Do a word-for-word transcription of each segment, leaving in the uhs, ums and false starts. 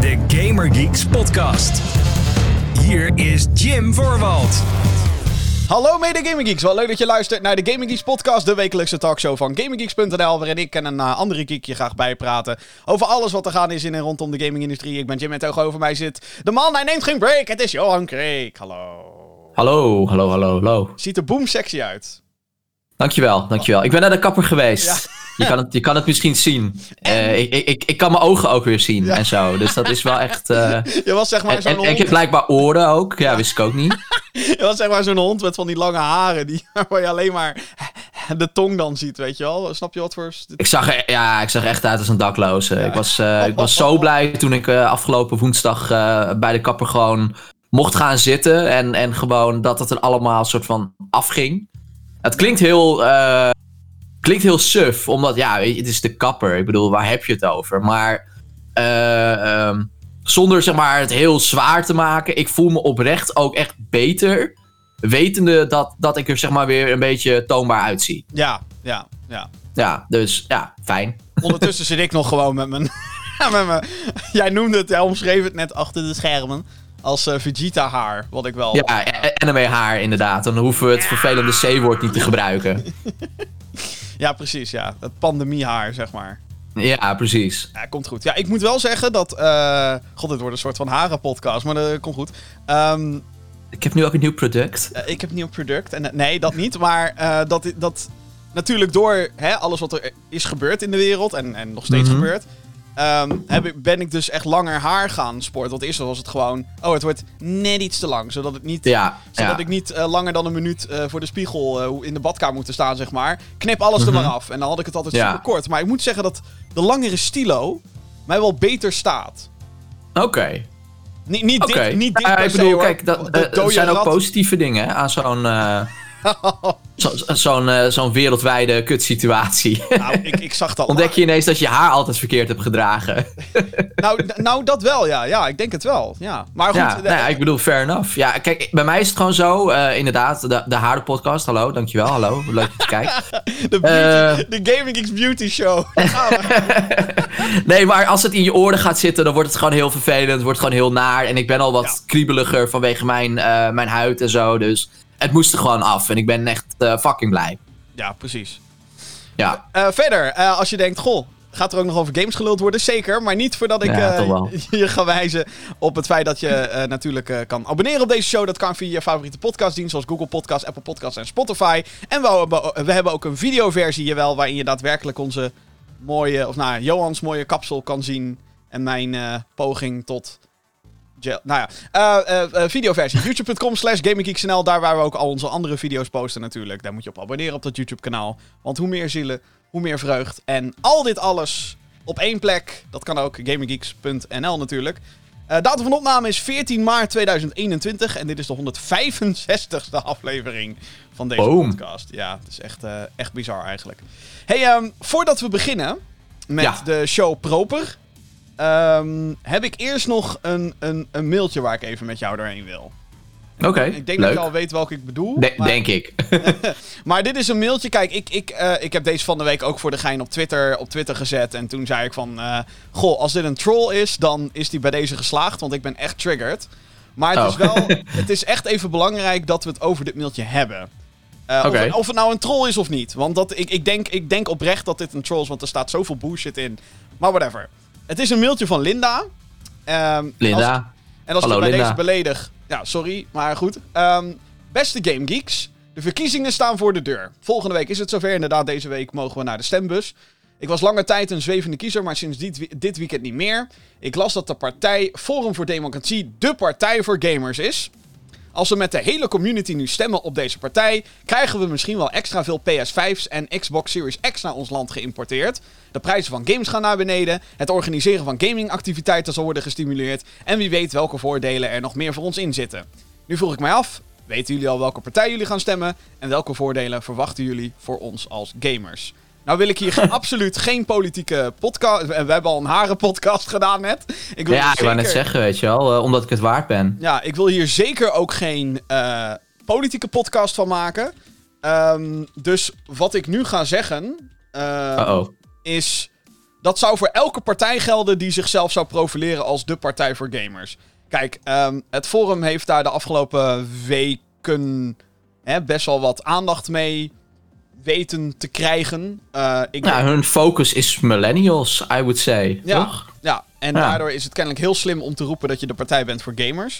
de Gamer Geeks podcast. Hier is Jim Voorwald. Hallo mede Gaming Geeks, wel leuk dat je luistert naar de Gaming Geeks podcast, de wekelijkse talkshow van Gaming Geeks punt n l, waarin ik en een uh, andere geek je graag bijpraten over alles wat er gaande is in en rondom de gaming-industrie. Ik ben Jim en tegenover mij zit de man, hij neemt geen break, het is Johan Kreek. Hallo. Hallo, hallo, hallo, hallo. Ziet er boom sexy uit. Dankjewel, dankjewel. Ik ben naar de kapper geweest. Ja. Je, kan het, je kan het misschien zien. Uh, ik, ik, ik kan mijn ogen ook weer zien ja. en zo. Dus dat is wel echt... Uh... Je was zeg maar zo'n en, hond. en ik heb blijkbaar oren ook. Ja, wist ik ook niet. Je was zeg maar zo'n hond met van die lange haren. Die, waar je alleen maar de tong dan ziet, weet je wel. Snap je wat voor... Ik zag, er, ja, ik zag echt uit als een dakloze. Ja. Ik, was, uh, ik was zo blij toen ik uh, afgelopen woensdag uh, bij de kapper gewoon mocht gaan zitten. En, en gewoon dat het er allemaal soort van afging. Het klinkt heel... Uh, Klinkt heel suf, omdat ja, weet je, het is de kapper. Ik bedoel, waar heb je het over? Maar uh, um, zonder zeg maar het heel zwaar te maken, ik voel me oprecht ook echt beter, wetende dat, dat ik er zeg maar weer een beetje toonbaar uitzie. Ja, ja, ja. Ja, dus ja, fijn. Ondertussen zit ik nog gewoon met mijn... met mijn jij noemde het, jij omschreef het net achter de schermen als uh, Vegeta haar, wat ik wel... Ja, uh, anime haar inderdaad. Dan hoeven we het vervelende C-woord niet te gebruiken. Ja, precies, ja. Het pandemiehaar, zeg maar. Ja, precies. Ja, komt goed. Ja, ik moet wel zeggen dat... Uh... God, dit wordt een soort van harenpodcast, maar dat komt goed. Um... Ik heb nu ook een nieuw product. Uh, ik heb een nieuw product. En, uh, nee, dat niet. Maar uh, dat, dat natuurlijk door hè, alles wat er is gebeurd in de wereld... en, en nog steeds mm-hmm. gebeurt... Um, heb ik, ben ik dus echt langer haar gaan sporten. Want eerst was het gewoon... Oh, het wordt net iets te lang. Zodat, het niet, ja, zodat ja. ik niet uh, langer dan een minuut uh, voor de spiegel uh, in de badkamer moet staan, zeg maar. Knip alles mm-hmm. er maar af. En dan had ik het altijd ja. super kort. Maar ik moet zeggen dat de langere stilo mij wel beter staat. Oké. Okay. Niet, niet okay. dit, niet dit uh, per Ik bedoel, se, kijk, dat, uh, er zijn ook positieve dingen hè, aan zo'n... Uh... Zo, zo'n, uh, zo'n wereldwijde kutsituatie. Nou, ik, ik zag dat. Ontdek je ineens dat je haar altijd verkeerd hebt gedragen. nou, d- nou, dat wel, ja. Ja, ik denk het wel. Ja, maar goed. Ja, de, nou ja, ik bedoel, fair enough. Ja, kijk, bij mij is het gewoon zo. Uh, inderdaad, de, de haardenpodcast. Hallo, dankjewel. Hallo, leuk dat je kijkt. de, beauty, uh, de Gaming Geeks Beauty Show. Nee, maar als het in je oren gaat zitten, dan wordt het gewoon heel vervelend. Het wordt gewoon heel naar. En ik ben al wat ja. kriebeliger vanwege mijn, uh, mijn huid en zo, dus... Het moest er gewoon af en ik ben echt uh, fucking blij. Ja, precies. Ja. Uh, verder, uh, als je denkt, goh, gaat er ook nog over games geluld worden? Zeker, maar niet voordat ik ja, uh, je ga wijzen op het feit dat je uh, natuurlijk uh, kan abonneren op deze show. Dat kan via je favoriete podcastdienst zoals Google Podcasts, Apple Podcasts en Spotify. En we, we hebben ook een videoversie, jawel, waarin je daadwerkelijk onze mooie, of nou, Johans mooie kapsel kan zien. En mijn uh, poging tot... Gel. Nou ja, uh, uh, uh, videoversie. youtube punt com slash gaminggeeksnl. Daar waar we ook al onze andere video's posten natuurlijk. Daar moet je op abonneren op dat YouTube kanaal. Want hoe meer zielen, hoe meer vreugd. En al dit alles op één plek. Dat kan ook gaminggeeks punt n l natuurlijk. Uh, datum van opname is veertien maart tweeduizend eenentwintig. En dit is de honderdvijfenzestigste aflevering van deze Boom. podcast. Ja, het is echt, uh, echt bizar eigenlijk. Hey, um, voordat we beginnen met ja. de show proper... Um, heb ik eerst nog een, een, een mailtje waar ik even met jou doorheen wil. Oké, okay, Ik denk leuk. dat je al weet welke ik bedoel. De- maar... Denk ik. Maar dit is een mailtje. Kijk, ik, ik, uh, ik heb deze van de week ook voor de gein op Twitter, op Twitter gezet. En toen zei ik van... Uh, goh, als dit een troll is, dan is die bij deze geslaagd. Want ik ben echt triggered. Maar het, oh. is wel, het is echt even belangrijk dat we het over dit mailtje hebben. Uh, okay. of, het, of het nou een troll is of niet. Want dat, ik, ik, denk, ik denk oprecht dat dit een troll is, want er staat zoveel bullshit in. Maar whatever. Het is een mailtje van Linda. Um, Linda. Als, en als Hallo, ik bij Linda. deze beledig... Ja, sorry, maar goed. Um, beste Game Geeks. De verkiezingen staan voor de deur. Volgende week is het zover. Inderdaad, deze week mogen we naar de stembus. Ik was lange tijd een zwevende kiezer, maar sinds dit, dit weekend niet meer. Ik las dat de partij Forum voor Democratie de partij voor gamers is. Als we met de hele community nu stemmen op deze partij, krijgen we misschien wel extra veel P S vijf's en Xbox Series X naar ons land geïmporteerd. De prijzen van games gaan naar beneden. Het organiseren van gamingactiviteiten zal worden gestimuleerd. En wie weet welke voordelen er nog meer voor ons in zitten. Nu vroeg ik mij af, weten jullie al welke partij jullie gaan stemmen? En welke voordelen verwachten jullie voor ons als gamers? Nou wil ik hier absoluut geen politieke podcast... We hebben al een harenpodcast gedaan net. Ik wil ja, zeker... ik wou net zeggen, weet je wel. Uh, omdat ik het waard ben. Ja, ik wil hier zeker ook geen uh, politieke podcast van maken. Um, dus wat ik nu ga zeggen... Uh, is dat zou voor elke partij gelden die zichzelf zou profileren als de partij voor gamers. Kijk, um, het forum heeft daar de afgelopen weken hè, best wel wat aandacht mee weten te krijgen. Uh, ik ja, denk... hun focus is millennials, I would say. Ja, toch? ja. en ja. daardoor is het kennelijk heel slim om te roepen dat je de partij bent voor gamers.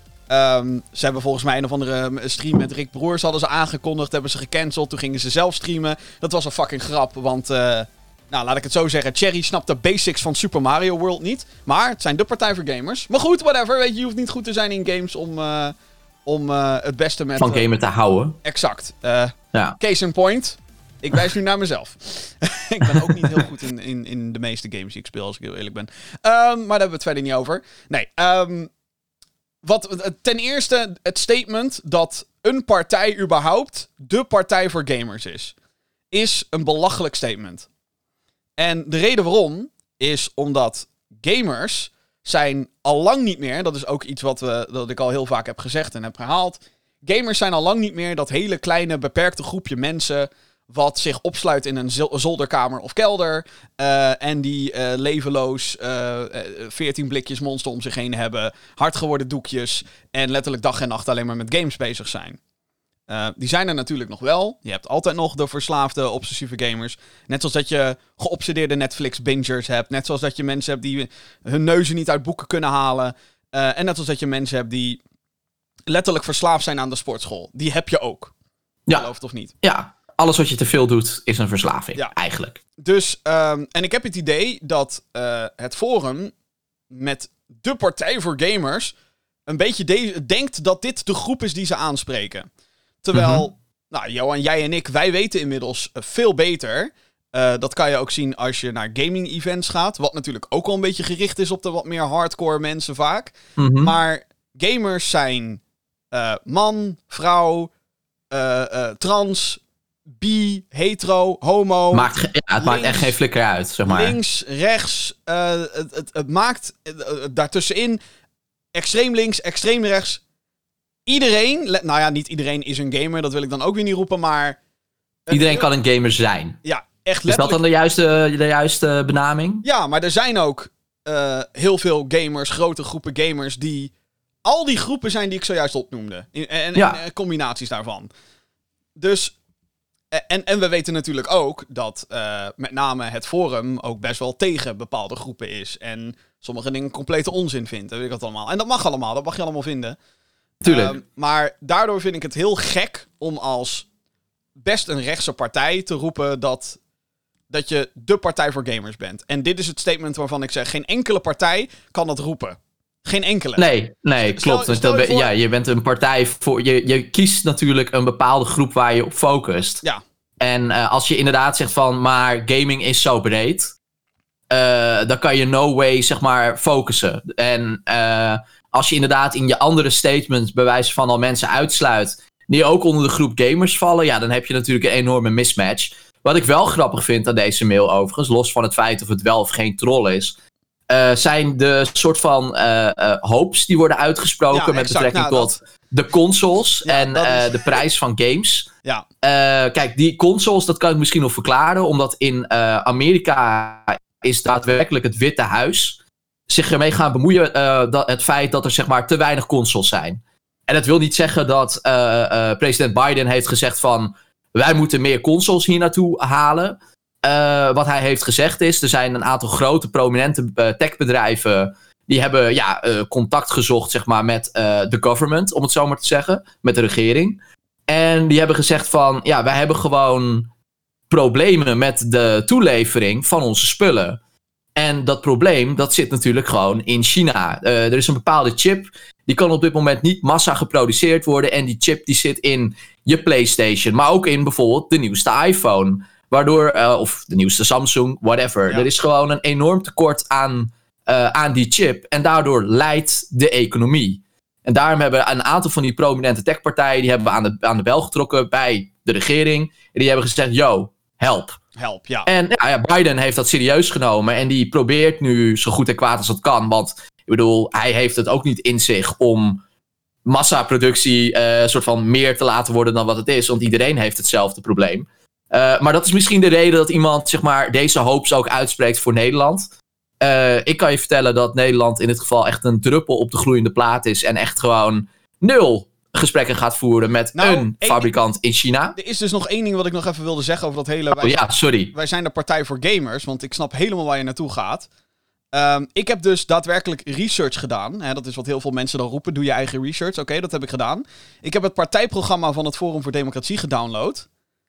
Um, ze hebben volgens mij een of andere stream met Rick Broers hadden ze aangekondigd, hebben ze gecanceld, toen gingen ze zelf streamen. Dat was een fucking grap, want, uh, nou laat ik het zo zeggen, Cherry snapt de basics van Super Mario World niet. Maar het zijn de partij voor gamers. Maar goed, whatever, weet je, je hoeft niet goed te zijn in games om, uh, om uh, het beste met... Van gamer te houden. Exact. Uh, ja. Case in point. Ik wijs nu naar mezelf. Ik ben ook niet heel goed in, in, in de meeste games die ik speel, als ik heel eerlijk ben. Um, maar daar hebben we het verder niet over. Nee, um, wat, ten eerste het statement dat een partij überhaupt de partij voor gamers is, is een belachelijk statement. En de reden waarom is omdat gamers zijn al lang niet meer, dat is ook iets wat, we, dat ik al heel vaak heb gezegd en heb herhaald, gamers zijn al lang niet meer dat hele kleine beperkte groepje mensen wat zich opsluit in een zolderkamer of kelder. Uh, en die uh, levenloos uh, veertien blikjes Monster om zich heen hebben. Hard geworden doekjes. En letterlijk dag en nacht alleen maar met games bezig zijn. Uh, die zijn er natuurlijk nog wel. Je hebt altijd nog de verslaafde, obsessieve gamers. Net zoals dat je geobsedeerde Netflix-bingers hebt. Net zoals dat je mensen hebt die hun neuzen niet uit boeken kunnen halen. Uh, en net zoals dat je mensen hebt die letterlijk verslaafd zijn aan de sportschool. Die heb je ook. Ja. Geloof het of niet? Ja. Alles wat je te veel doet, is een verslaving, ja. eigenlijk. Dus, um, en ik heb het idee dat uh, het forum met de partij voor gamers een beetje de- denkt dat dit de groep is die ze aanspreken. Terwijl, mm-hmm. nou, Johan, jij en ik, wij weten inmiddels uh, veel beter. Uh, dat kan je ook zien als je naar gaming-events gaat. Wat natuurlijk ook al een beetje gericht is op de wat meer hardcore mensen vaak. Mm-hmm. Maar gamers zijn uh, man, vrouw, uh, uh, trans, bi, hetero, homo. Maakt ge- ja, het links, maakt echt geen flikker uit, zeg maar. Links, rechts. Uh, het, het, het maakt uh, daartussenin extreem links, extreem rechts. Iedereen, le- nou ja, niet iedereen is een gamer, dat wil ik dan ook weer niet roepen, maar... Iedereen kan een gamer zijn. Ja, echt letterlijk. Is dat dan de juiste, de juiste benaming? Ja, maar er zijn ook uh, heel veel gamers, grote groepen gamers, die... Al die groepen zijn die ik zojuist opnoemde. En, en, ja. en combinaties daarvan. Dus... En, en we weten natuurlijk ook dat uh, met name het forum ook best wel tegen bepaalde groepen is. En sommige dingen complete onzin vindt. Dat weet ik dat allemaal. En dat mag allemaal, dat mag je allemaal vinden. Tuurlijk. Uh, maar daardoor vind ik het heel gek om als best een rechtse partij te roepen dat, dat je de partij voor gamers bent. En dit is het statement waarvan ik zeg, geen enkele partij kan dat roepen. Geen enkele. Nee, nee, Stel, klopt. stel je voor... Ja, je bent een partij voor... Je, je kiest natuurlijk een bepaalde groep waar je op focust. Ja. En uh, als je inderdaad zegt van, maar gaming is zo breed, uh, dan kan je no way, zeg maar, focussen. En uh, als je inderdaad in je andere statements bij wijze van al mensen uitsluit die ook onder de groep gamers vallen, ja, dan heb je natuurlijk een enorme mismatch. Wat ik wel grappig vind aan deze mail overigens, los van het feit of het wel of geen troll is, uh, zijn de soort van uh, uh, hopes die worden uitgesproken ja, met exact, betrekking nou, tot... Dat... de consoles ja, en uh, is... de prijs van games. Ja. Uh, kijk, die consoles, dat kan ik misschien nog verklaren. Omdat in uh, Amerika is daadwerkelijk het Witte Huis zich ermee gaan bemoeien. Uh, dat, het feit dat er zeg maar te weinig consoles zijn. En dat wil niet zeggen dat uh, uh, president Biden heeft gezegd van, wij moeten meer consoles hier naartoe halen. Uh, wat hij heeft gezegd is, er zijn een aantal grote prominente uh, techbedrijven die hebben ja, uh, contact gezocht zeg maar, met uh, de government, om het zo maar te zeggen. Met de regering. En die hebben gezegd van, ja, wij hebben gewoon problemen met de toelevering van onze spullen. En dat probleem, dat zit natuurlijk gewoon in China. Uh, er is een bepaalde chip, die kan op dit moment niet massa geproduceerd worden. En die chip die zit in je PlayStation, maar ook in bijvoorbeeld de nieuwste iPhone. Waardoor, uh, of de nieuwste Samsung, whatever. Ja. Er is gewoon een enorm tekort aan... Uh, aan die chip. En daardoor leidt de economie. En daarom hebben een aantal van die prominente techpartijen, die hebben aan de, aan de bel getrokken bij de regering. En die hebben gezegd, yo, help. Help, ja. En ja, ja, Biden heeft dat serieus genomen. En die probeert nu zo goed en kwaad als dat kan. Want ik bedoel, hij heeft het ook niet in zich om massaproductie uh, soort van meer te laten worden dan wat het is. Want iedereen heeft hetzelfde probleem. Uh, maar dat is misschien de reden dat iemand zeg maar, deze hoops ook uitspreekt voor Nederland. Uh, ik kan je vertellen dat Nederland in dit geval echt een druppel op de gloeiende plaat is. En echt gewoon nul gesprekken gaat voeren met nou, een één, fabrikant in China. Er is dus nog één ding wat ik nog even wilde zeggen over dat hele... Wij, oh ja, sorry. Wij zijn de partij voor gamers, want ik snap helemaal waar je naartoe gaat. Um, ik heb dus daadwerkelijk research gedaan. Hè, dat is wat heel veel mensen dan roepen. Doe je eigen research. Oké, okay, dat heb ik gedaan. Ik heb het partijprogramma van het Forum voor Democratie gedownload.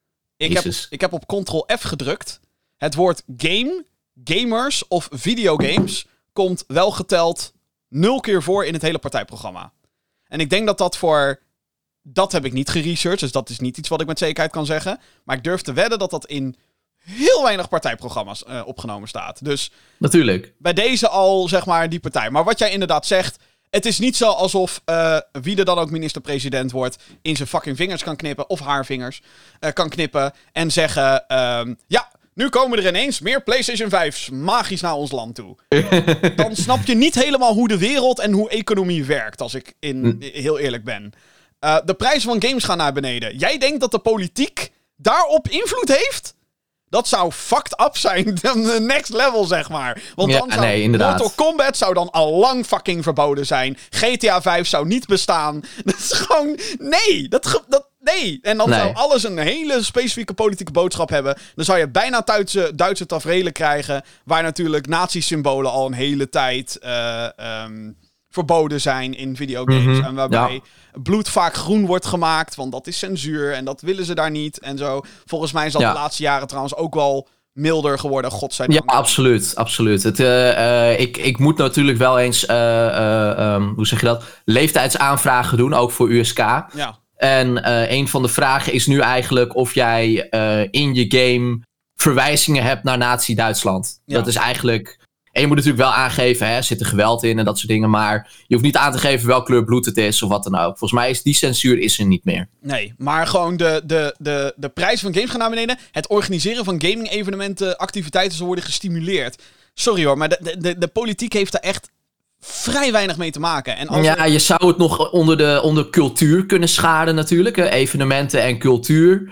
Ik heb, ik heb op control F gedrukt. Het woord game, gamers of videogames komt wel geteld nul keer voor in het hele partijprogramma. En ik denk dat dat voor... Dat heb ik niet geresearched, dus dat is niet iets wat ik met zekerheid kan zeggen. Maar ik durf te wedden dat dat in heel weinig partijprogramma's uh, opgenomen staat. Dus natuurlijk. Bij deze al, zeg maar, die partij. Maar wat jij inderdaad zegt, het is niet zo alsof uh, wie er dan ook minister-president wordt in zijn fucking vingers kan knippen, of haar vingers uh, kan knippen en zeggen, um, ja, nu komen er ineens meer PlayStation vijf's magisch naar ons land toe. Dan snap je niet helemaal hoe de wereld en hoe economie werkt, als ik in, heel eerlijk ben. Uh, de prijzen van games gaan naar beneden. Jij denkt dat de politiek daarop invloed heeft? Dat zou fucked up zijn. The next level, zeg maar. Want ja, dan zou nee, Mortal Kombat zou dan al lang fucking verboden zijn. G T A vijf zou niet bestaan. Dat is gewoon... Nee. Dat, dat, nee. En dan nee. zou alles een hele specifieke politieke boodschap hebben. Dan zou je bijna Duitse, Duitse taferelen krijgen. Waar natuurlijk nazi-symbolen al een hele tijd... Uh, um, verboden zijn in videogames. Mm-hmm. En waarbij ja. bloed vaak groen wordt gemaakt. Want dat is censuur. En dat willen ze daar niet. En zo. Volgens mij is dat ja. de laatste jaren trouwens ook wel milder geworden. Godzijdank. Ja, absoluut. absoluut. Het, uh, uh, ik, ik moet natuurlijk wel eens... Uh, uh, um, hoe zeg je dat? Leeftijdsaanvragen doen. Ook voor U S K. Ja. En uh, een van de vragen is nu eigenlijk... of jij uh, in je game verwijzingen hebt naar Nazi-Duitsland. Ja. Dat is eigenlijk... En je moet natuurlijk wel aangeven, hè, zit er geweld in en dat soort dingen. Maar je hoeft niet aan te geven welke kleur bloed het is of wat dan ook. Volgens mij is die censuur is er niet meer. Nee, maar gewoon de, de, de, de prijs van games gaan naar beneden. Het organiseren van gaming-evenementen, activiteiten zal worden gestimuleerd. Sorry hoor, maar de, de, de politiek heeft daar echt vrij weinig mee te maken. En als ja, er... je zou het nog onder, de, onder cultuur kunnen scharen natuurlijk. Hè, evenementen en cultuur.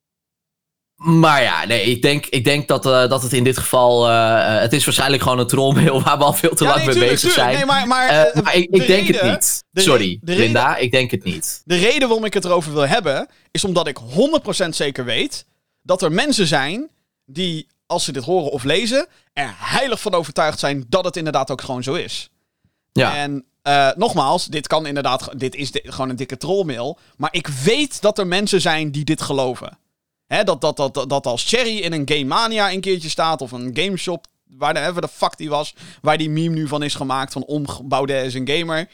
Maar ja, nee, ik denk, ik denk dat, uh, dat het in dit geval... Uh, het is waarschijnlijk gewoon een trollmail waar we al veel te ja, lang nee, mee tuurlijk, bezig tuurlijk. zijn. Nee, maar, maar, uh, maar ik, ik denk reden, het niet. Sorry, re- Linda, reden, ik denk het niet. De reden waarom ik het erover wil hebben... is omdat ik honderd procent zeker weet... dat er mensen zijn die, als ze dit horen of lezen... er heilig van overtuigd zijn dat het inderdaad ook gewoon zo is. Ja. En uh, nogmaals, dit kan inderdaad... Dit is de, gewoon een dikke trollmail. Maar ik weet dat er mensen zijn die dit geloven. Hè, dat, dat, dat, dat als Cherry in een Game Mania een keertje staat... of een gameshop, waar de, even de fuck die was... waar die meme nu van is gemaakt... van omgebouwde is een gamer.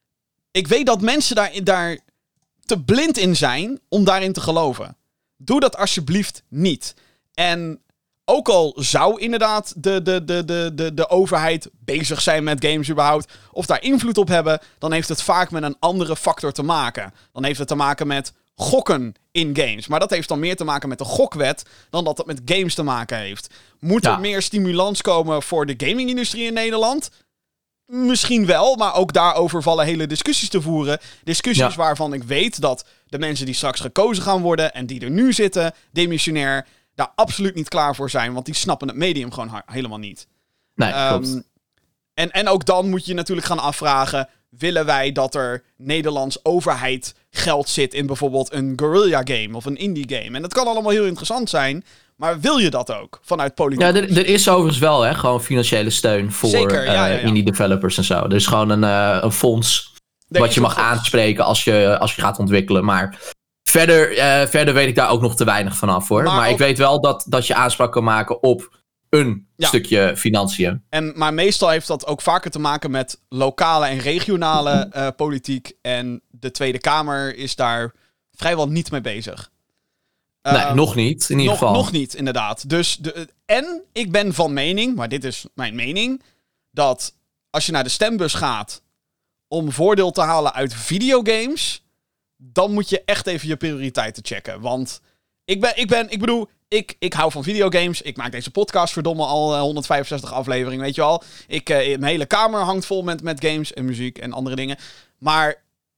Ik weet dat mensen daar, daar te blind in zijn... om daarin te geloven. Doe dat alsjeblieft niet. En ook al zou inderdaad de, de, de, de, de, de overheid... bezig zijn met games überhaupt... of daar invloed op hebben... dan heeft het vaak met een andere factor te maken. Dan heeft het te maken met... gokken in games. Maar dat heeft dan meer te maken met de gokwet... dan dat het met games te maken heeft. Moet ja. er meer stimulans komen voor de gaming-industrie in Nederland? Misschien wel, maar ook daarover vallen hele discussies te voeren. Discussies ja. waarvan ik weet dat de mensen die straks gekozen gaan worden... en die er nu zitten, demissionair... daar absoluut niet klaar voor zijn... want die snappen het medium gewoon ha- helemaal niet. Nee, klopt. Um, en, en ook dan moet je natuurlijk gaan afvragen... willen wij dat er Nederlands overheid geld zit in bijvoorbeeld een guerrilla game of een indie game? En dat kan allemaal heel interessant zijn, maar wil je dat ook vanuit politiek? Ja, er, er is overigens wel hè, gewoon financiële steun voor Zeker, ja, ja, ja. Uh, indie developers en zo. Er is gewoon een, uh, een fonds er wat je mag fonds. aanspreken als je, als je gaat ontwikkelen, maar... Verder, uh, verder weet ik daar ook nog te weinig vanaf hoor. Maar, maar ook... ik weet wel dat, dat je aanspraak kan maken op een ja. stukje financiën. En, maar meestal heeft dat ook vaker te maken met lokale en regionale uh, politiek. En de Tweede Kamer is daar vrijwel niet mee bezig. Nee, uh, nog niet, in ieder nog, geval. Nog niet, inderdaad. Dus de, en ik ben van mening, maar dit is mijn mening... dat als je naar de stembus gaat om voordeel te halen uit videogames... dan moet je echt even je prioriteiten checken. Want ik ben, ik ben, ik bedoel... Ik, ik hou van videogames. Ik maak deze podcast verdomme al uh, honderdvijfenzestig afleveringen, weet je wel. Ik, uh, mijn hele kamer hangt vol met, met games en muziek en andere dingen. Maar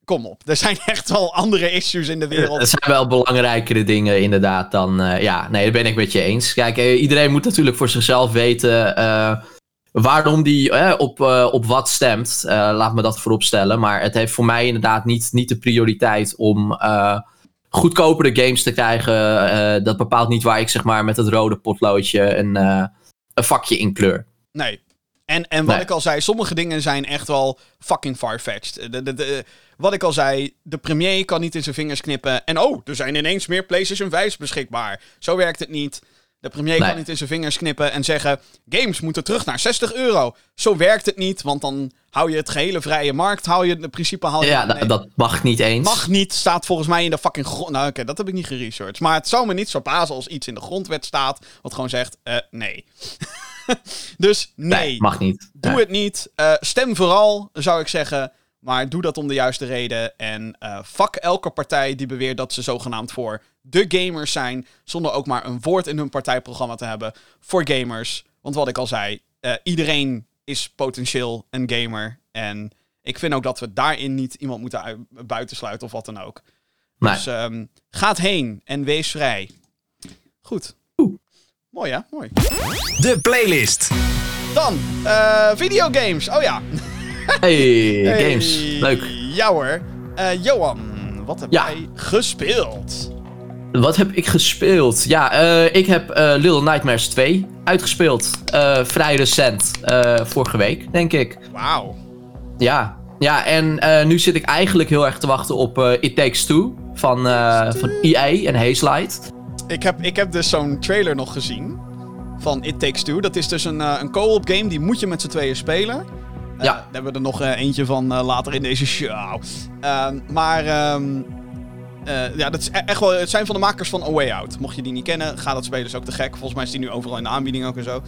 kom op. Er zijn echt wel andere issues in de wereld. Er zijn wel belangrijkere dingen inderdaad dan... Uh, ja, nee, dat ben ik met je eens. Kijk, uh, iedereen moet natuurlijk voor zichzelf weten... Uh, waarom die uh, op, uh, op wat stemt. Uh, laat me dat voorop stellen. Maar het heeft voor mij inderdaad niet, niet de prioriteit om... Uh, goedkopere games te krijgen. Uh, dat bepaalt niet waar ik zeg maar met het rode potloodje een, uh, een vakje in kleur. Nee. En, en wat nee. ik al zei, sommige dingen zijn echt wel fucking far-fetched. De, de, de, wat ik al zei, de premier kan niet in zijn vingers knippen. En oh, er zijn ineens meer PlayStation vijf's beschikbaar. Zo werkt het niet. De premier nee. kan niet in zijn vingers knippen en zeggen... games moeten terug naar zestig euro. Zo werkt het niet, want dan hou je het gehele vrije markt. Hou je het principe... Hou je ja, nee. dat mag niet eens. Mag niet, staat volgens mij in de fucking grond... Nou oké, okay, dat heb ik niet geresearched. Maar het zou me niet verbazen als iets in de grondwet staat... wat gewoon zegt, uh, nee. Dus nee. nee. Mag niet. Doe nee. het niet. Uh, stem vooral, zou ik zeggen... Maar doe dat om de juiste reden. En uh, fuck elke partij die beweert dat ze zogenaamd voor de gamers zijn. Zonder ook maar een woord in hun partijprogramma te hebben voor gamers. Want wat ik al zei, uh, iedereen is potentieel een gamer. En ik vind ook dat we daarin niet iemand moeten u- buitensluiten of wat dan ook. Nee. Dus um, ga heen en wees vrij. Goed. Oeh. Mooi hè? Mooi. De playlist. Dan, uh, videogames. Oh ja. Hey, hey, games. Leuk. Ja hoor. Uh, Johan, wat heb ja. jij gespeeld? Wat heb ik gespeeld? Ja, uh, ik heb uh, Little Nightmares twee uitgespeeld. Uh, vrij recent. Uh, vorige week, denk ik. Wauw. Ja. Ja, en uh, nu zit ik eigenlijk heel erg te wachten op uh, It Takes Two van, uh, van E A en Hazelight. Ik heb, ik heb dus zo'n trailer nog gezien van It Takes Two. Dat is dus een, uh, een co-op game, die moet je met z'n tweeën spelen. Uh, Ja. Daar hebben we er nog uh, eentje van uh, later in deze show. Uh, maar um, uh, ja, dat is echt wel, het zijn van de makers van A Way Out. Mocht je die niet kennen, ga dat spelen, is ook te gek. Volgens mij is die nu overal in de aanbieding ook en zo.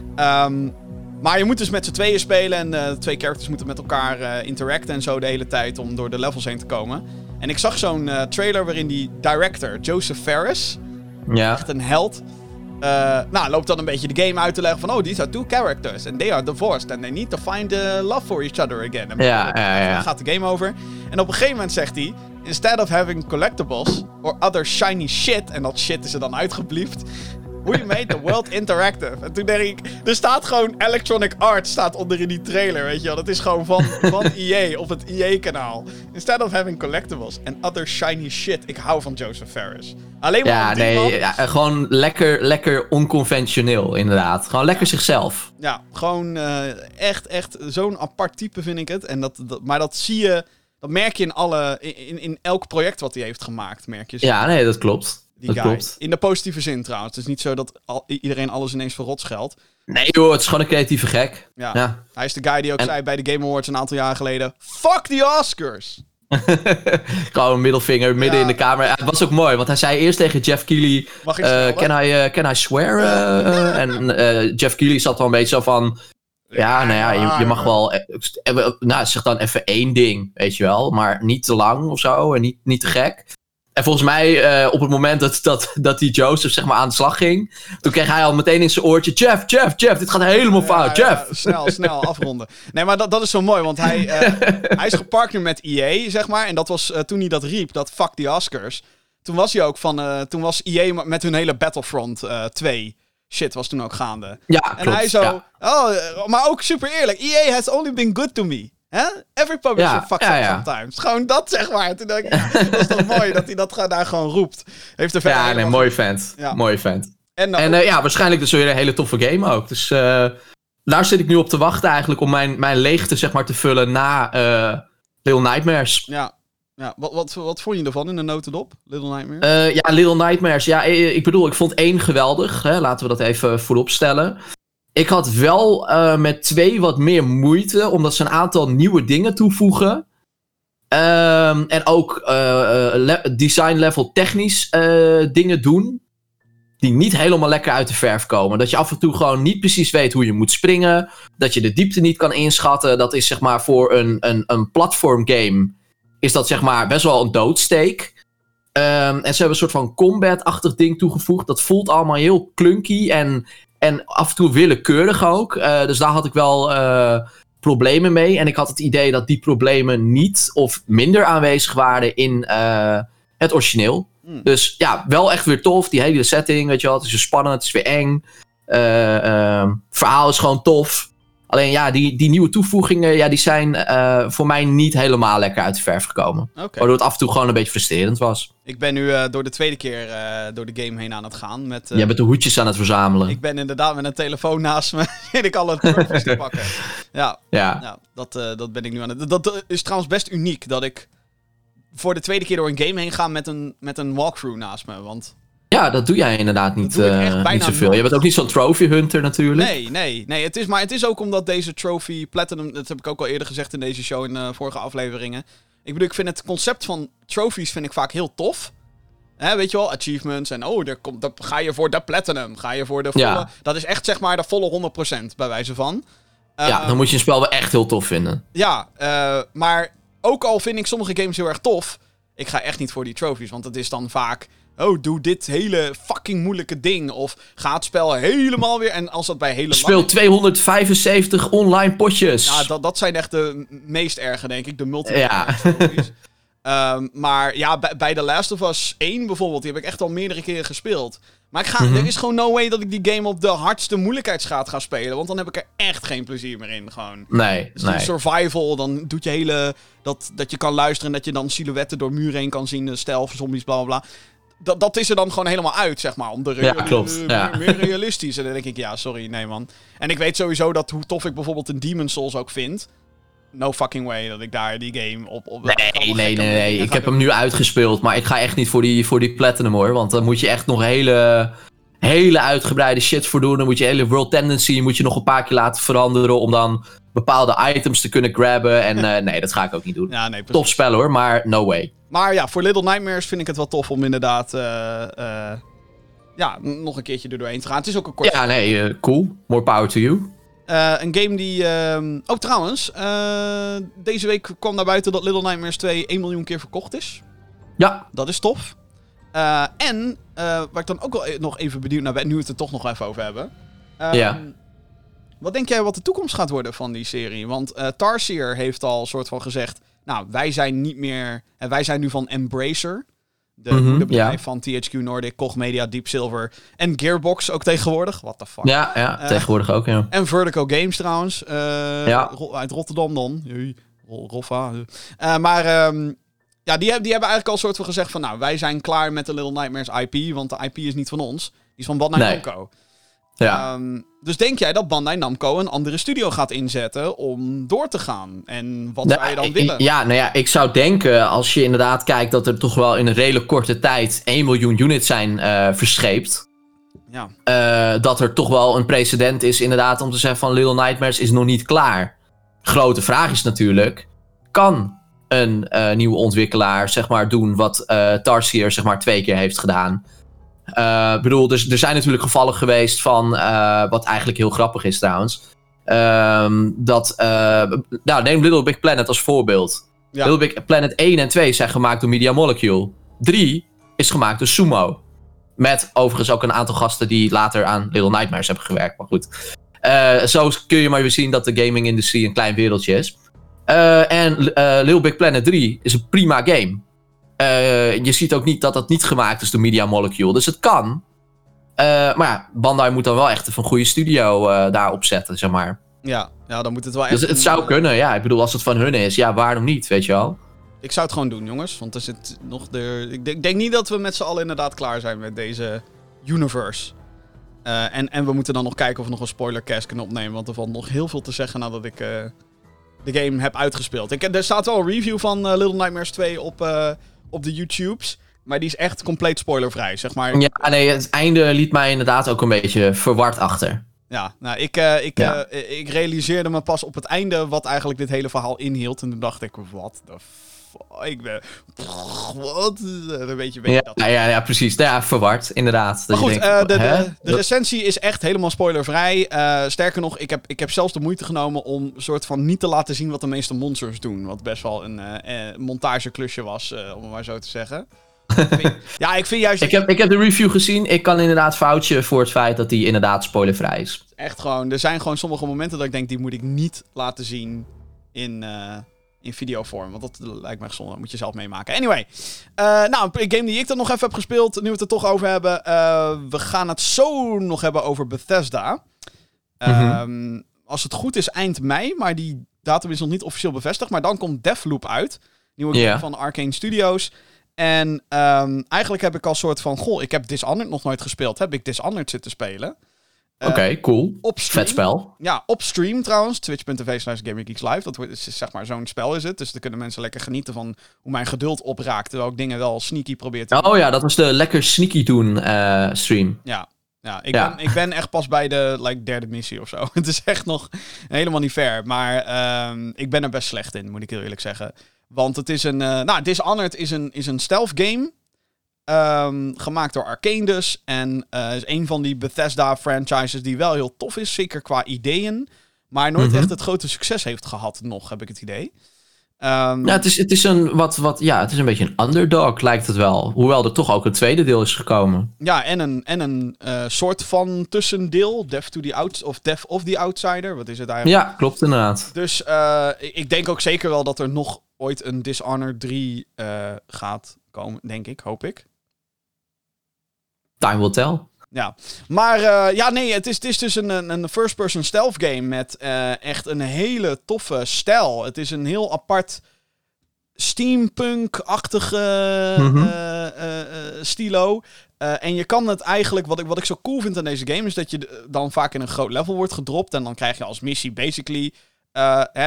Um, maar je moet dus met z'n tweeën spelen en uh, de twee characters moeten met elkaar uh, interacten en zo de hele tijd om door de levels heen te komen. En ik zag zo'n uh, trailer waarin die director, Joseph Fares, Ja. echt een held, Uh, nou, loopt dan een beetje de game uit te leggen van... Oh, these are two characters and they are divorced and they need to find uh, love for each other again. En Ja, ja, ja. dan gaat de game over. En op een gegeven moment zegt hij... Instead of having collectibles or other shiny shit... En dat shit is er dan uitgeblieft... We made the world interactive. En toen denk ik... Er staat gewoon Electronic Arts staat onder in die trailer, weet je wel. Dat is gewoon van, van E A op het E A-kanaal. Instead of having collectibles and other shiny shit. Ik hou van Joseph Fares. Alleen maar Ja, om die nee, man... ja, gewoon lekker, lekker onconventioneel, inderdaad. Gewoon lekker zichzelf. Ja, gewoon uh, echt, echt zo'n apart type vind ik het. En dat, dat, maar dat zie je, dat merk je in alle, in, in elk project wat hij heeft gemaakt, merk je. Ja, nee, dat klopt. Die dat guy. klopt. In de positieve zin trouwens. Het is niet zo dat al, iedereen alles ineens voor rot scheldt. Nee joh, het is gewoon een creatieve gek. Ja. Ja. Hij is de guy die ook En... zei bij de Game Awards een aantal jaar geleden... Fuck the Oscars! Gewoon een middelvinger midden Ja. in de kamer. Ja, het was ook mooi, want hij zei eerst tegen Jeff Keighley... Mag ik uh, schelden? can, I, uh, can I swear? Uh, uh, en uh, Jeff Keighley zat wel een beetje zo van... Ja, nou ja, je, je mag wel... Uh, nou, zeg dan even één ding, weet je wel. Maar niet te lang of zo en niet, niet te gek. En volgens mij, uh, op het moment dat, dat, dat die Joseph zeg maar aan de slag ging... Toen kreeg hij al meteen in zijn oortje... Jeff, Jeff, Jeff, dit gaat helemaal fout, Ja, Jeff. ja, snel, snel afronden. Nee, maar dat, dat is zo mooi, want hij, uh, hij is gepartnerd met E A, zeg maar. En dat was uh, toen hij dat riep, dat fuck the Oscars. Toen was hij ook van... Uh, toen was E A met hun hele Battlefront uh, twee... Shit was toen ook gaande. Ja, en klopt, hij zo... ja. Oh, maar ook super eerlijk. E A has only been good to me. Huh? Every publisher Ja, fucks ja, up ja. sometimes. Gewoon dat, zeg maar. Toen dacht ik, dat is toch mooi dat hij dat gewoon daar gewoon roept. Heeft er verder Ja, nee, helemaal- mooi vent. Ja. Mooi vent. En, dan En ook- uh, ja, waarschijnlijk dus weer een hele toffe game ook. Dus uh, daar zit ik nu op te wachten eigenlijk om mijn, mijn leegte zeg maar te vullen na uh, Little Nightmares. ja, ja. Wat, wat, wat vond je ervan in de notendop? Little Nightmares? Uh, ja, Little Nightmares. Ja, ik bedoel, ik vond één geweldig. Hè? Laten we dat even voorop stellen. Ik had wel uh, met twee wat meer moeite, omdat ze een aantal nieuwe dingen toevoegen. Um, en ook uh, le- design level technisch uh, dingen doen. Die niet helemaal lekker uit de verf komen. Dat je af en toe gewoon niet precies weet hoe je moet springen. Dat je de diepte niet kan inschatten. Dat is zeg maar voor een, een, een platform game. Is dat zeg maar best wel een doodsteek. Um, en ze hebben een soort van combat-achtig ding toegevoegd. Dat voelt allemaal heel clunky. En, en af en toe willekeurig ook. Uh, dus daar had ik wel... Uh, problemen mee. En ik had het idee dat die problemen niet of minder aanwezig waren in uh, het origineel. Hmm. Dus ja, wel echt weer tof. Die hele setting, weet je wel. Het is weer spannend, het is weer eng. Uh, uh, verhaal is gewoon tof. Alleen ja, die, die nieuwe toevoegingen, ja, die zijn uh, voor mij niet helemaal lekker uit de verf gekomen. Okay. Waardoor het af en toe gewoon een beetje frustrerend was. Ik ben nu uh, door de tweede keer uh, door de game heen aan het gaan. Met, uh, Jij bent de hoedjes aan het verzamelen. Ik ben inderdaad met een telefoon naast me. Zit ik alle trophies te pakken. Ja, ja. ja dat, uh, dat ben ik nu aan het... Dat, dat is trouwens best uniek dat ik voor de tweede keer door een game heen ga met een, met een walkthrough naast me. Want... Ja, dat doe jij inderdaad niet, uh, niet zoveel. nooit. Je bent ook niet zo'n trophy hunter natuurlijk. Nee, nee, nee. Het is, maar het is ook omdat deze trophy platinum... Dat heb ik ook al eerder gezegd in deze show in uh, vorige afleveringen. Ik bedoel, ik vind het concept van trophies vind ik vaak heel tof. Hè, weet je wel, achievements en oh, daar komt, daar ga je voor de platinum. Ga je voor de volle... Ja. Dat is echt zeg maar de volle honderd procent bij wijze van. Uh, ja, dan moet je een spel wel echt heel tof vinden. Ja, uh, maar ook al vind ik sommige games heel erg tof... Ik ga echt niet voor die trophies, want het is dan vaak... Oh, doe dit hele fucking moeilijke ding. Of ga het spel helemaal weer... En als dat bij hele Speel lange... tweehonderdvijfenzeventig online potjes. Ja, dat, dat zijn echt de meest erge, denk ik. De multi ja. trophies. um, maar ja, bij, bij The Last of Us één bijvoorbeeld... Die heb ik echt al meerdere keren gespeeld. Maar ik ga, mm-hmm. er is gewoon no way dat ik die game op de hardste moeilijkheidsgraad ga spelen. Want dan heb ik er echt geen plezier meer in. Gewoon. Nee, dus nee. Survival, dan doet je hele... Dat, dat je kan luisteren en dat je dan silhouetten door muren heen kan zien. Stealth, zombies, bla bla bla. Dat, dat is er dan gewoon helemaal uit, zeg maar. Om de reali- ja, klopt. Uh, ja. meer, meer realistisch. En dan denk ik, ja, sorry, nee man. En ik weet sowieso dat hoe tof ik bijvoorbeeld een Demon's Souls ook vind. No fucking way dat ik daar die game op... op nee, nee, nee, nee, nee. Ik heb hem nu uitgespeeld. Maar ik ga echt niet voor die, voor die platinum hoor. Want dan moet je echt nog hele... hele uitgebreide shit voor doen. Dan moet je hele world tendency moet je nog een paar keer laten veranderen om dan bepaalde items te kunnen grabben. En uh, nee, dat ga ik ook niet doen. Ja, nee, tof spel hoor, maar no way. Maar ja, voor Little Nightmares vind ik het wel tof om inderdaad uh, uh, ja, nog een keertje er doorheen te gaan. Het is ook een kort... Ja, nee, uh, cool. More power to you. Uh, een game die... Uh... Oh, trouwens. Uh, deze week kwam naar buiten dat Little Nightmares twee één miljoen keer verkocht is. Ja. Dat is tof. Uh, en, uh, waar ik dan ook wel nog even benieuwd naar ben, nu we het er toch nog even over hebben. Uh, ja. Wat denk jij wat de toekomst gaat worden van die serie? Want uh, Tarsier heeft al een soort van gezegd... Nou, wij zijn niet meer... En wij zijn nu van Embracer. De mm-hmm, moederbedrijf ja. van T H Q Nordic, Koch Media, Deep Silver en Gearbox ook tegenwoordig. What the fuck. Ja, ja uh, tegenwoordig ook, ja. En Vertigo Games trouwens. Uh, ja. Uit Rotterdam dan. Hey, Roffa. Uh, maar... Um, Ja, die, die hebben eigenlijk al soort van gezegd van... Nou, wij zijn klaar met de Little Nightmares I P... want de I P is niet van ons. Die is van Bandai nee. Namco. Ja. Um, dus denk jij dat Bandai Namco een andere studio gaat inzetten... om door te gaan? En wat nou, zou je dan willen? Ja, nou ja, ik zou denken... als je inderdaad kijkt dat er toch wel in een redelijk korte tijd... één miljoen units zijn uh, verscheept... Ja. Uh, dat er toch wel een precedent is inderdaad... om te zeggen van Little Nightmares is nog niet klaar. Grote vraag is natuurlijk... kan... een uh, nieuwe ontwikkelaar, zeg maar, doen wat uh, Tarsier, zeg maar, twee keer heeft gedaan. Ik uh, bedoel, dus, er zijn natuurlijk gevallen geweest van, uh, wat eigenlijk heel grappig is trouwens, um, dat, uh, nou, neem Little Big Planet als voorbeeld. Ja. Little Big Planet één en twee zijn gemaakt door Media Molecule. drie is gemaakt door Sumo. Met overigens ook een aantal gasten die later aan Little Nightmares hebben gewerkt, maar goed. Uh, zo kun je maar weer zien dat de gaming-industrie een klein wereldje is. Uh, en uh, Little Big Planet drie is een prima game. Uh, je ziet ook niet dat dat niet gemaakt is door Media Molecule. Dus het kan. Uh, maar ja, Bandai moet dan wel echt even een goede studio uh, daarop zetten, zeg maar. Ja, ja, dan moet het wel echt... Dus het een, zou uh... kunnen, ja. Ik bedoel, als het van hun is, ja, waarom niet, weet je wel? Ik zou het gewoon doen, jongens. Want er zit nog de... Ik denk, ik denk niet dat we met z'n allen inderdaad klaar zijn met deze universe. Uh, en, en we moeten dan nog kijken of we nog een spoilercast kunnen opnemen. Want er valt nog heel veel te zeggen nadat ik... Uh, de game heb uitgespeeld. Ik, er staat wel een review van uh, Little Nightmares twee op, uh, op de YouTubes. Maar die is echt compleet spoilervrij, zeg maar. Ja, nee, het einde liet mij inderdaad ook een beetje verward achter. Ja, nou, ik, uh, ik, ja. uh, ik realiseerde me pas op het einde wat eigenlijk dit hele verhaal inhield. En toen dacht ik, wat de fuck? Ik ben... Wat? Een beetje... Ja, dat. ja, ja, precies. Ja, verward, inderdaad. Maar dat goed, je denkt, uh, de, hè? de, de recensie is echt helemaal spoilervrij. Uh, sterker nog, ik heb, ik heb zelfs de moeite genomen om soort van niet te laten zien wat de meeste monsters doen. Wat best wel een uh, uh, montageklusje was, uh, om het maar zo te zeggen. Ja, ik vind juist... ik, heb, ik heb de review gezien. Ik kan inderdaad vouchen voor het feit dat die inderdaad spoilervrij is. Echt gewoon, er zijn gewoon sommige momenten dat ik denk, die moet ik niet laten zien in, uh, in videovorm. Want dat lijkt me echt zonde, dat moet je zelf meemaken. Anyway, uh, nou, een game die ik dan nog even heb gespeeld, nu we het er toch over hebben. Uh, we gaan het zo nog hebben over Bethesda. Mm-hmm. Um, als het goed is eind mei, maar die datum is nog niet officieel bevestigd. Maar dan komt Deathloop uit. Nieuwe game Yeah. van Arcane Studios. En um, eigenlijk heb ik al soort van... Goh, ik heb Dishonored nog nooit gespeeld. Heb ik Dishonored zitten spelen. Oké, okay, uh, cool. Op stream. Vet spel. Ja, op stream trouwens. Twitch.tv slash GamingGeeksLive. Dat is zeg maar zo'n spel is het. Dus dan kunnen mensen lekker genieten van hoe mijn geduld opraakt. Terwijl ik dingen wel sneaky probeer te doen. Oh ja, dat was de lekker sneaky doen uh, stream. Ja. Ja, ik, ja. Ben, ik ben echt pas bij de like, derde missie of zo. Het is echt nog helemaal niet fair. Maar um, ik ben er best slecht in, moet ik heel eerlijk zeggen. Want het is een... Uh, nou, Dishonored is een, is een stealth game. Um, gemaakt door Arcane dus. En uh, is een van die Bethesda franchises die wel heel tof is. Zeker qua ideeën. Maar nooit mm-hmm. echt het grote succes heeft gehad nog, heb ik het idee. Um, ja, het is, het is een wat, wat, ja, het is een beetje een underdog, lijkt het wel. Hoewel er toch ook een tweede deel is gekomen. Ja, en een, en een uh, soort van tussendeel. Death to the Out, of Death of the Outsider. Wat is het eigenlijk? Ja, klopt inderdaad. Dus uh, ik denk ook zeker wel dat er nog ooit een Dishonored drie uh, gaat komen. Denk ik, hoop ik. Time will tell. Ja, maar uh, ja, nee, het is, het is dus een, een first-person stealth game met uh, echt een hele toffe stijl. Het is een heel apart steampunk-achtige mm-hmm. uh, uh, uh, stilo. Uh, en je kan het eigenlijk, wat ik, wat ik zo cool vind aan deze game, is dat je dan vaak in een groot level wordt gedropt. En dan krijg je als missie basically, uh, hè,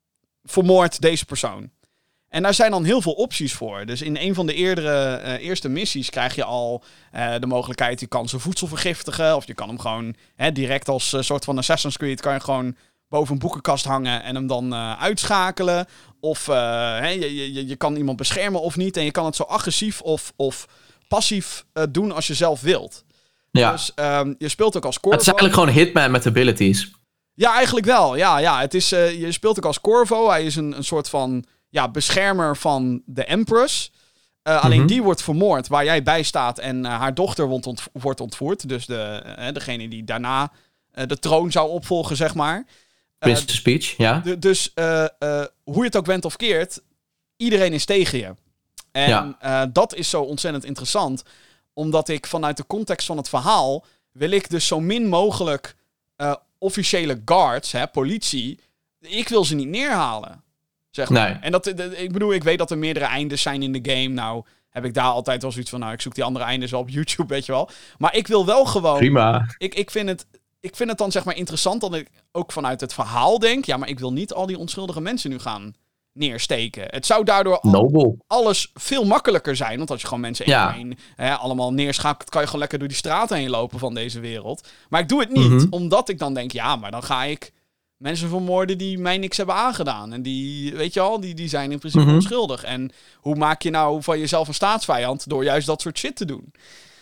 vermoord deze persoon. En daar zijn dan heel veel opties voor. Dus in een van de eerdere uh, eerste missies krijg je al uh, de mogelijkheid... je kan zijn voedsel vergiftigen. Of je kan hem gewoon hè, direct als uh, soort van Assassin's Creed... kan je gewoon boven een boekenkast hangen en hem dan uh, uitschakelen. Of uh, hè, je, je, je kan iemand beschermen of niet. En je kan het zo agressief of, of passief uh, doen als je zelf wilt. Ja. Dus um, je speelt ook als Corvo. Het is eigenlijk gewoon Hitman met abilities. Ja, eigenlijk wel. Ja, ja. Het is, uh, je speelt ook als Corvo. Hij is een, een soort van... ja, beschermer van de Empress. Uh, alleen mm-hmm. die wordt vermoord waar jij bij staat en uh, haar dochter wordt, ont- wordt ontvoerd. Dus de, uh, degene die daarna uh, de troon zou opvolgen, zeg maar. Princess uh, Peach, ja. D- dus uh, uh, hoe je het ook went of keert, iedereen is tegen je. En ja. uh, dat is zo ontzettend interessant, omdat ik vanuit de context van het verhaal wil ik dus zo min mogelijk uh, officiële guards, hè, politie, ik wil ze niet neerhalen. Zeg maar. Nee. En dat, de, ik bedoel, ik weet dat er meerdere eindes zijn in de game. Nou, heb ik daar altijd wel zoiets van... nou, ik zoek die andere eindes wel op YouTube, weet je wel. Maar ik wil wel gewoon... Prima. Ik, ik, vind het, ik vind het dan zeg maar interessant dat ik ook vanuit het verhaal denk... ja, maar ik wil niet al die onschuldige mensen nu gaan neersteken. Het zou daardoor al, alles veel makkelijker zijn. Want als je gewoon mensen één voor één hè, allemaal neerschakelt... kan je gewoon lekker door die straten heen lopen van deze wereld. Maar ik doe het niet, mm-hmm. omdat ik dan denk... ja, maar dan ga ik... mensen vermoorden die mij niks hebben aangedaan. En die, weet je al, die, die zijn in principe mm-hmm. onschuldig. En hoe maak je nou van jezelf een staatsvijand door juist dat soort shit te doen?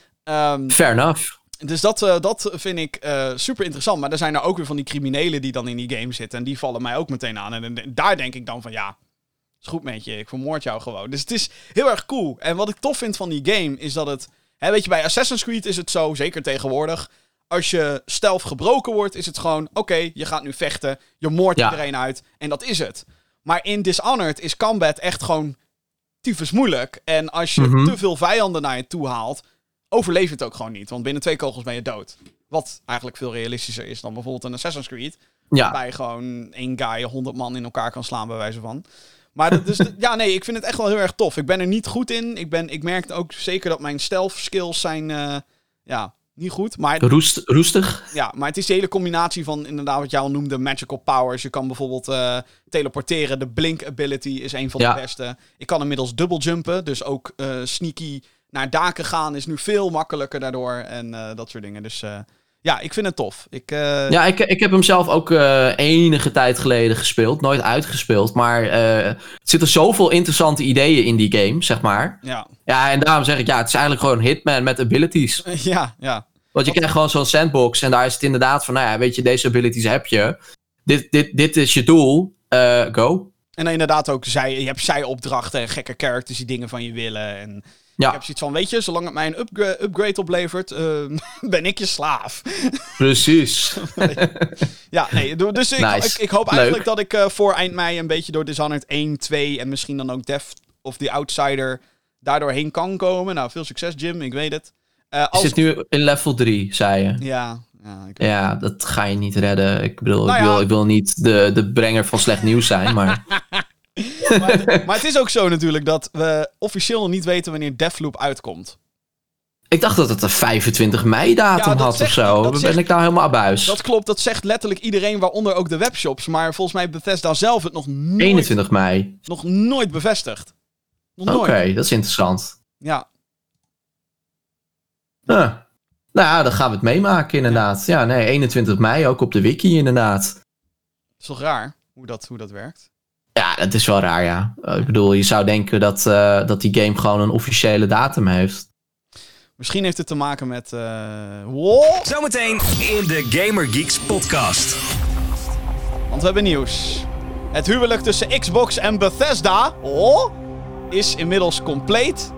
Um, Fair enough. Dus dat, uh, dat vind ik uh, super interessant. Maar er zijn er ook weer van die criminelen die dan in die game zitten. En die vallen mij ook meteen aan. En, en, en daar denk ik dan van, ja, is goed met je. Ik vermoord jou gewoon. Dus het is heel erg cool. En wat ik tof vind van die game is dat het... Hè, weet je, bij Assassin's Creed is het zo, zeker tegenwoordig... als je stealth gebroken wordt, is het gewoon... oké, okay, je gaat nu vechten, je moordt ja. iedereen uit en dat is het. Maar in Dishonored is combat echt gewoon tyfus moeilijk. En als je mm-hmm. te veel vijanden naar je toe haalt, overleef je het ook gewoon niet. Want binnen twee kogels ben je dood. Wat eigenlijk veel realistischer is dan bijvoorbeeld een Assassin's Creed. Ja. Waarbij je gewoon één guy honderd man in elkaar kan slaan, bij wijze van. Maar dat, dus, ja, nee, ik vind het echt wel heel erg tof. Ik ben er niet goed in. Ik, ben, ik merk ook zeker dat mijn stealth skills zijn... Uh, ja... niet goed, maar... Roest, roestig? Ja, maar het is de hele combinatie van inderdaad wat jij al noemde, magical powers. Je kan bijvoorbeeld uh, teleporteren. De blink ability is een van ja. de beste. Ik kan inmiddels double jumpen, dus ook uh, sneaky naar daken gaan is nu veel makkelijker daardoor. En uh, dat soort dingen. Dus uh, ja, ik vind het tof. Ik, uh... Ja, ik, ik heb hem zelf ook uh, enige tijd geleden gespeeld. Nooit uitgespeeld, maar uh, er zitten zoveel interessante ideeën in die game, zeg maar. Ja. Ja, en daarom zeg ik, ja, het is eigenlijk gewoon Hitman met abilities. Ja, ja. Want je krijgt gewoon zo'n sandbox en daar is het inderdaad van, nou ja, weet je, deze abilities heb je. Dit, dit, dit is je doel, uh, go. En dan inderdaad ook, zij, je hebt zijopdrachten en gekke characters die dingen van je willen. En Ja. Ik heb zoiets van, weet je, zolang het mij een upgra- upgrade oplevert, uh, ben ik je slaaf. Precies. Ja, nee, dus ik, Nice. ik, ik hoop eigenlijk Leuk. dat ik uh, voor eind mei een beetje door Dishonored één, twee en misschien dan ook Death of the Outsider daardoor heen kan komen. Nou, veel succes Jim, ik weet het. Uh, Je als... zit nu in level drie, zei je. Ja, ja, ik weet Ja, dat ga je niet redden. Ik bedoel, Nou ik, ja. wil, ik wil niet de, de brenger van slecht nieuws zijn, maar... maar, het, maar het is ook zo natuurlijk dat we officieel nog niet weten wanneer Deathloop uitkomt. Ik dacht dat het een vijfentwintig mei datum Ja, dat had zegt- of zo. dat Ben zegt- ik nou helemaal abuis? Dat klopt, dat zegt letterlijk iedereen, waaronder ook de webshops. Maar volgens mij heeft Bethesda zelf het nog nooit, eenentwintig mei. nog nooit bevestigd. Nog Oké, nooit. dat is interessant. Ja. Huh. Nou ja, dan gaan we het meemaken inderdaad. Ja, nee, eenentwintig mei, ook op de wiki inderdaad. Is toch raar hoe dat, hoe dat werkt? Ja, dat is wel raar, ja. Uh, ik bedoel, je zou denken dat, uh, dat die game gewoon een officiële datum heeft. Misschien heeft het te maken met... Uh... Wow. Zometeen in de Gamer Geeks podcast. Want we hebben nieuws. Het huwelijk tussen Xbox en Bethesda oh, is inmiddels compleet.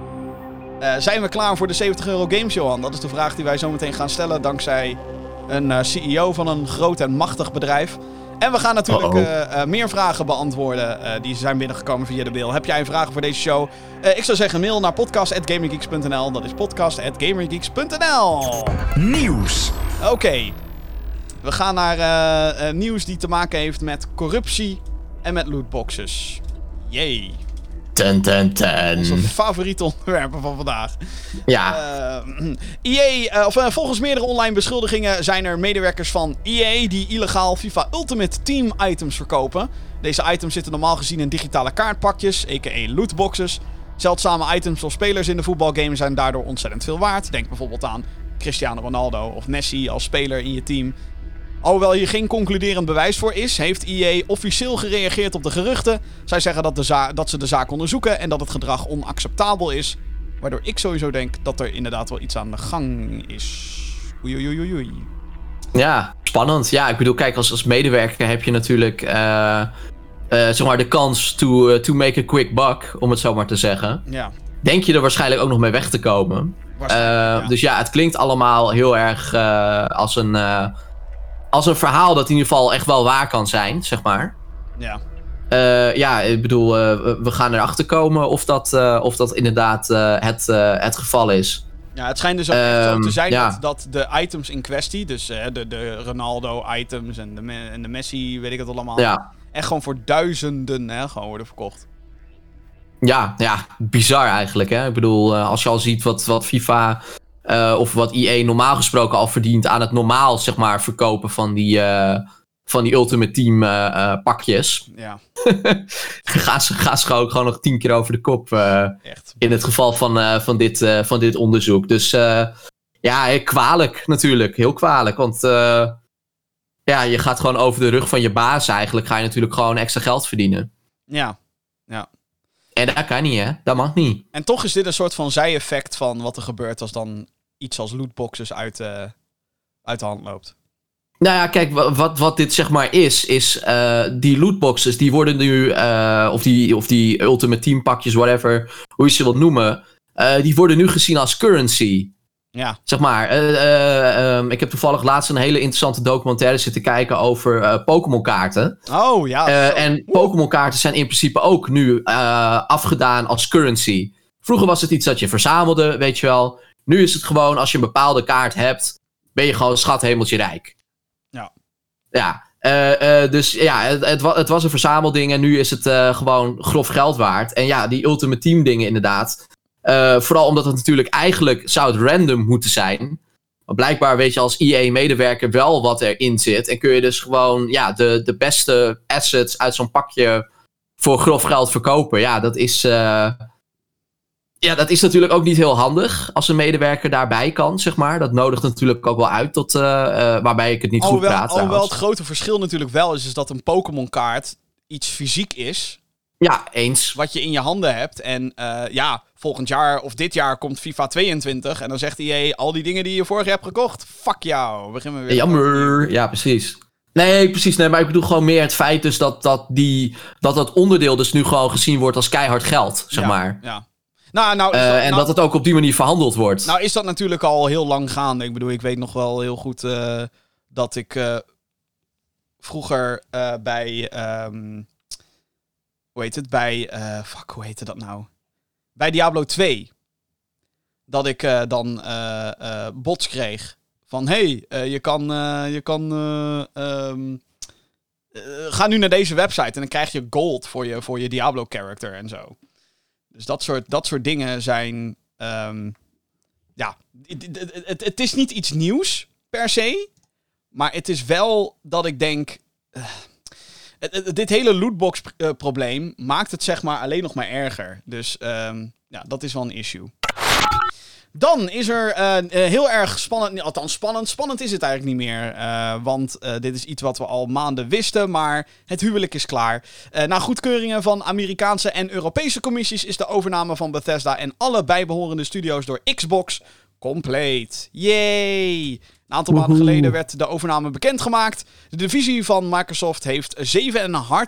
Uh, zijn we klaar voor de zeventig euro games, Johan? Dat is de vraag die wij zometeen gaan stellen dankzij een uh, C E O van een groot en machtig bedrijf. En we gaan natuurlijk uh, uh, meer vragen beantwoorden uh, die zijn binnengekomen via de mail. Heb jij vragen voor deze show? Uh, ik zou zeggen mail naar podcast at gamergeeks punt n l. Dat is podcast at gamergeeks punt n l. Nieuws. Oké. Okay. We gaan naar uh, uh, nieuws die te maken heeft met corruptie en met lootboxes. Yay. Ten, ten, ten. Onze favoriete onderwerpen van vandaag. Ja. Uh, E A, uh, of, uh, volgens meerdere online beschuldigingen zijn er medewerkers van E A die illegaal FIFA Ultimate Team items verkopen. Deze items zitten normaal gezien in digitale kaartpakjes, a k a lootboxes. Zeldzame items of spelers in de voetbalgame zijn daardoor ontzettend veel waard. Denk bijvoorbeeld aan Cristiano Ronaldo of Messi als speler in je team. Alhoewel hier geen concluderend bewijs voor is, heeft E A officieel gereageerd op de geruchten. Zij zeggen dat, de za- dat ze de zaak onderzoeken en dat het gedrag onacceptabel is. Waardoor ik sowieso denk dat er inderdaad wel iets aan de gang is. Oei, oei, oei, oei. Ja, spannend. Ja, ik bedoel, kijk, als, als medewerker heb je natuurlijk uh, uh, zeg maar de kans to, uh, to make a quick buck, om het zo maar te zeggen. Ja. Denk je er waarschijnlijk ook nog mee weg te komen. Uh, ja. Dus ja, het klinkt allemaal heel erg uh, als een... Uh, Als een verhaal dat in ieder geval echt wel waar kan zijn, zeg maar. Ja. Uh, ja, ik bedoel, uh, we gaan erachter komen of dat, uh, of dat inderdaad uh, het, uh, het geval is. Ja, het schijnt dus ook echt um, zo te zijn ja. dat, dat de items in kwestie, dus uh, de, de Ronaldo-items en de, Me- en de Messi, weet ik het allemaal, ja. echt gewoon voor duizenden hè, gewoon worden verkocht. Ja, ja, bizar eigenlijk, hè. Ik bedoel, uh, als je al ziet wat, wat FIFA... Uh, of wat E A normaal gesproken al verdient aan het normaal, zeg maar, verkopen van die, uh, van die Ultimate Team uh, uh, pakjes. Ja. gaan, ze, gaan ze ook gewoon nog tien keer over de kop. Uh, Echt. In het geval van, uh, van, dit, uh, van dit onderzoek. Dus uh, ja, kwalijk natuurlijk. Heel kwalijk. Want uh, ja, je gaat gewoon over de rug van je baas eigenlijk. Ga je natuurlijk gewoon extra geld verdienen. Ja. Ja. En dat kan niet, hè? Dat mag niet. En toch is dit een soort van zij-effect van wat er gebeurt als dan iets als lootboxes uit, uh, uit de hand loopt. Nou ja, kijk, wat, wat dit zeg maar is, is uh, die lootboxes, die worden nu, uh, of, die, of die Ultimate Team pakjes, whatever, hoe je ze wilt noemen, uh, die worden nu gezien als currency. Ja. Zeg maar, uh, uh, um, ik heb toevallig laatst een hele interessante documentaire zitten kijken over uh, Pokémon kaarten. Oh, ja. Uh, en Pokémon kaarten zijn in principe ook nu uh, afgedaan als currency. Vroeger was het iets dat je verzamelde, weet je wel. Nu is het gewoon, als je een bepaalde kaart hebt, ben je gewoon schat hemeltje rijk. Ja. Ja, uh, uh, dus ja, het, het, wa- het was een verzamelding en nu is het uh, gewoon grof geld waard. En ja, die Ultimate Team dingen inderdaad. Uh, vooral omdat het natuurlijk eigenlijk zou het random moeten zijn. Maar blijkbaar weet je als E A-medewerker wel wat erin zit. En kun je dus gewoon ja, de, de beste assets uit zo'n pakje voor grof geld verkopen. Ja, dat is... Uh, Ja, dat is natuurlijk ook niet heel handig als een medewerker daarbij kan, zeg maar. Dat nodigt natuurlijk ook wel uit tot, uh, uh, waarbij ik het niet alhoewel, goed praat. Alhoewel trouwens. het grote verschil natuurlijk wel is, is dat een Pokémon kaart iets fysiek is. Ja, eens. Wat je in je handen hebt. En uh, ja, volgend jaar of dit jaar komt FIFA tweeëntwintig. En dan zegt E A, al die dingen die je vorig jaar hebt gekocht, fuck jou. Beginnen we weer. Jammer. Ja, precies. Nee, precies. Nee, maar ik bedoel gewoon meer het feit dus dat dat, die, dat dat onderdeel dus nu gewoon gezien wordt als keihard geld, zeg ja, maar. Ja. Nou, nou, is Uh, dat, en nou, dat het ook op die manier verhandeld wordt. Nou is dat natuurlijk al heel lang gaande. Ik bedoel, ik weet nog wel heel goed uh, dat ik uh, vroeger uh, bij... Um, hoe heet het? Bij... Uh, fuck, hoe heette dat nou? Bij Diablo twee. Dat ik uh, dan uh, uh, bots kreeg. Van, hey, uh, je kan... Uh, je kan uh, um, uh, ga nu naar deze website en dan krijg je gold voor je, voor je Diablo-character en zo. Dus dat soort, dat soort dingen zijn... Um, ja, het, het, het, het is niet iets nieuws, per se. Maar het is wel dat ik denk... Uh, het, het, dit hele lootbox-probleem uh, maakt het zeg maar alleen nog maar erger. Dus um, ja, dat is wel een issue. Dan is er uh, uh, heel erg spannend... Althans, spannend. Spannend is het eigenlijk niet meer. Uh, want uh, dit is iets wat we al maanden wisten. Maar het huwelijk is klaar. Uh, na goedkeuringen van Amerikaanse en Europese commissies... is de overname van Bethesda en alle bijbehorende studio's door Xbox compleet. Yay! Een aantal maanden geleden werd de overname bekendgemaakt. De divisie van Microsoft heeft zeven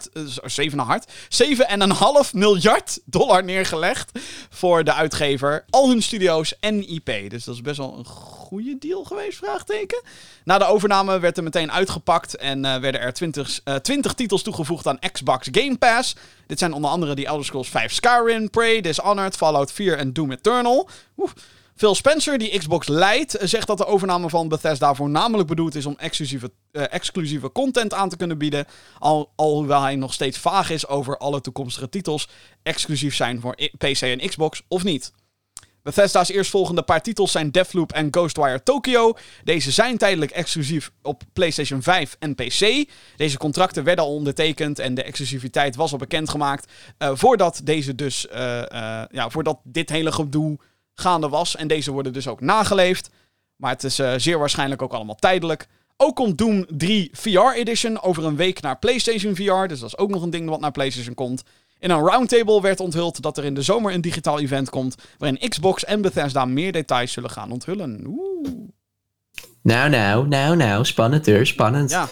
komma vijf miljard dollar neergelegd voor de uitgever, al hun studio's en I P. Dus dat is best wel een goede deal geweest, vraagteken. Na de overname werd er meteen uitgepakt en uh, werden er twintig, uh, twintig titels toegevoegd aan Xbox Game Pass. Dit zijn onder andere die Elder Scrolls vijf Skyrim, Prey, Dishonored, Fallout vier en Doom Eternal. Oeh. Phil Spencer, die Xbox leidt, zegt dat de overname van Bethesda voornamelijk bedoeld is om exclusieve, uh, exclusieve content aan te kunnen bieden. Al, alhoewel hij nog steeds vaag is over alle toekomstige titels exclusief zijn voor P C en Xbox of niet. Bethesda's eerstvolgende paar titels zijn Deathloop en Ghostwire Tokyo. Deze zijn tijdelijk exclusief op PlayStation vijf en P C. Deze contracten werden al ondertekend en de exclusiviteit was al bekendgemaakt. Uh, voordat deze dus, uh, uh, ja, voordat dit hele gedoe gaande was. En deze worden dus ook nageleefd. Maar het is uh, zeer waarschijnlijk ook allemaal tijdelijk. Ook komt Doom drie V R Edition over een week naar PlayStation V R. Dus dat is ook nog een ding wat naar PlayStation komt. In een roundtable werd onthuld dat er in de zomer een digitaal event komt, waarin Xbox en Bethesda meer details zullen gaan onthullen. Oeh. Nou, nou, nou, nou. Spannend hoor, spannend. Ja.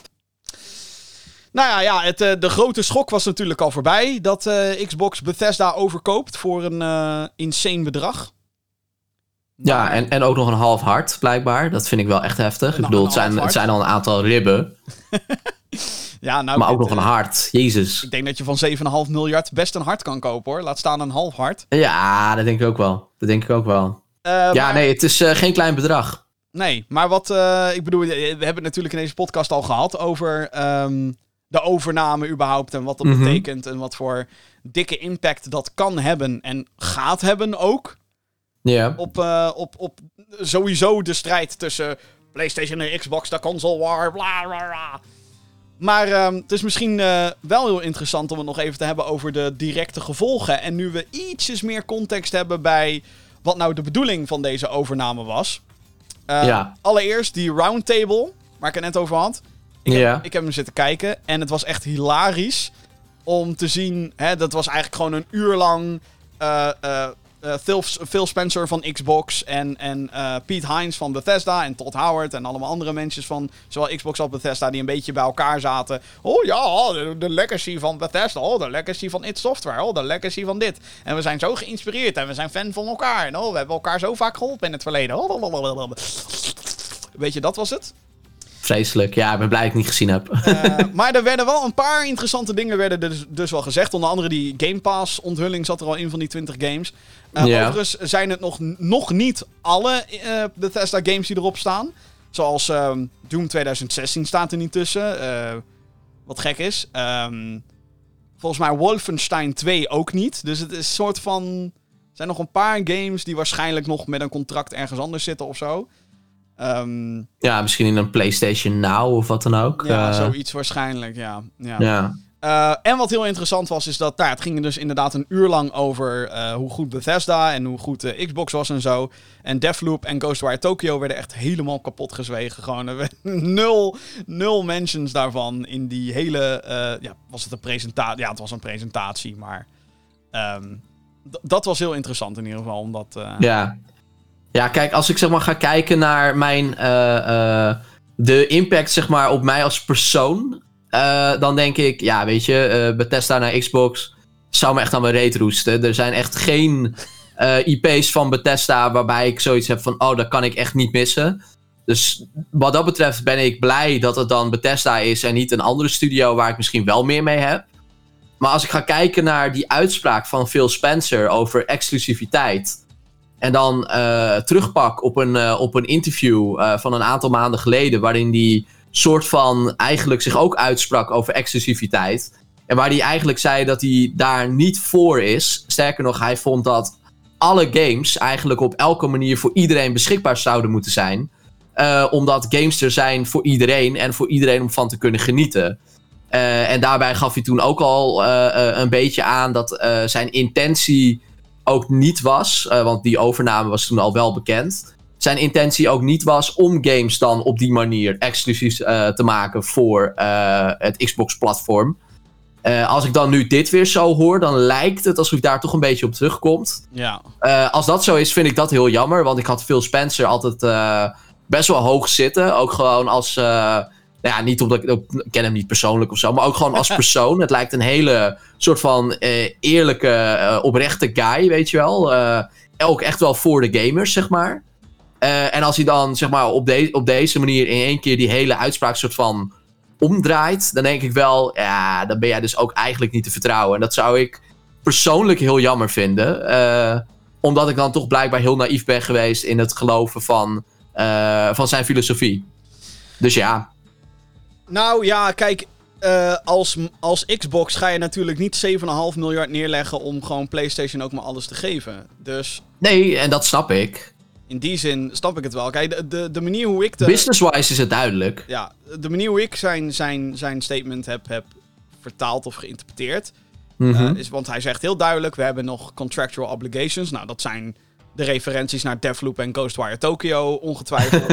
Nou ja, ja het, uh, de grote schok was natuurlijk al voorbij dat uh, Xbox Bethesda overkoopt voor een uh, insane bedrag. Ja, maar... en, en ook nog een half hart, blijkbaar. Dat vind ik wel echt heftig. Ik bedoel, het zijn, het zijn al een aantal ribben. ja, nou, maar ook dit, nog een hart. Jezus. Ik denk dat je van zeven komma vijf miljard best een hart kan kopen, hoor. Laat staan een half hart. Ja, dat denk ik ook wel. Dat denk ik ook wel. Uh, ja, maar... nee, het is uh, geen klein bedrag. Nee, maar wat... Uh, ik bedoel, we hebben het natuurlijk in deze podcast al gehad over um, de overname überhaupt en wat dat mm-hmm. betekent en wat voor dikke impact dat kan hebben en gaat hebben ook. Yeah. Op, uh, op, op sowieso de strijd tussen PlayStation en Xbox, de console war, bla bla bla. Maar uh, het is misschien uh, wel heel interessant om het nog even te hebben over de directe gevolgen. En nu we ietsjes meer context hebben bij wat nou de bedoeling van deze overname was. Uh, ja. Allereerst die roundtable, waar ik het net over had. Ik heb, ja. ik heb hem zitten kijken en het was echt hilarisch om te zien. Hè, dat was eigenlijk gewoon een uur lang... Uh, uh, Uh, Phil, Phil Spencer van Xbox en, en uh, Pete Hines van Bethesda en Todd Howard en allemaal andere mensen van zowel Xbox als Bethesda die een beetje bij elkaar zaten. Oh ja, de, de legacy van Bethesda, oh de legacy van id Software, oh de legacy van dit. En we zijn zo geïnspireerd en we zijn fan van elkaar. En oh, we hebben elkaar zo vaak geholpen in het verleden. Oh, weet je, dat was het. Vreselijk. Ja, ik ben blij dat ik het niet gezien heb. uh, maar er werden wel een paar interessante dingen werden dus, dus wel gezegd. Onder andere die Game Pass onthulling zat er al in van die twintig games. Uh, yeah. Overigens zijn het nog, nog niet alle uh, Bethesda games die erop staan. Zoals um, Doom twintig zestien staat er niet tussen. Uh, wat gek is. Um, volgens mij Wolfenstein twee ook niet. Dus het is een soort van... Er zijn nog een paar games die waarschijnlijk nog met een contract ergens anders zitten of zo. Um, ja, misschien in een PlayStation Now of wat dan ook. Ja, uh, zoiets waarschijnlijk, ja. ja. ja. Uh, en wat heel interessant was, is dat nou, het ging dus inderdaad een uur lang over uh, hoe goed Bethesda en hoe goed uh, Xbox was en zo. En Deathloop en Ghostwire Tokyo werden echt helemaal kapot gezwegen. Gewoon er werden nul, nul mentions daarvan in die hele... Uh, ja, was het een presentatie? Ja, het was een presentatie, maar... Um, d- dat was heel interessant in ieder geval, omdat... Uh, ja. Ja, kijk, als ik zeg maar ga kijken naar mijn... Uh, uh, de impact zeg maar op mij als persoon... Uh, dan denk ik, ja, weet je, uh, Bethesda naar Xbox zou me echt aan mijn reet roesten. Er zijn echt geen uh, I P's van Bethesda waarbij ik zoiets heb van, oh, dat kan ik echt niet missen. Dus wat dat betreft ben ik blij dat het dan Bethesda is en niet een andere studio waar ik misschien wel meer mee heb. Maar als ik ga kijken naar die uitspraak van Phil Spencer over exclusiviteit en dan uh, terugpak op een, uh, op een interview uh, van een aantal maanden geleden waarin die soort van eigenlijk zich ook uitsprak over exclusiviteit. En waar hij eigenlijk zei dat hij daar niet voor is. Sterker nog, hij vond dat alle games eigenlijk op elke manier voor iedereen beschikbaar zouden moeten zijn. Uh, omdat games er zijn voor iedereen en voor iedereen om van te kunnen genieten. Uh, en daarbij gaf hij toen ook al uh, uh, een beetje aan dat uh, zijn intentie ook niet was. Uh, want die overname was toen al wel bekend. Zijn intentie ook niet was om games dan op die manier exclusief uh, te maken voor uh, het Xbox-platform. Uh, als ik dan nu dit weer zo hoor, dan lijkt het alsof ik daar toch een beetje op terugkomt. Ja. Uh, als dat zo is, vind ik dat heel jammer. Want ik had Phil Spencer altijd uh, best wel hoog zitten. Ook gewoon als... Uh, nou ja, niet omdat ik... Ik ken hem niet persoonlijk of zo. Maar ook gewoon als persoon. Het lijkt een hele soort van uh, eerlijke, uh, oprechte guy, weet je wel. Uh, ook echt wel voor de gamers, zeg maar. Uh, en als hij dan, zeg maar, op, de- op deze manier in één keer die hele uitspraak soort van omdraait, dan denk ik wel, ja, dan ben jij dus ook eigenlijk niet te vertrouwen. En dat zou ik persoonlijk heel jammer vinden. Uh, omdat ik dan toch blijkbaar heel naïef ben geweest in het geloven van, uh, van zijn filosofie. Dus ja. Nou ja, kijk, uh, als, als Xbox ga je natuurlijk niet zeven komma vijf miljard neerleggen om gewoon PlayStation ook maar alles te geven. Dus Nee, en dat snap ik. in die zin snap ik het wel. Kijk, de, de, de manier hoe ik de... Business-wise is het duidelijk. Ja, de manier hoe ik zijn, zijn, zijn statement heb, heb vertaald of geïnterpreteerd. Mm-hmm. Uh, is, want hij zegt heel duidelijk, we hebben nog contractual obligations. Nou, dat zijn de referenties naar Deathloop en Ghostwire Tokyo, ongetwijfeld.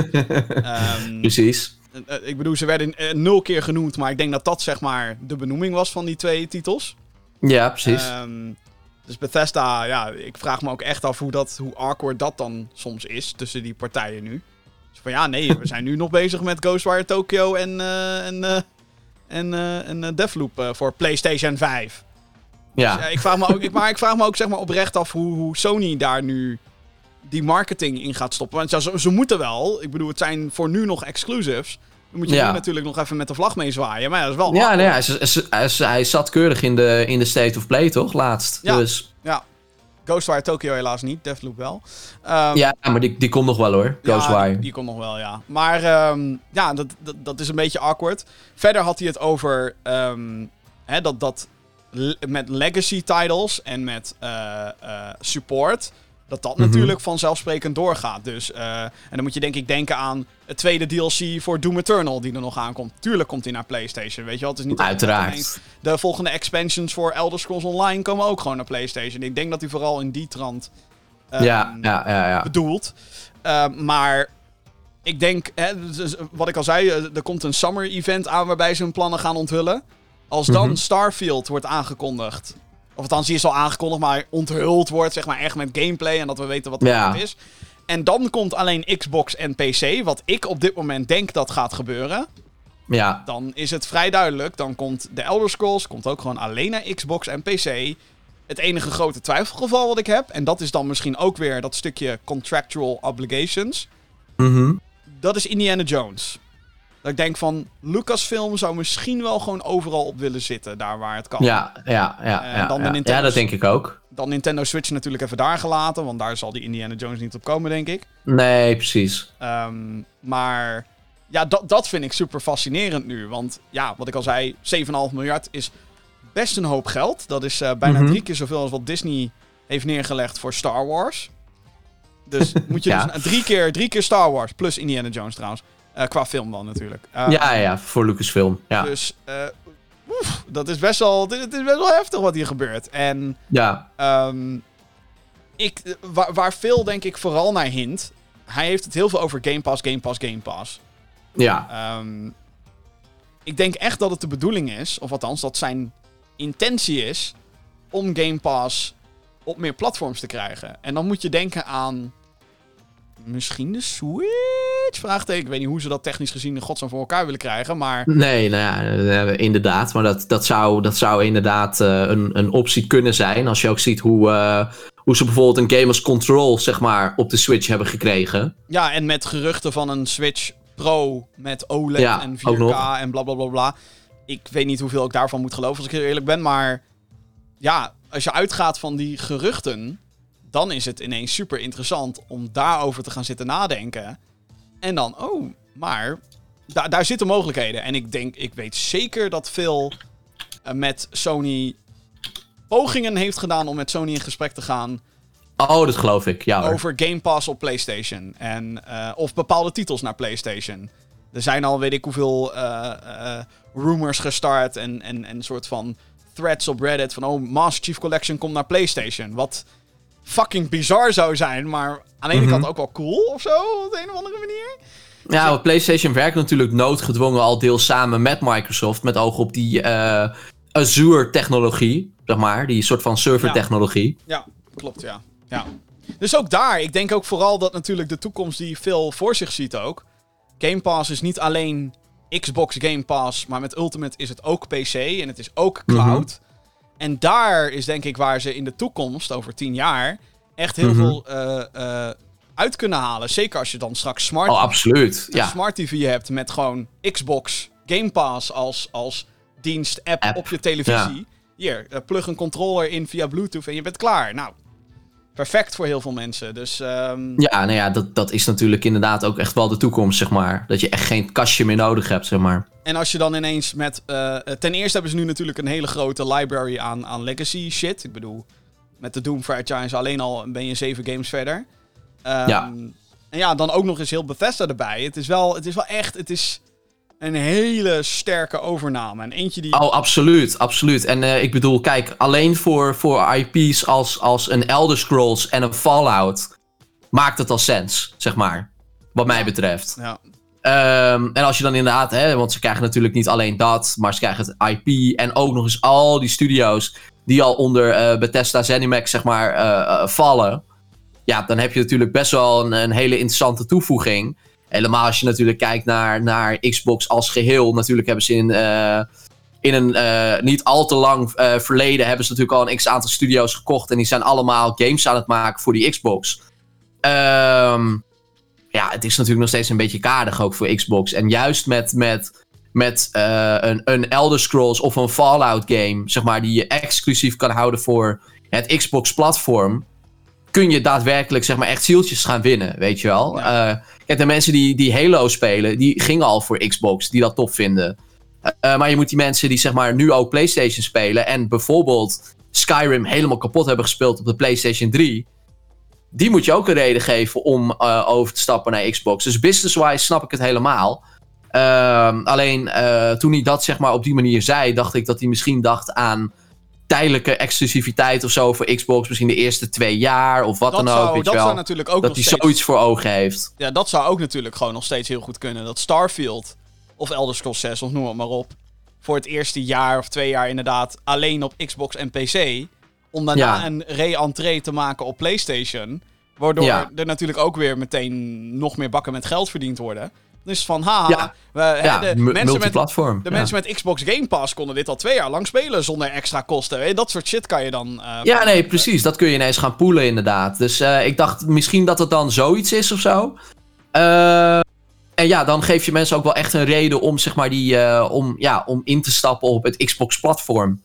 um, Precies. uh, ik bedoel, ze werden uh, nul keer genoemd, maar ik denk dat dat zeg maar de benoeming was van die twee titels. Ja, precies. Um, dus Bethesda, ja, ik vraag me ook echt af hoe, dat, hoe awkward dat dan soms is tussen die partijen nu. Dus van ja, nee, we zijn nu nog bezig met Ghostwire Tokyo en, uh, en, uh, en, uh, en uh, Deathloop uh, voor PlayStation vijf. Ja. Dus, uh, ik vraag me ook, ik, maar ik vraag me ook zeg maar oprecht af hoe, hoe Sony daar nu die marketing in gaat stoppen. Want ja, ze, ze moeten wel. Ik bedoel, het zijn voor nu nog exclusives. Dan moet je Ja. nu natuurlijk nog even met de vlag mee zwaaien. Maar ja, dat is wel... Ja, nee, hij, hij, hij, hij zat keurig in de, in de State of Play, toch? Laatst. Ja. Dus. Ja. Ghostwire Tokyo helaas niet. Deathloop wel. Um, Ja, maar die, die komt nog wel hoor. Ghostwire. Ja, die, die komt nog wel, ja. Maar um, ja, dat, dat, dat is een beetje awkward. Verder had hij het over um, hè, dat, dat le- met legacy titles en met uh, uh, support, dat dat Mm-hmm. natuurlijk vanzelfsprekend doorgaat. Dus, uh, en dan moet je denk ik denken aan het tweede D L C voor Doom Eternal die er nog aankomt. Tuurlijk komt die naar PlayStation, weet je wel. Het is niet Uiteraard. de volgende expansions voor Elder Scrolls Online komen ook gewoon naar PlayStation. Ik denk dat hij vooral in die trant um, Ja, ja, ja, ja. bedoeld. Uh, maar ik denk, hè, dus wat ik al zei, er komt een summer event aan waarbij ze hun plannen gaan onthullen. Als dan Mhm. Starfield wordt aangekondigd, of althans die is al aangekondigd, maar onthuld wordt, zeg maar echt met gameplay en dat we weten wat Ja. het is. En dan komt alleen Xbox en P C, wat ik op dit moment denk dat gaat gebeuren. Ja, Dan is het vrij duidelijk. Dan komt de Elder Scrolls, komt ook gewoon alleen naar Xbox en P C. Het enige grote twijfelgeval wat ik heb, en dat is dan misschien ook weer dat stukje contractual obligations, mhm. dat is Indiana Jones. Dat ik denk van, Lucasfilm zou misschien wel gewoon overal op willen zitten, daar waar het kan. ja, ja, ja, En ja, dan de ja. Nintendo's- Ja, dat denk ik ook. Dan Nintendo Switch natuurlijk even daar gelaten, want daar zal die Indiana Jones niet op komen, denk ik. Nee, precies. Um, maar ja, dat, dat vind ik super fascinerend nu. Want ja, wat ik al zei, zeven komma vijf miljard is best een hoop geld. Dat is uh, bijna Mhm. drie keer zoveel als wat Disney heeft neergelegd voor Star Wars. Dus moet je Ja. dus drie keer, drie keer Star Wars, plus Indiana Jones trouwens. Uh, qua film dan natuurlijk. Uh, Ja, ja, voor Lucasfilm. Ja. Dus uh, oef, dat is best wel, het is best wel heftig wat hier gebeurt. En Ja. Um, ik, waar, waar veel denk ik vooral naar hint. Hij heeft het heel veel over Game Pass, Game Pass, Game Pass. Ja. Um, ik denk echt dat het de bedoeling is, of althans dat zijn intentie is, om Game Pass op meer platforms te krijgen. En dan moet je denken aan misschien de Switch? Vraagteken. Ik weet niet hoe ze dat technisch gezien in godsnaam voor elkaar willen krijgen, maar... Nee, nou ja, eh, inderdaad. Maar dat, dat, zou, dat zou inderdaad uh, een, een optie kunnen zijn. Als je ook ziet hoe, uh, hoe ze bijvoorbeeld een game als Control, zeg maar, op de Switch hebben gekregen. Ja, en met geruchten van een Switch Pro met O L E D Ja, en ook vier K nog. en bla bla bla bla. Ik weet niet hoeveel ik daarvan moet geloven, als ik heel eerlijk ben. Maar ja, als je uitgaat van die geruchten, dan is het ineens super interessant om daarover te gaan zitten nadenken. En dan, oh, maar da- daar zitten mogelijkheden. En ik denk, ik weet zeker dat Phil uh, met Sony pogingen heeft gedaan om met Sony in gesprek te gaan Oh, dat geloof ik, ja hoor. over Game Pass op PlayStation. En, uh, of bepaalde titels naar PlayStation. Er zijn al weet ik hoeveel uh, uh, rumors gestart en, en, en een soort van threads op Reddit van oh, Master Chief Collection komt naar PlayStation. Wat fucking bizar zou zijn, maar aan de ene Mhm. kant ook wel cool of zo, op de een of andere manier. Ja, want PlayStation werkt natuurlijk noodgedwongen al deels samen met Microsoft, met oog op die uh, Azure-technologie, zeg maar, die soort van server-technologie. Ja, klopt, ja. ja. Dus ook daar, ik denk ook vooral dat natuurlijk de toekomst die Phil voor zich ziet ook. Game Pass is niet alleen Xbox Game Pass, maar met Ultimate is het ook P C en het is ook cloud. Mm-hmm. En daar is denk ik waar ze in de toekomst, over tien jaar, echt heel mm-hmm. veel uh, uh, uit kunnen halen. Zeker als je dan straks smart, oh, absoluut. een Ja. smart T V hebt met gewoon Xbox Game Pass als, als dienst, app, app op je televisie. Ja. Hier, uh, plug een controller in via Bluetooth en je bent klaar. Nou, perfect voor heel veel mensen. Dus, um... Ja, nou ja, dat, dat is natuurlijk inderdaad ook echt wel de toekomst, zeg maar. Dat je echt geen kastje meer nodig hebt, zeg maar. En als je dan ineens met... Uh, ten eerste hebben ze nu natuurlijk een hele grote library aan, aan legacy shit. Ik bedoel, met de Doom franchise alleen al ben je zeven games verder. Um, ja. En ja, dan ook nog eens heel Bethesda erbij. Het is wel, het is wel echt... Het is een hele sterke overname. En eentje die... Oh, absoluut, absoluut. En uh, ik bedoel, kijk, alleen voor, voor I P's als, als een Elder Scrolls en een Fallout maakt het al sens, zeg maar. Wat mij betreft. Ja. Um, en als je dan inderdaad, hè, want ze krijgen natuurlijk niet alleen dat, maar ze krijgen het I P en ook nog eens al die studio's die al onder uh, Bethesda ZeniMax, zeg maar, uh, uh, vallen. Ja, dan heb je natuurlijk best wel een, een hele interessante toevoeging. Helemaal als je natuurlijk kijkt naar, naar Xbox als geheel. Natuurlijk hebben ze in, uh, in een uh, niet al te lang uh, verleden hebben ze natuurlijk al een x-aantal studio's gekocht. En die zijn allemaal games aan het maken voor die Xbox. Um, ja, het is natuurlijk nog steeds een beetje kaardig ook voor Xbox. En juist met, met, met uh, een, een Elder Scrolls of een Fallout game, zeg maar, die je exclusief kan houden voor het Xbox-platform, kun je daadwerkelijk, zeg maar, echt zieltjes gaan winnen, weet je wel. Ja. Uh, kijk, de mensen die, die Halo spelen, die gingen al voor Xbox, die dat tof vinden. Uh, maar je moet die mensen die, zeg maar, nu ook PlayStation spelen en bijvoorbeeld Skyrim helemaal kapot hebben gespeeld op de PlayStation drie, die moet je ook een reden geven om uh, over te stappen naar Xbox. Dus business-wise snap ik het helemaal. Uh, alleen, uh, toen hij dat, zeg maar, op die manier zei, dacht ik dat hij misschien dacht aan tijdelijke exclusiviteit of zo voor Xbox. Misschien de eerste twee jaar of wat dat dan zou, ook. Weet dat je wel, zou natuurlijk ook dat nog hij steeds... zoiets voor ogen heeft. Ja, dat zou ook natuurlijk gewoon nog steeds heel goed kunnen. Dat Starfield of Elder Scrolls zes of noem het maar op, voor het eerste jaar of twee jaar inderdaad alleen op Xbox en P C. Om daarna ja. een re-entree te maken op PlayStation. Waardoor ja. er natuurlijk ook weer meteen nog meer bakken met geld verdiend worden. Dus van, haha, ja. we, ja, de, m- mensen multiplatform. Met, de ja. mensen met Xbox Game Pass konden dit al twee jaar lang spelen zonder extra kosten. Hè? Dat soort shit kan je dan... Uh, ja, nee, precies. Dat kun je ineens gaan poelen inderdaad. Dus uh, ik dacht misschien dat het dan zoiets is of zo. Uh, en ja, dan geef je mensen ook wel echt een reden om, zeg maar, die, uh, om, ja, om in te stappen op het Xbox-platform.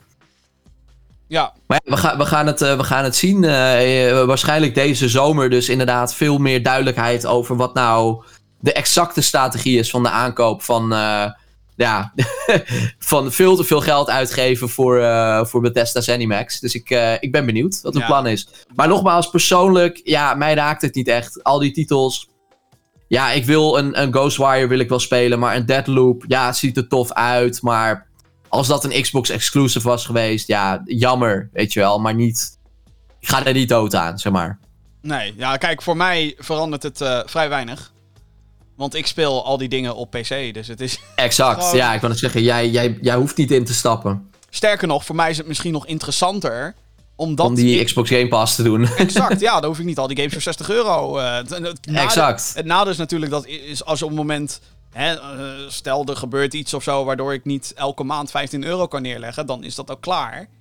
Ja. Maar ja, we, gaan, we, gaan het, uh, we gaan het zien. Uh, uh, waarschijnlijk deze zomer dus inderdaad veel meer duidelijkheid over wat nou de exacte strategie is van de aankoop van, uh, ja, van veel te veel geld uitgeven voor, uh, voor Bethesda ZeniMax. Dus ik, uh, ik ben benieuwd wat het ja. plan is. Maar nogmaals, persoonlijk, ja, mij raakt het niet echt. Al die titels. Ja, ik wil een, een Ghostwire wil ik wel spelen, maar een Deathloop, ja, het ziet er tof uit, maar als dat een Xbox exclusive was geweest, ja, jammer, weet je wel, maar niet, ik ga er niet dood aan, zeg maar. Nee, ja, kijk, voor mij verandert het uh, vrij weinig. Want ik speel al die dingen op P C, dus het is... Exact, gewoon... ja, ik wil het zeggen, jij, jij, jij hoeft niet in te stappen. Sterker nog, voor mij is het misschien nog interessanter omdat om die ik... Xbox Game Pass te doen. Exact, ja, dan hoef ik niet al die games voor zestig euro. Uh, het, het nadeel, exact. Het nadeel is natuurlijk dat is als op het moment... Hè, uh, stel, er gebeurt iets of zo waardoor ik niet elke maand vijftien euro kan neerleggen, dan is dat ook klaar.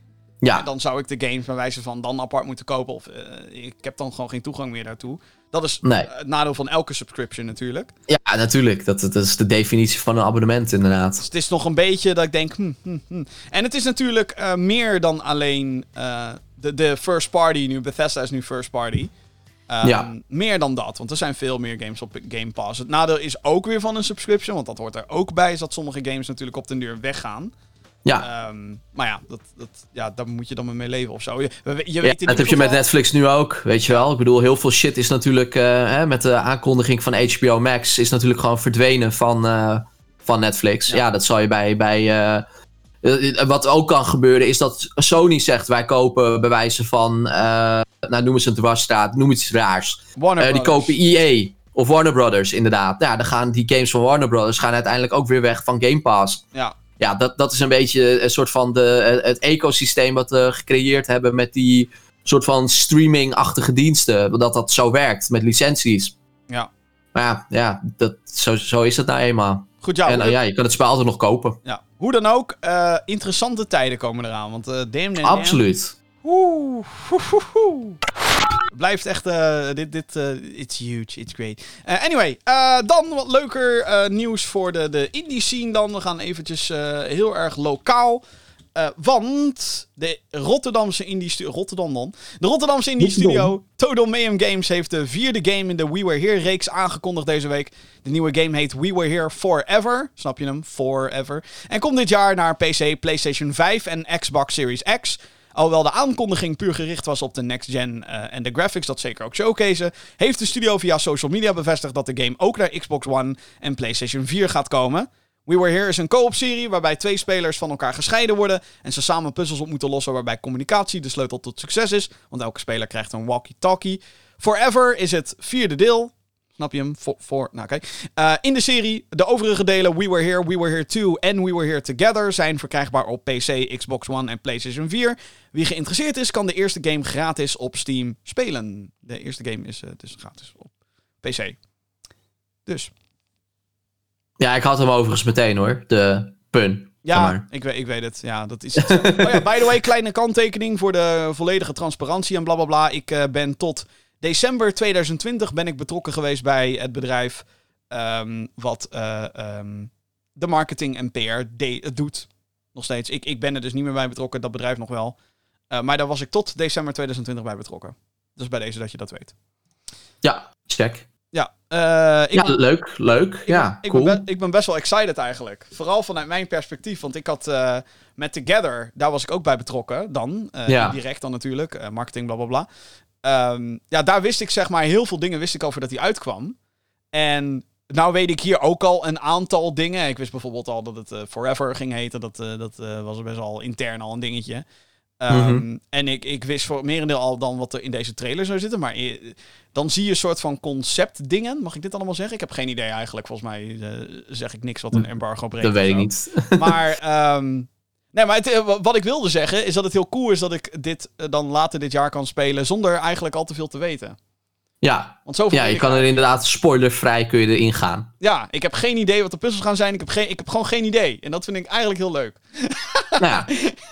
Ja. En dan zou ik de games bij wijze van dan apart moeten kopen. Of uh, ik heb dan gewoon geen toegang meer daartoe. Dat is nee. het nadeel van elke subscription natuurlijk. Ja, natuurlijk. Dat, dat is de definitie van een abonnement inderdaad. Dus het is nog een beetje dat ik denk... Hm, hm, hm. En het is natuurlijk uh, meer dan alleen uh, de, de first party nu. Bethesda is nu first party. Um, ja. Meer dan dat, want er zijn veel meer games op Game Pass. Het nadeel is ook weer van een subscription, want dat hoort er ook bij, is dat sommige games natuurlijk op den duur weggaan. Ja. Um, maar ja, dat, dat, ja, daar moet je dan mee leven of zo. Je, je weet ja, in dat heb geval... je met Netflix nu ook, weet je wel. Ik bedoel, heel veel shit is natuurlijk, uh, hè, met de aankondiging van H B O Max, is natuurlijk gewoon verdwenen van, uh, van Netflix. Ja. ja, dat zal je bij... bij uh, uh, wat ook kan gebeuren is dat Sony zegt, wij kopen bij wijze van, uh, nou noem eens een dwarsstraat, noem iets raars. Uh, die kopen E A of Warner Brothers, inderdaad. Ja, dan gaan die games van Warner Brothers gaan uiteindelijk ook weer weg van Game Pass. Ja. Ja, dat, dat is een beetje een soort van de, het ecosysteem wat we gecreëerd hebben met die soort van streaming-achtige diensten. Dat dat zo werkt met licenties. Ja. Maar ja, ja dat, zo, zo is het nou eenmaal. Goed, ja. En uh, ja, je kan het spel altijd nog kopen. Ja. Hoe dan ook, uh, interessante tijden komen eraan. Want uh, damn, damn, absoluut. Oeh, blijft echt, uh, dit, dit, uh, it's huge, it's great. Uh, anyway, uh, dan wat leuker uh, nieuws voor de, de indie scene dan. We gaan eventjes uh, heel erg lokaal. Uh, want de Rotterdamse indie studio... Rotterdam dan? De Rotterdamse indie studio Total Mayhem Games heeft de vierde game in de We Were Here reeks aangekondigd deze week. De nieuwe game heet We Were Here Forever. Snap je hem? Forever. En komt dit jaar naar P C, PlayStation vijf en Xbox Series X. Alhoewel de aankondiging puur gericht was op de next gen uh, en de graphics, dat zeker ook showcase, heeft de studio via social media bevestigd dat de game ook naar Xbox One en PlayStation vier gaat komen. We Were Here is een co-op serie waarbij twee spelers van elkaar gescheiden worden en ze samen puzzels op moeten lossen waarbij communicatie de sleutel tot succes is, want elke speler krijgt een walkie-talkie. Forever is het vierde deel. Snap je hem? Voor, voor, nou kijk. Uh, in de serie, de overige delen We Were Here, We Were Here two en We Were Here Together zijn verkrijgbaar op P C, Xbox One en PlayStation vier. Wie geïnteresseerd is, kan de eerste game gratis op Steam spelen. De eerste game is uh, dus gratis op P C. Dus. Ja, ik had hem overigens meteen hoor, de pun. Ja, ik weet, ik weet het. Ja, dat is het. Oh ja, by the way, kleine kanttekening voor de volledige transparantie en blablabla. Bla bla. Ik uh, ben tot december tweeduizend twintig ben ik betrokken geweest bij het bedrijf um, wat uh, um, de marketing en P R de- doet. Nog steeds. Ik, ik ben er dus niet meer bij betrokken, dat bedrijf nog wel. Uh, maar daar was ik tot december tweeduizend twintig bij betrokken. Dus bij deze dat je dat weet. Ja, check. Ja, uh, ik ja ben, leuk, leuk. Ik, ja, ik, cool. ben be- ik ben best wel excited eigenlijk. Vooral vanuit mijn perspectief. Want ik had uh, met Together, daar was ik ook bij betrokken dan. Uh, ja. Direct dan natuurlijk. Uh, marketing, blablabla. Bla, bla. Um, ja, daar wist ik zeg maar heel veel dingen wist ik over dat die uitkwam. En nou weet ik hier ook al een aantal dingen. Ik wist bijvoorbeeld al dat het uh, Forever ging heten. Dat, uh, dat uh, was best wel intern al een dingetje. Um, mm-hmm. En ik, ik wist voor merendeel al dan wat er in deze trailer zou zitten. Maar uh, dan zie je een soort van conceptdingen. Mag ik dit allemaal zeggen? Ik heb geen idee eigenlijk. Volgens mij uh, zeg ik niks wat een embargo breekt. Dat weet ik niet. Maar, um, nee, maar het, wat ik wilde zeggen is dat het heel cool is dat ik dit uh, dan later dit jaar kan spelen zonder eigenlijk al te veel te weten. Ja, Want zoveel ja je kan er inderdaad spoilervrij kun je erin gaan. Ja, ik heb geen idee wat de puzzels gaan zijn. Ik heb, geen, ik heb gewoon geen idee. En dat vind ik eigenlijk heel leuk. Nou ja.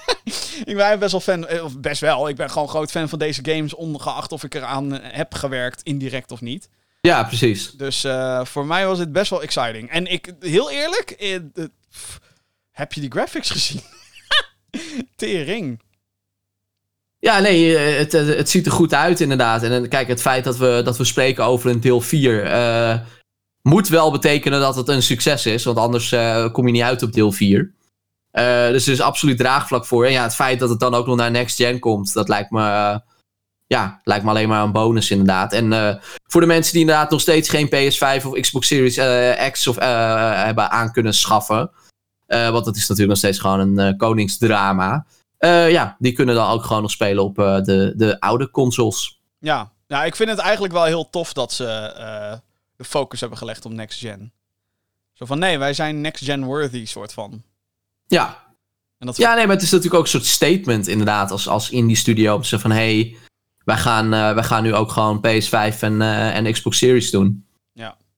Ik ben best wel fan, of best wel, ik ben gewoon groot fan van deze games, ongeacht of ik eraan heb gewerkt, indirect of niet. Ja, precies. Dus uh, voor mij was het best wel exciting. En ik, heel eerlijk, uh, uh, pff, heb je die graphics gezien? Tering. Ja, nee, het, het ziet er goed uit inderdaad. En kijk, het feit dat we, dat we spreken over een deel vier... Uh, moet wel betekenen dat het een succes is. Want anders uh, kom je niet uit op deel vier. Uh, dus er is absoluut draagvlak voor. En ja, het feit dat het dan ook nog naar Next Gen komt... dat lijkt me, uh, ja, lijkt me alleen maar een bonus inderdaad. En uh, voor de mensen die inderdaad nog steeds geen P S vijf of Xbox Series uh, X of, uh, hebben aan kunnen schaffen... Uh, want dat is natuurlijk nog steeds gewoon een uh, koningsdrama... Uh, ja, die kunnen dan ook gewoon nog spelen op uh, de, de oude consoles. Ja. ja, ik vind het eigenlijk wel heel tof dat ze uh, de focus hebben gelegd op next gen. Zo van, nee, wij zijn next gen worthy, soort van. Ja. En dat ja, nee, maar het is natuurlijk ook een soort statement inderdaad als, als indie studio. Zo van, hé, hey, wij, gaan, uh, wij gaan nu ook gewoon P S vijf en, uh, en Xbox Series doen. Ja.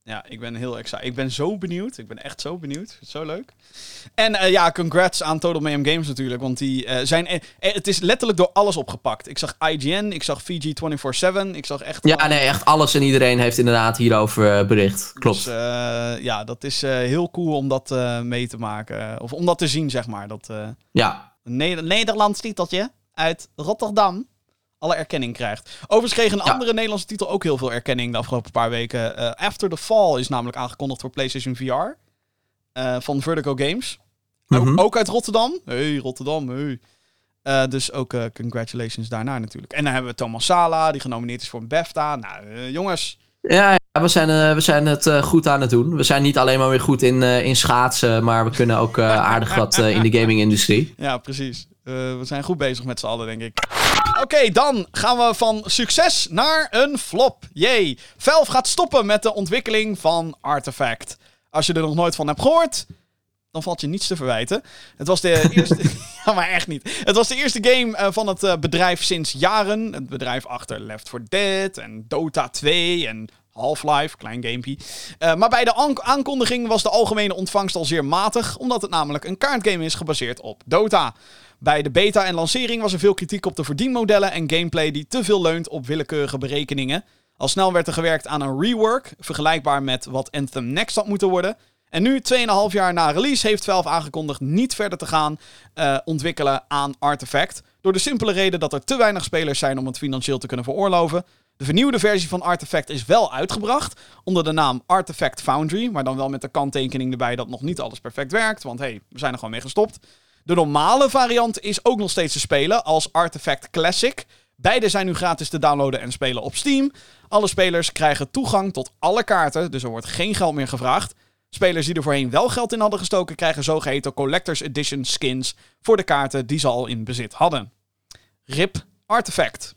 Ja, ik ben heel excited. Ik ben zo benieuwd. Ik ben echt zo benieuwd. Ik vind het zo leuk. En uh, ja, congrats aan Total Mayhem Games natuurlijk. Want die uh, zijn... Uh, het is letterlijk door alles opgepakt. Ik zag I G N, ik zag V G vierentwintig zeven, ik zag echt... Ja, al... nee, echt alles en iedereen heeft inderdaad hierover uh, bericht. Klopt. Dus uh, ja, dat is uh, heel cool om dat uh, mee te maken. Of om dat te zien, zeg maar. Dat uh, ja. een Neder- Nederlands titeltje uit Rotterdam alle erkenning krijgt. Overigens kreeg een ja. andere Nederlandse titel ook heel veel erkenning de afgelopen paar weken. Uh, After the Fall is namelijk aangekondigd voor PlayStation V R. Uh, van Vertigo Games. Mm-hmm. Ook, ook uit Rotterdam. Hey, Rotterdam, hey. Uh, dus ook uh, congratulations daarnaar natuurlijk. En dan hebben we Thomas Sala, die genomineerd is voor een BAFTA. Nou, uh, jongens. Ja, ja we, zijn, uh, we zijn het uh, goed aan het doen. We zijn niet alleen maar weer goed in, uh, in schaatsen, maar we kunnen ook uh, aardig wat uh, in de gaming-industrie. Ja, precies. Uh, we zijn goed bezig met z'n allen, denk ik. Oké, okay, dan gaan we van succes naar een flop. Jee. Valve gaat stoppen met de ontwikkeling van Artifact. Als je er nog nooit van hebt gehoord, dan valt je niets te verwijten. Het was de eerste... ja, maar echt niet. Het was de eerste game uh, van het uh, bedrijf sinds jaren. Het bedrijf achter Left four Dead en Dota twee en Half-Life, klein gamepie. Uh, maar bij de aan- aankondiging was de algemene ontvangst al zeer matig, omdat het namelijk een kaartgame is gebaseerd op Dota. Bij de beta en lancering was er veel kritiek op de verdienmodellen en gameplay die te veel leunt op willekeurige berekeningen. Al snel werd er gewerkt aan een rework, vergelijkbaar met wat Anthem Next had moeten worden. En nu, twee en een half jaar na release, heeft Valve aangekondigd niet verder te gaan uh, ontwikkelen aan Artifact. Door de simpele reden dat er te weinig spelers zijn om het financieel te kunnen veroorloven. De vernieuwde versie van Artifact is wel uitgebracht onder de naam Artifact Foundry, maar dan wel met de kanttekening erbij dat nog niet alles perfect werkt, want hey, we zijn er gewoon mee gestopt. De normale variant is ook nog steeds te spelen als Artifact Classic. Beide zijn nu gratis te downloaden en spelen op Steam. Alle spelers krijgen toegang tot alle kaarten, dus er wordt geen geld meer gevraagd. Spelers die er voorheen wel geld in hadden gestoken, krijgen zogeheten Collector's Edition skins voor de kaarten die ze al in bezit hadden. R I P Artifact.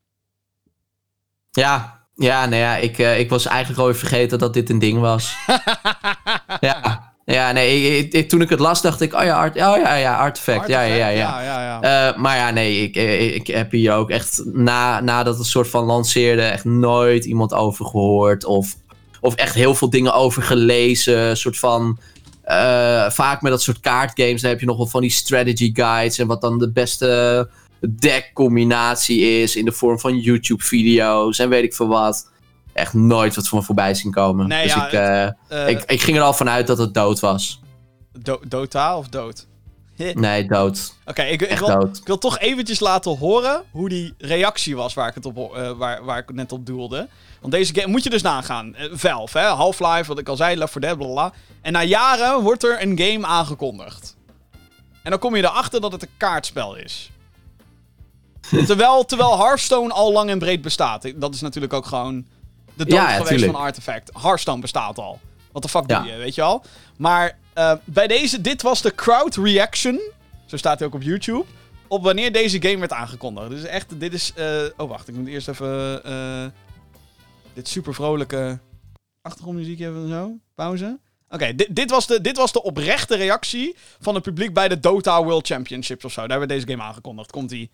Ja, ja, nou ja, ik, uh, ik was eigenlijk alweer vergeten dat dit een ding was. ja. Ja, nee, ik, ik, toen ik het las dacht ik, oh ja, art, oh ja, ja Artifact. Artifact. Ja, ja, ja. ja. ja, ja, ja. Uh, maar ja, nee, ik, ik, ik heb hier ook echt, na, nadat het soort van lanceerde, echt nooit iemand over gehoord. Of, of echt heel veel dingen over gelezen. Soort van, uh, vaak met dat soort kaartgames, dan heb je nog wel van die strategy guides. En wat dan de beste deckcombinatie is in de vorm van YouTube-video's en weet ik veel wat. Echt nooit wat van me voorbij zien komen. Nee, dus ja, ik, uh, uh, ik, ik ging er al vanuit dat het dood was. Do- Dota of dood? Nee, dood. Oké, okay, ik, ik, ik wil toch eventjes laten horen hoe die reactie was waar ik het, op, uh, waar, waar ik het net op doelde. Want deze game moet je dus nagaan. Uh, Valve, hè? Half-Life, wat ik al zei, Left four Dead, blablabla. En na jaren wordt er een game aangekondigd. En dan kom je erachter dat het een kaartspel is. terwijl, terwijl Hearthstone al lang en breed bestaat. Dat is natuurlijk ook gewoon de dood ja, ja, geweest tuurlijk. van Artifact. Hearthstone bestaat al. Wat de fuck ja. doe je, weet je wel? Maar uh, bij deze, dit was de crowd reaction. Zo staat hij ook op YouTube. Op wanneer deze game werd aangekondigd. Dus echt, dit is... Uh, oh, wacht. Ik moet eerst even... Uh, dit super vrolijke achtergrondmuziek hebben en zo. Pauze. Oké, okay, dit, dit, was de, dit was de oprechte reactie van het publiek bij de Dota World Championships of zo. Daar werd deze game aangekondigd. Komt-ie.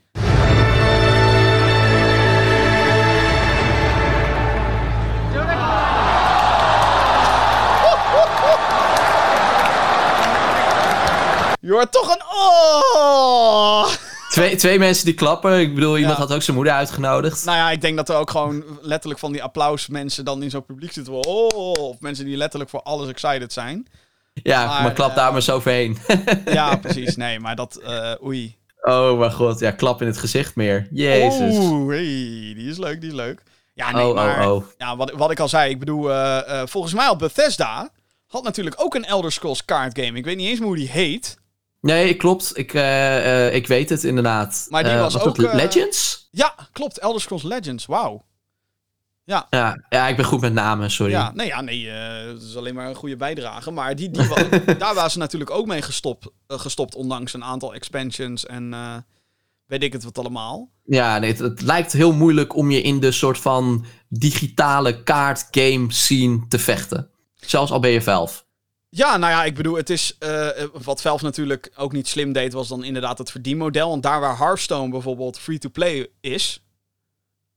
Je hoort toch een oh! Twee, twee mensen die klappen. Ik bedoel, iemand ja. had ook zijn moeder uitgenodigd. Nou ja, ik denk dat er ook gewoon letterlijk van die applausmensen dan in zo'n publiek zitten. Oh, of mensen die letterlijk voor alles excited zijn. Ja, maar, maar klap uh, daar maar zo overheen. Ja, precies. Nee, maar dat... Uh, oei. Oh mijn god, ja, klap in het gezicht meer. Jezus. Oeh, hey, die is leuk, die is leuk. Ja, nee, oh, maar... Oh, oh. Ja, wat, wat ik al zei, ik bedoel... Uh, uh, volgens mij op Bethesda had natuurlijk ook een Elder Scrolls kaartgame. Ik weet niet eens meer hoe die heet. Nee, klopt. Ik, uh, uh, ik weet het inderdaad. Maar die uh, was, was ook... Uh, Legends? Ja, klopt. Elder Scrolls Legends. Wauw. Ja. ja. Ja, ik ben goed met namen, sorry. Ja, nee, ja, nee uh, het is alleen maar een goede bijdrage. Maar die, die was, daar waren ze natuurlijk ook mee gestopt, uh, gestopt, ondanks een aantal expansions en uh, weet ik het wat allemaal. Ja, nee, het, het lijkt heel moeilijk om je in de soort van digitale kaartgame scene te vechten. Zelfs al ben je Valve. Ja, nou ja, ik bedoel, het is... Uh, wat Valve natuurlijk ook niet slim deed, was dan inderdaad het verdienmodel. Want daar waar Hearthstone bijvoorbeeld free-to-play is...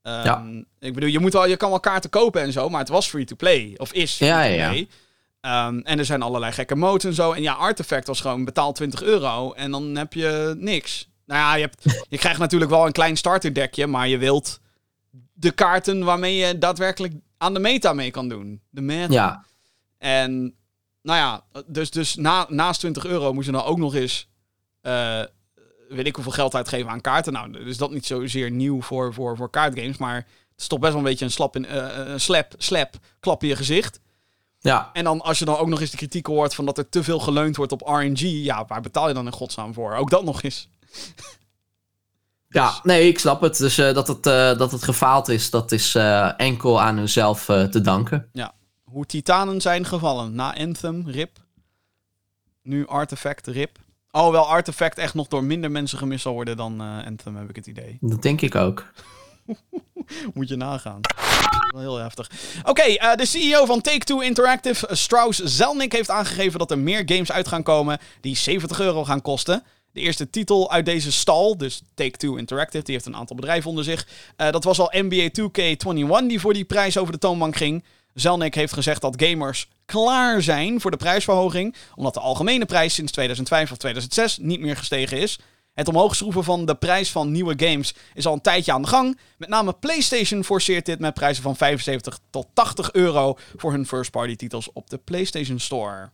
Um, ja. Ik bedoel, je, moet wel, je kan wel kaarten kopen en zo, maar het was free-to-play. Of is free-to-play. Ja, ja, ja. Um, en er zijn allerlei gekke modes en zo. En ja, Artifact was gewoon betaal twintig euro en dan heb je niks. Nou ja, je, hebt, je krijgt natuurlijk wel een klein starterdekje, maar je wilt de kaarten waarmee je daadwerkelijk aan de meta mee kan doen. De meta. Ja. En nou ja, dus, dus na, naast twintig euro moest je dan ook nog eens... Uh, weet ik hoeveel geld uitgeven aan kaarten. Nou, dus dat niet zozeer nieuw voor, voor, voor kaartgames. Maar het is toch best wel een beetje een slap, in, uh, een slap, slap, klap in je gezicht. Ja. En dan als je dan ook nog eens de kritiek hoort van dat er te veel geleund wordt op R N G. Ja, waar betaal je dan in godsnaam voor? Ook dat nog eens. Ja, dus. nee, ik snap het. Dus uh, dat, het, uh, dat het gefaald is, dat is uh, enkel aan hunzelf uh, te danken. Ja. Hoe titanen zijn gevallen. Na Anthem, rip. Nu Artifact, rip. Oh, wel Artifact echt nog door minder mensen gemist zal worden dan uh, Anthem, heb ik het idee. Dat denk ik ook. Moet je nagaan. Wel heel heftig. Oké, okay, uh, de C E O van Take-Two Interactive, Strauss Zelnick, heeft aangegeven dat er meer games uit gaan komen die zeventig euro gaan kosten. De eerste titel uit deze stal, dus Take-Two Interactive, die heeft een aantal bedrijven onder zich. Uh, dat was al N B A two K eenentwintig die voor die prijs over de toonbank ging. Zelnick heeft gezegd dat gamers klaar zijn voor de prijsverhoging, omdat de algemene prijs sinds tweeduizend vijf of tweeduizend zes niet meer gestegen is. Het omhoog schroeven van de prijs van nieuwe games is al een tijdje aan de gang. Met name PlayStation forceert dit met prijzen van vijfenzeventig tot tachtig euro voor hun first-party titels op de PlayStation Store.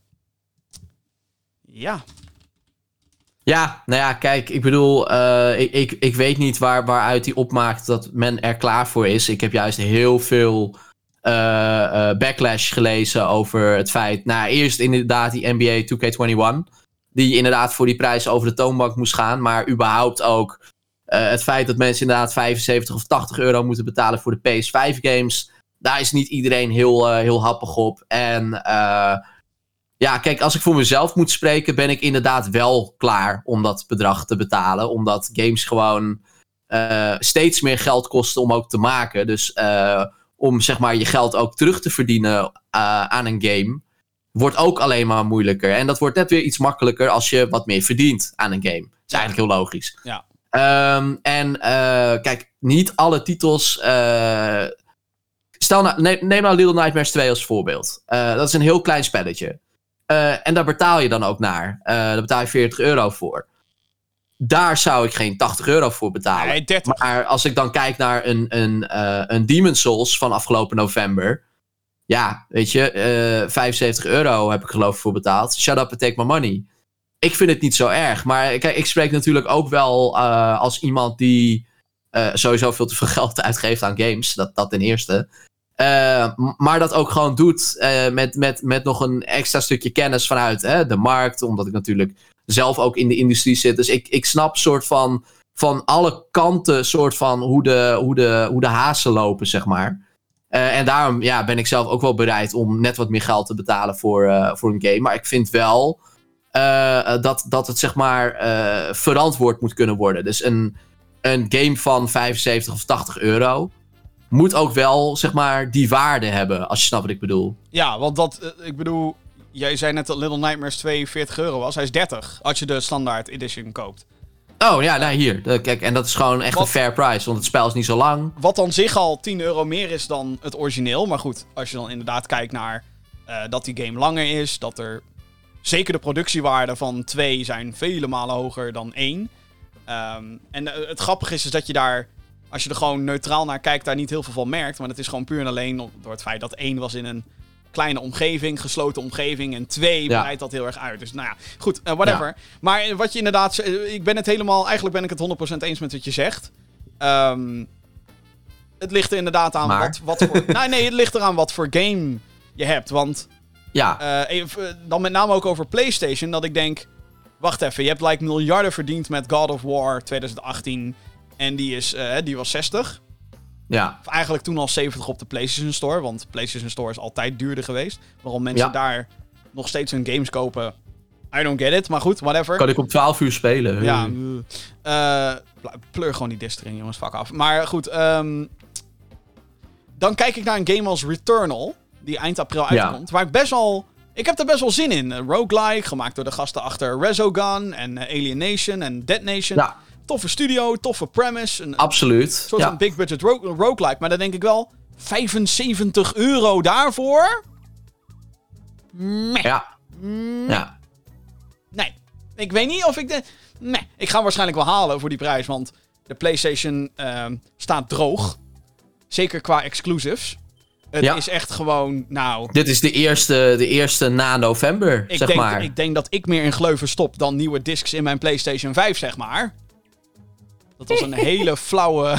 Ja. Ja, nou ja, kijk, ik bedoel, uh, ik, ik, ik weet niet waar, waaruit hij opmaakt dat men er klaar voor is. Ik heb juist heel veel uh, uh, backlash gelezen over het feit... Nou, eerst inderdaad die N B A two K eenentwintig... die inderdaad voor die prijs over de toonbank moest gaan. Maar überhaupt ook uh, het feit dat mensen inderdaad vijfenzeventig of tachtig euro moeten betalen voor de P S vijf games. Daar is niet iedereen heel, uh, heel happig op. En uh, ja, kijk, als ik voor mezelf moet spreken, ben ik inderdaad wel klaar om dat bedrag te betalen. Omdat games gewoon uh, steeds meer geld kosten om ook te maken. Dus uh, om zeg maar je geld ook terug te verdienen uh, aan een game... wordt ook alleen maar moeilijker. En dat wordt net weer iets makkelijker als je wat meer verdient aan een game. Dat is ja. eigenlijk heel logisch. Ja. Um, en uh, kijk, niet alle titels... Uh, stel nou, neem, neem nou Little Nightmares twee als voorbeeld. Uh, dat is een heel klein spelletje. Uh, en daar betaal je dan ook naar. Uh, daar betaal je veertig euro voor. Daar zou ik geen tachtig euro voor betalen. Nee, dertig. Maar als ik dan kijk naar een, een, uh, een Demon's Souls van afgelopen november... Ja, weet je, uh, vijfenzeventig euro heb ik geloof ik voor betaald. Shut up and take my money. Ik vind het niet zo erg. Maar kijk, ik spreek natuurlijk ook wel uh, als iemand die uh, sowieso veel te veel geld uitgeeft aan games. Dat, dat ten eerste. Uh, maar dat ook gewoon doet uh, met, met, met nog een extra stukje kennis vanuit hè, de markt. Omdat ik natuurlijk zelf ook in de industrie zit. Dus ik, ik snap soort van van alle kanten soort van hoe de, hoe de, hoe de hazen lopen, zeg maar. Uh, en daarom ja, ben ik zelf ook wel bereid om net wat meer geld te betalen voor, uh, voor een game. Maar ik vind wel uh, dat, dat het zeg maar uh, verantwoord moet kunnen worden. Dus een, een game van vijfenzeventig of tachtig euro moet ook wel zeg maar die waarde hebben, als je snapt wat ik bedoel. Ja, want dat, uh, ik bedoel, jij zei net dat Little Nightmares twee veertig euro was. Hij is dertig als je de standaard edition koopt. Oh ja, nou hier. Kijk, en dat is gewoon echt wat, een fair price, want het spel is niet zo lang. Wat dan zich al tien euro meer is dan het origineel. Maar goed, als je dan inderdaad kijkt naar uh, dat die game langer is, dat er zeker de productiewaarden van twee zijn vele malen hoger dan één. Um, en uh, het grappige is, is dat je daar, als je er gewoon neutraal naar kijkt, daar niet heel veel van merkt. Want het is gewoon puur en alleen door het feit dat één was in een kleine omgeving, gesloten omgeving. En twee ja. breidt dat heel erg uit. Dus nou ja, goed, uh, whatever. Ja. Maar wat je inderdaad... Ik ben het helemaal... Eigenlijk ben ik het honderd procent eens met wat je zegt. Um, het ligt er inderdaad aan wat, wat voor... nee, nee, het ligt eraan wat voor game je hebt. Want... Ja. Uh, even, dan met name ook over PlayStation, dat ik denk... Wacht even, je hebt like miljarden verdiend met God of War twintig achttien. En die, is, uh, die was zestig. Ja. Of eigenlijk toen al zeventig op de PlayStation Store. Want PlayStation Store is altijd duurder geweest. Waarom mensen ja. daar nog steeds hun games kopen, I don't get it. Maar goed, whatever. Kan ik op twaalf uur spelen. Ja. Uh, pleur gewoon die disc erin, jongens. Fuck af. Maar goed. Um, dan kijk ik naar een game als Returnal. Die eind april uitkomt. Ja. Waar ik best wel... Ik heb er best wel zin in. Uh, roguelike, gemaakt door de gasten achter Resogun en uh, Alien Nation en Dead Nation. Ja. toffe studio, toffe premise. Een, Absoluut. Zoals ja. een big budget ro- roguelike. Maar dan denk ik wel, vijfenzeventig euro daarvoor? Meh. Ja. Meh. ja. Nee. Ik weet niet of ik de... Nee. Ik ga hem waarschijnlijk wel halen voor die prijs. Want de PlayStation uh, staat droog. Zeker qua exclusives. Het Ja. is echt gewoon, nou... Dit is de eerste, de eerste na november, Ik zeg denk, maar. ik denk dat ik meer in gleuven stop dan nieuwe discs in mijn PlayStation vijf, zeg maar. Dat was een hele flauwe,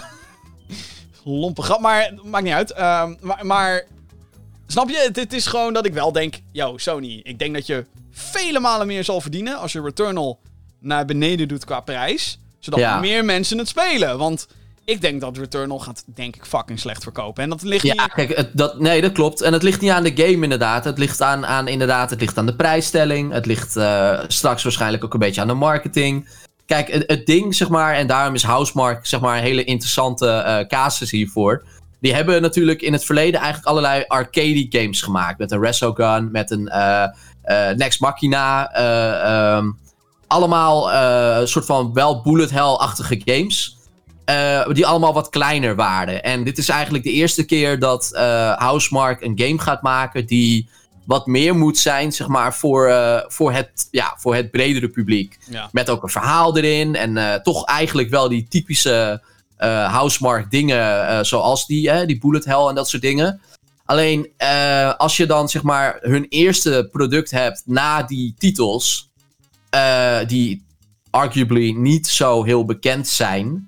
lompe grap, maar maakt niet uit. Um, maar, maar, snap je? Het is gewoon dat ik wel denk, yo, Sony, ik denk dat je vele malen meer zal verdienen als je Returnal naar beneden doet qua prijs. Zodat Ja. meer mensen het spelen, want... Ik denk dat Returnal gaat, denk ik, fucking slecht verkopen. En dat ligt Ja, niet... kijk, het, dat, nee, dat klopt. En het ligt niet aan de game inderdaad. Het ligt aan, aan, inderdaad, het ligt aan de prijsstelling. Het ligt uh, straks waarschijnlijk ook een beetje aan de marketing. Kijk, het, het ding, zeg maar, en daarom is Housemarque, zeg maar, een hele interessante uh, casus hiervoor. Die hebben natuurlijk in het verleden eigenlijk allerlei arcade games gemaakt. Met een Resogun, met een uh, uh, Nex Machina. Uh, um, allemaal uh, een soort van wel bullet hell-achtige games. Uh, die allemaal wat kleiner waren. En dit is eigenlijk de eerste keer dat uh, Housemarque een game gaat maken die wat meer moet zijn, zeg maar, voor, uh, voor, het, ja, voor het bredere publiek. Ja. Met Met ook een verhaal erin en uh, toch eigenlijk wel die typische uh, Housemarque dingen, uh, zoals die, uh, die bullet hell en dat soort dingen. Alleen, uh, als je dan, zeg maar, hun eerste product hebt na die titels, uh, die arguably niet zo heel bekend zijn...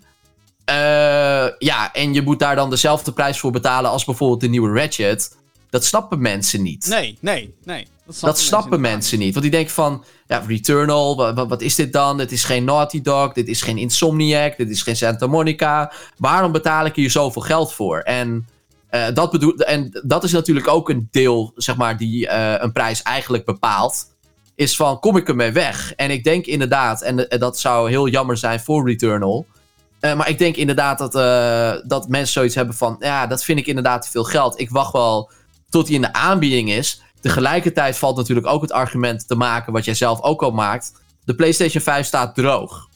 Uh, ja, en je moet daar dan dezelfde prijs voor betalen als bijvoorbeeld de nieuwe Ratchet. Dat snappen mensen niet. Nee, nee, nee. Dat snappen, dat snappen mensen, mensen niet. Want die denken van, ja, Returnal, wat, wat is dit dan? Dit is geen Naughty Dog, dit is geen Insomniac, dit is geen Santa Monica. Waarom betaal ik hier zoveel geld voor? En, uh, dat, bedoel, en dat is natuurlijk ook een deel, zeg maar, die uh, een prijs eigenlijk bepaalt. Is van, kom ik ermee weg? En ik denk inderdaad, en uh, dat zou heel jammer zijn voor Returnal... Uh, maar ik denk inderdaad dat, uh, dat mensen zoiets hebben van... Ja, dat vind ik inderdaad te veel geld. Ik wacht wel tot die in de aanbieding is. Tegelijkertijd valt natuurlijk ook het argument te maken... wat jij zelf ook al maakt. De PlayStation vijf staat droog.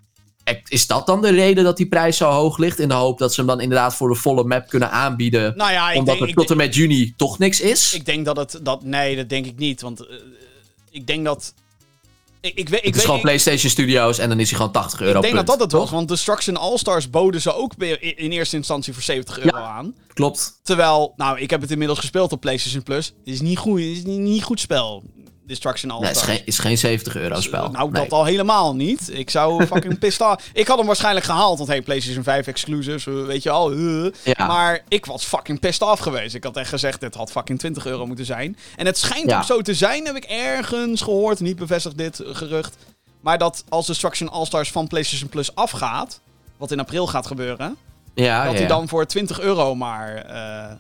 Is dat dan de reden dat die prijs zo hoog ligt? In de hoop dat ze hem dan inderdaad voor de volle map kunnen aanbieden? Nou ja, ik omdat denk, er tot en met juni toch niks is? Ik denk dat het... Dat, nee, dat denk ik niet. Want uh, ik denk dat... Ik, ik weet, ik het is weet, gewoon ik, PlayStation Studios en dan is hij gewoon tachtig euro. Ik denk punt, dat dat het toch? was, want Destruction All-Stars boden ze ook in, in eerste instantie voor zeventig euro Ja, aan. Klopt. Terwijl, nou, ik heb het inmiddels gespeeld op PlayStation Plus. Het is niet goed, het is niet, niet goed spel, Destruction Nee, het All-Stars. is geen, is geen zeventig euro spel. Nou, nee. dat al helemaal niet. Ik zou fucking pissed off. Ik had hem waarschijnlijk gehaald, want hey, PlayStation vijf exclusives, weet je al. Uh. Ja. Maar ik was fucking pissed off geweest. Ik had echt gezegd, dit had fucking twintig euro moeten zijn. En het schijnt Ja. ook zo te zijn, heb ik ergens gehoord. Niet bevestigd dit gerucht. Maar dat als Destruction All-Stars van PlayStation Plus afgaat, wat in april gaat gebeuren, Ja, dat ja. hij dan voor twintig euro maar uh,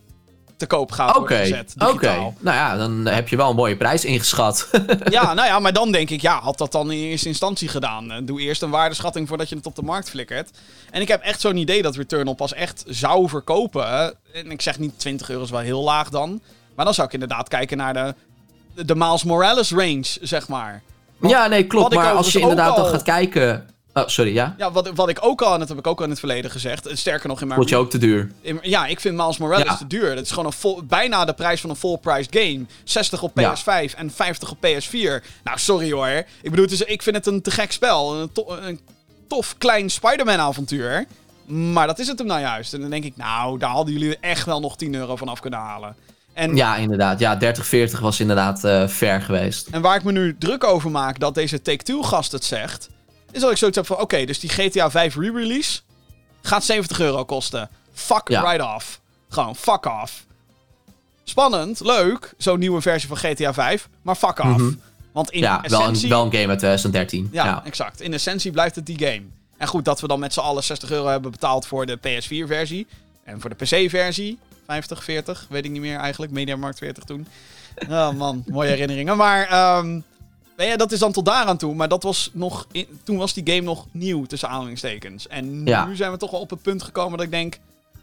te koop gaat Oké, worden gezet. oké. Digitaal. Nou ja, dan heb je wel een mooie prijs ingeschat. Ja, nou ja, maar dan denk ik, ja, had dat dan in eerste instantie gedaan. Uh, Doe eerst een waardeschatting voordat je het op de markt flikkert. En ik heb echt zo'n idee dat Returnal pas echt zou verkopen. Uh, en ik zeg niet twintig euro is wel heel laag dan. Maar dan zou ik inderdaad kijken naar de, de Miles Morales range, zeg maar. Want ja, nee, klopt. wat ik Maar als overigens je inderdaad ook dan al- gaat kijken... Oh, sorry, ja? Ja, wat, wat ik ook al, en dat heb ik ook al in het verleden gezegd. uh, Sterker nog in mijn... Vond je ook te duur? in- ja, ik vind Miles Morales Ja. te duur. Dat is gewoon een vol, bijna de prijs van een full-priced game. zestig op P S vijf en vijftig op P S vier. Nou, sorry hoor. Ik bedoel, het is, ik vind het een te gek spel. Een, to- een tof klein Spider-Man avontuur. Maar dat is het hem nou juist. En dan denk ik, nou, daar hadden jullie echt wel nog tien euro van af kunnen halen. En, Ja, inderdaad. Ja, dertig, veertig was inderdaad uh, fair geweest. en waar ik me nu druk over maak dat deze Take-Two-gast het zegt, is dat ik zoiets heb van, oké, okay, dus die G T A vijf re-release gaat zeventig euro kosten. Fuck Ja. right off. Gewoon, fuck off. Spannend, leuk, zo'n nieuwe versie van G T A vijf, maar fuck off. Mhm. Want in Ja, wel essentie... een, wel een game uit twintig dertien. Ja, Ja. exact. In essentie blijft het die game. En goed, dat we dan met z'n allen zestig euro hebben betaald voor de P S vier versie. En voor de P C versie, vijftig, veertig, weet ik niet meer eigenlijk. Mediamarkt veertig toen. Oh man, mooie herinneringen. Maar, um, weet je, dat is dan tot daaraan toe. Maar dat was nog in, toen was die game nog nieuw, tussen aanhalingstekens. En Ja. nu zijn we toch wel op het punt gekomen dat ik denk...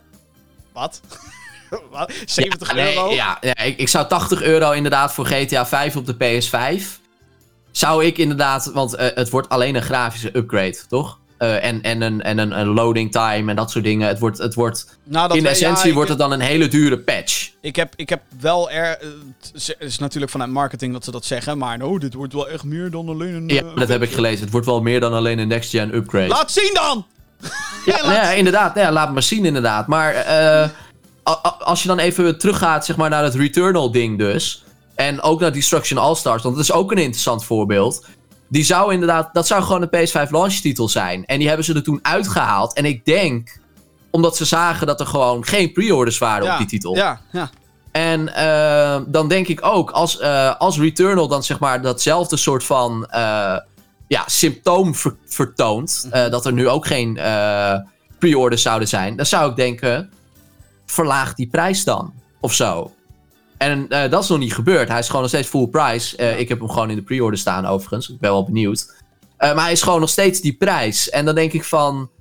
Wat? Wat? zeventig Ja, nee, euro? ja, ja, ik, ik zou tachtig euro inderdaad voor G T A vijf op de P S vijf. Zou ik inderdaad... Want uh, het wordt alleen een grafische upgrade, toch? Uh, en en, een, en een, een loading time en dat soort dingen. Het wordt, het wordt nou, dat in we, essentie ja, wordt het dan een hele dure patch. Ik heb, ik heb wel er... Het is natuurlijk vanuit marketing dat ze dat zeggen. Maar nou, dit wordt wel echt meer dan alleen een... Ja, uh, dat heb ik gelezen. Het wordt wel meer dan alleen een next-gen upgrade. Laat zien dan! ja, ja, ja, inderdaad. Ja, laat maar zien inderdaad. Maar uh, als je dan even teruggaat zeg maar, naar het Returnal ding dus. En ook naar Destruction All-Stars. Want dat is ook een interessant voorbeeld. Die zou inderdaad... Dat zou gewoon een P S vijf launch titel zijn. En die hebben ze er toen uitgehaald. En ik denk... Omdat ze zagen dat er gewoon geen pre-orders waren ja, op die titel. Ja, ja. En uh, dan denk ik ook... Als, uh, als Returnal dan zeg maar datzelfde soort van... Uh, ja, symptoom ver- vertoont. Uh, dat er nu ook geen uh, pre-orders zouden zijn. Dan zou ik denken... Verlaag die prijs dan. Of zo. En uh, dat is nog niet gebeurd. Hij is gewoon nog steeds full price. Uh, ik heb hem gewoon in de pre-order staan overigens. Ik ben wel benieuwd. Uh, maar hij is gewoon nog steeds die prijs. En dan denk ik van...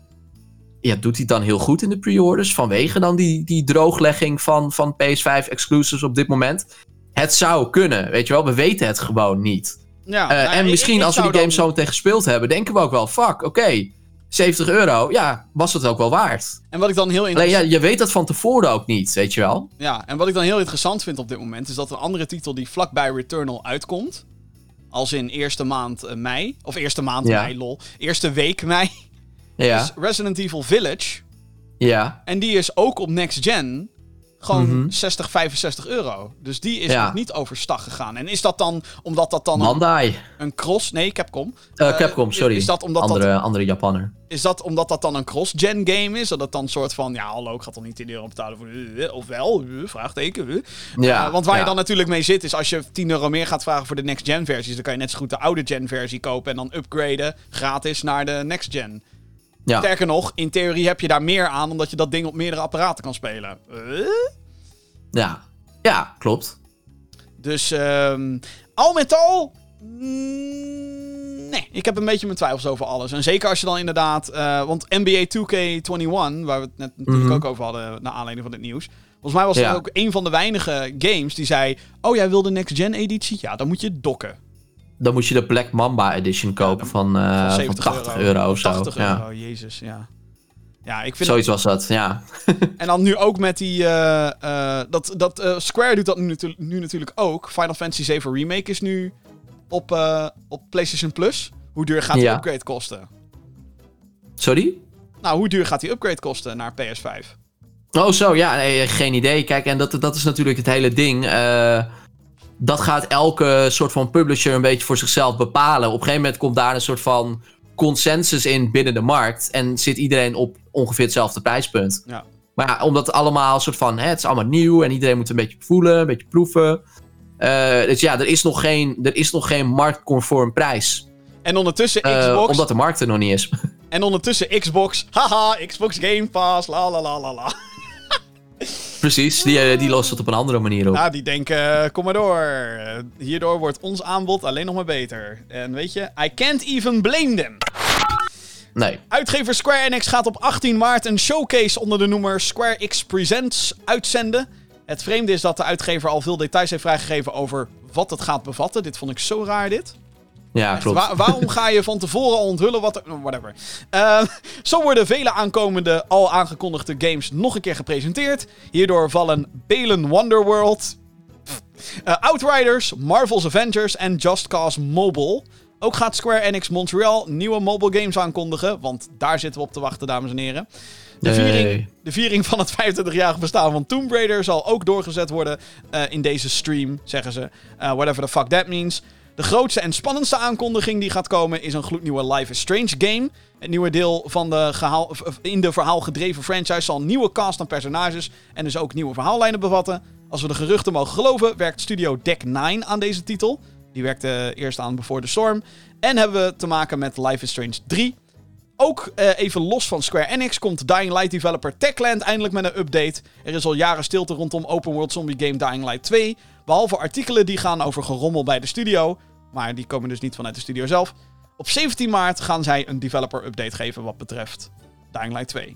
Ja, doet hij het dan heel goed in de pre-orders? Vanwege dan die, die drooglegging van, van P S vijf exclusives op dit moment? Het zou kunnen, weet je wel. We weten het gewoon niet. Ja, uh, nou, en ik, misschien ik als we die dan... games zo meteen gespeeld hebben... denken we ook wel, fuck, oké. Okay, zeventig euro, ja, was het ook wel waard. En wat ik dan heel Alleen interessant... ja, je weet dat van tevoren ook niet, weet je wel. Ja, en wat ik dan heel interessant vind op dit moment... is dat een andere titel die vlakbij Returnal uitkomt... als in eerste maand uh, mei... of eerste maand ja. mei, lol... eerste week mei... Ja. is Resident Evil Village... Ja. En die is ook op next gen gewoon mm-hmm. zestig, vijfenzestig euro. Dus die is ja. nog niet overstag gegaan. En is dat dan omdat dat dan Bandai. Een, een cross... Nee, Capcom. Uh, uh, Capcom, sorry. Is dat omdat andere, dat, andere Japanner. Is dat omdat dat dan een cross-gen game is? Dat het dan een soort van... Ja, hallo, ik ga toch niet tien euro betalen voor... Uh, of wel? Uh, vraagteken. Uh. Ja, uh, want waar ja. je dan natuurlijk mee zit... is als je tien euro meer gaat vragen voor de next-gen versies... dan kan je net zo goed de oude-gen versie kopen... en dan upgraden gratis naar de next-gen. Ja. Sterker nog, in theorie heb je daar meer aan... omdat je dat ding op meerdere apparaten kan spelen. Uh? Ja. Ja, klopt. Dus um, al met al... Mm, nee, ik heb een beetje mijn twijfels over alles. En zeker als je dan inderdaad... Uh, want N B A two K twenty-one... waar we het net natuurlijk mm-hmm. ook over hadden... naar aanleiding van dit nieuws... Volgens mij was het ja. ook een van de weinige games die zei... Oh, jij wil de Next Gen editie? Ja, dan moet je dokken. Dan moet je de Black Mamba edition kopen ja, van, uh, van, van tachtig euro of zo. tachtig ja. euro, jezus, ja. Ja, ik vind Zoiets dat... was dat, ja. En dan nu ook met die... Uh, uh, dat, dat, uh, Square doet dat nu, natu- nu natuurlijk ook. Final Fantasy seven Remake is nu op, uh, op PlayStation Plus. Hoe duur gaat die ja. upgrade kosten? Sorry? Nou, hoe duur gaat die upgrade kosten naar P S vijf? Oh zo, ja, nee, geen idee. Kijk, en dat, dat is natuurlijk het hele ding. Uh, dat gaat elke soort van publisher een beetje voor zichzelf bepalen. Op een gegeven moment komt daar een soort van consensus in binnen de markt. En zit iedereen op ongeveer hetzelfde prijspunt. Ja. Maar ja, omdat het allemaal soort van... Hè, het is allemaal nieuw en iedereen moet een beetje voelen, een beetje proeven. Uh, dus ja, er is nog geen, er is nog geen marktconform prijs. En ondertussen Xbox... Uh, omdat de markt er nog niet is. En ondertussen Xbox... Haha, Xbox Game Pass, la la la la la. Precies, die, die lost het op een andere manier op. Ja, die denken, kom maar door. Hierdoor wordt ons aanbod alleen nog maar beter. En weet je, I can't even blame them. Nee. Uitgever Square Enix gaat op achttien maart een showcase onder de noemer Square X Presents uitzenden. Het vreemde is dat de uitgever al veel details heeft vrijgegeven over wat het gaat bevatten. Dit vond ik zo raar, dit. Ja, Echt, klopt. Wa- waarom ga je van tevoren al onthullen wat er... Whatever. Uh, zo worden vele aankomende, al aangekondigde games nog een keer gepresenteerd. Hierdoor vallen Balan Wonderworld, uh, Outriders, Marvel's Avengers en Just Cause Mobile. Ook gaat Square Enix Montreal nieuwe mobile games aankondigen. Want daar zitten we op te wachten, dames en heren. De viering, hey. de viering van het vijfentwintigjarig bestaan van Tomb Raider zal ook doorgezet worden uh, in deze stream, zeggen ze. Uh, whatever the fuck that means. De grootste en spannendste aankondiging die gaat komen is een gloednieuwe Life is Strange game. Het nieuwe deel van de gehaal, in de verhaal gedreven franchise zal een nieuwe cast aan personages en dus ook nieuwe verhaallijnen bevatten. Als we de geruchten mogen geloven, werkt studio Deck nine aan deze titel. Die werkte eerst aan Before the Storm. En hebben we te maken met Life is Strange three. Ook uh, even los van Square Enix komt Dying Light developer Techland eindelijk met een update. Er is al jaren stilte rondom open world zombie game Dying Light two. Behalve artikelen die gaan over gerommel bij de studio. Maar die komen dus niet vanuit de studio zelf. Op zeventien maart gaan zij een developer update geven wat betreft Dying Light two.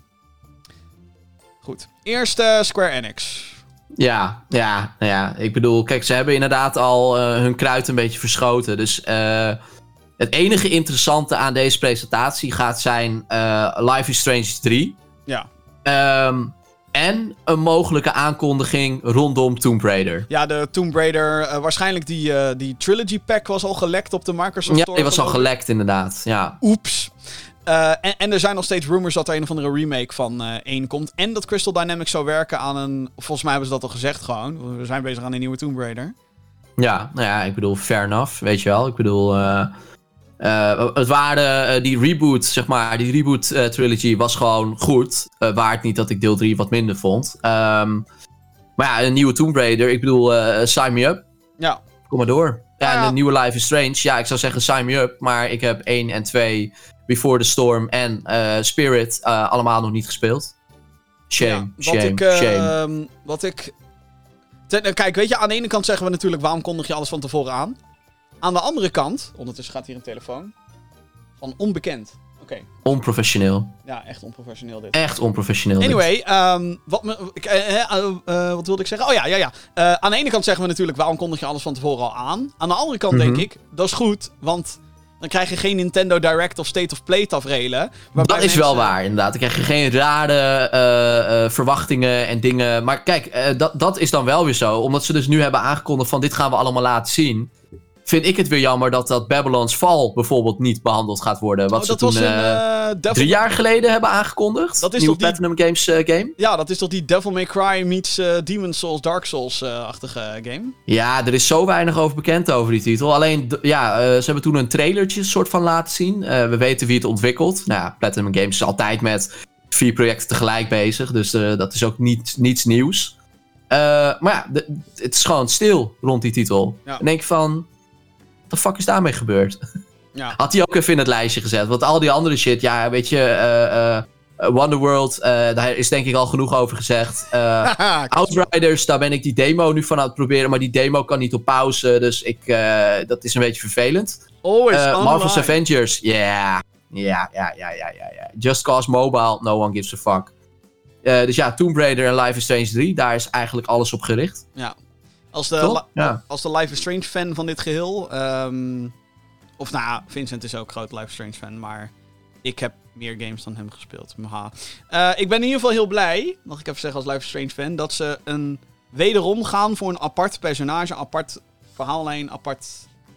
Goed. Eerst uh, Square Enix. Ja, ja, ja. Ik bedoel, kijk, ze hebben inderdaad al uh, hun kruid een beetje verschoten. Dus uh, Het enige interessante aan deze presentatie gaat zijn uh, Life is Strange drie. Ja. Um, en een mogelijke aankondiging rondom Tomb Raider. Ja, de Tomb Raider, uh, waarschijnlijk die, uh, die Trilogy Pack was al gelekt op de Microsoft Ja, Store. die was al gelekt inderdaad, ja. Oeps. Uh, en, en er zijn nog steeds rumors dat er een of andere remake van uh, één komt. En dat Crystal Dynamics zou werken aan een... Volgens mij hebben ze dat al gezegd gewoon. We zijn bezig aan een nieuwe Tomb Raider. Ja, nou ja, ik bedoel, fair enough, weet je wel. Ik bedoel, uh, uh, het waren uh, die reboot, zeg maar, die reboot uh, trilogy was gewoon goed. Uh, waard niet dat ik deel drie wat minder vond. Um, maar ja, een nieuwe Tomb Raider, ik bedoel, uh, sign me up. Ja. Kom maar door. Ja, ja. En de nieuwe Life is Strange, ja, ik zou zeggen sign me up. Maar ik heb één en twee, Before the Storm en uh, Spirit, uh, allemaal nog niet gespeeld. Shame, ja, wat shame, ik, uh, shame. Wat ik... Ten, kijk, weet je, aan de ene kant zeggen we natuurlijk, waarom kondig je alles van tevoren aan? Aan de andere kant, ondertussen gaat hier een telefoon, van onbekend. Oké. Okay. Onprofessioneel. Ja, echt onprofessioneel dit. Echt onprofessioneel. Anyway, um, wat, me, ik, uh, uh, uh, wat wilde ik zeggen? Oh ja, ja, ja. Uh, aan de ene kant zeggen we natuurlijk, waarom kondig je alles van tevoren al aan? Aan de andere kant mm-hmm. denk ik, dat is goed, want dan krijg je geen Nintendo Direct of State of Play taferelen. Dat is mensen... wel waar, inderdaad. Dan krijg je geen rare uh, uh, verwachtingen en dingen. Maar kijk, uh, dat, dat is dan wel weer zo. Omdat ze dus nu hebben aangekondigd van dit gaan we allemaal laten zien. Vind ik het weer jammer dat dat Babylon's Fall bijvoorbeeld niet behandeld gaat worden. Wat oh, ze dat toen was een, uh, uh, Devil... drie jaar geleden hebben aangekondigd. Dat is Nieuwe toch die... Platinum Games uh, game. Ja, dat is toch die Devil May Cry meets uh, Demon's Souls, Dark Souls-achtige uh, game? Ja, er is zo weinig over bekend over die titel. Alleen, d- ja, uh, ze hebben toen een trailertje soort van laten zien. Uh, we weten wie het ontwikkelt. Nou ja, Platinum Games is altijd met vier projecten tegelijk bezig. Dus uh, dat is ook niet, niets nieuws. Uh, maar ja, d- het is gewoon stil rond die titel. Ja. En denk ik van... What the fuck is daarmee gebeurd? Ja. Had hij ook even in het lijstje gezet. Want al die andere shit, ja, weet je... Uh, uh, Wonderworld, uh, daar is denk ik al genoeg over gezegd. Uh, Outriders, daar ben ik die demo nu van aan het proberen. Maar die demo kan niet op pauze. Dus ik, uh, dat is een beetje vervelend. Oh, is uh, Marvel's Avengers, ja. Yeah. Ja, ja, ja, ja, ja, ja. Just Cause Mobile, no one gives a fuck. Uh, dus ja, Tomb Raider en Life is Strange drie, daar is eigenlijk alles op gericht. Ja. Als de, la- ja. als de Life is Strange fan van dit geheel... Um, of nou, Vincent is ook groot Life is Strange fan, maar... Ik heb meer games dan hem gespeeld. Uh, ik ben in ieder geval heel blij, mag ik even zeggen als Life is Strange fan, dat ze een wederom gaan voor een apart personage, een apart verhaallijn, apart...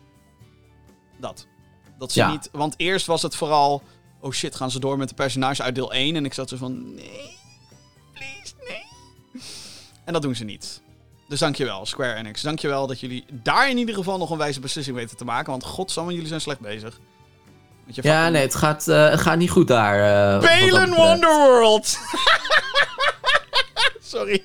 Dat. Dat ze ja. niet... Want eerst was het vooral... Oh shit, gaan ze door met de personage uit deel één? En ik zat zo van... Nee, please, nee. En dat doen ze niet. Dus dankjewel, Square Enix. Dankjewel dat jullie daar in ieder geval nog een wijze beslissing weten te maken. Want godsamme, jullie zijn slecht bezig. Ja, fucking... nee, het gaat, uh, het gaat niet goed daar. Uh, Balan Wonderworld! Sorry.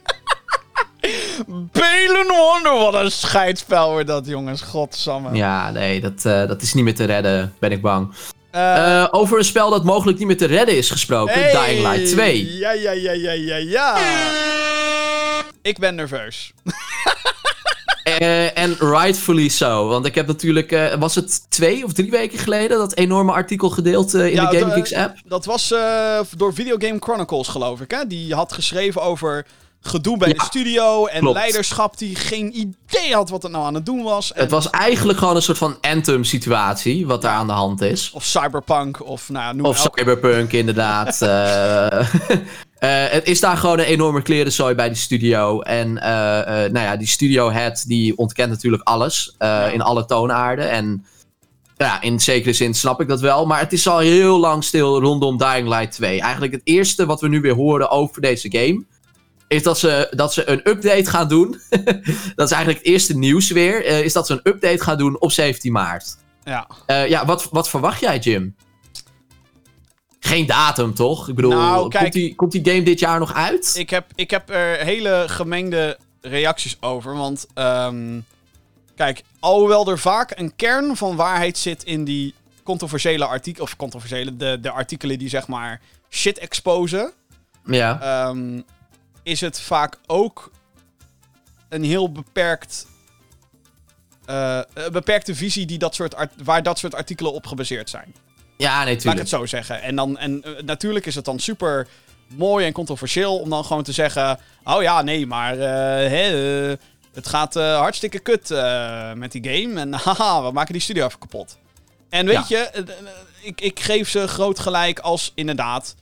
Balan Wonderworld, wat een scheidspel wordt dat, jongens. Godsamme. Ja, nee, dat, uh, dat is niet meer te redden, ben ik bang. Uh, uh, over een spel dat mogelijk niet meer te redden is gesproken. Hey, Dying Light twee. Ja, ja, ja, ja, ja, ja. Ik ben nerveus. Uh, en rightfully so. Want ik heb natuurlijk... Uh, was het twee of drie weken geleden... dat enorme artikel gedeeld uh, in ja, de GameKings app? Dat was uh, door Video Game Chronicles, geloof ik. Hè? Die had geschreven over gedoe bij ja, de studio... en klopt. Leiderschap die geen idee had wat het nou aan het doen was. En... Het was eigenlijk gewoon een soort van Anthem-situatie... wat daar aan de hand is. Of Cyberpunk, of... Nou, noem of elke... Cyberpunk, inderdaad. uh, Uh, het is daar gewoon een enorme klerenzooi bij die studio. En uh, uh, nou ja, die studio-head die ontkent natuurlijk alles. Uh, ja. In alle toonaarden. En ja, in zekere zin snap ik dat wel. Maar het is al heel lang stil rondom Dying Light twee. Eigenlijk het eerste wat we nu weer horen over deze game... is dat ze, dat ze een update gaan doen. Dat is eigenlijk het eerste nieuws weer. Uh, is dat ze een update gaan doen op zeventien maart. Ja, uh, ja wat, wat verwacht jij, Jim? Geen datum, toch? Ik bedoel, nou, kijk, komt, die, komt die game dit jaar nog uit? Ik heb, ik heb er hele gemengde reacties over. Want, um, kijk, alhoewel er vaak een kern van waarheid zit in die controversiële artikelen... Of controversiële, de, de artikelen die zeg maar shit exposen. Ja. Um, is het vaak ook een heel beperkt... Uh, een beperkte visie die dat soort art- waar dat soort artikelen op gebaseerd zijn. Ja, nee, tuurlijk. Laat ik het zo zeggen. En, dan, en uh, natuurlijk is het dan super mooi en controversieel om dan gewoon te zeggen... Oh ja, nee, maar uh, hè, uh, het gaat uh, hartstikke kut uh, met die game. En haha, we maken die studio even kapot. En weet ja. je, uh, ik, ik geef ze groot gelijk als inderdaad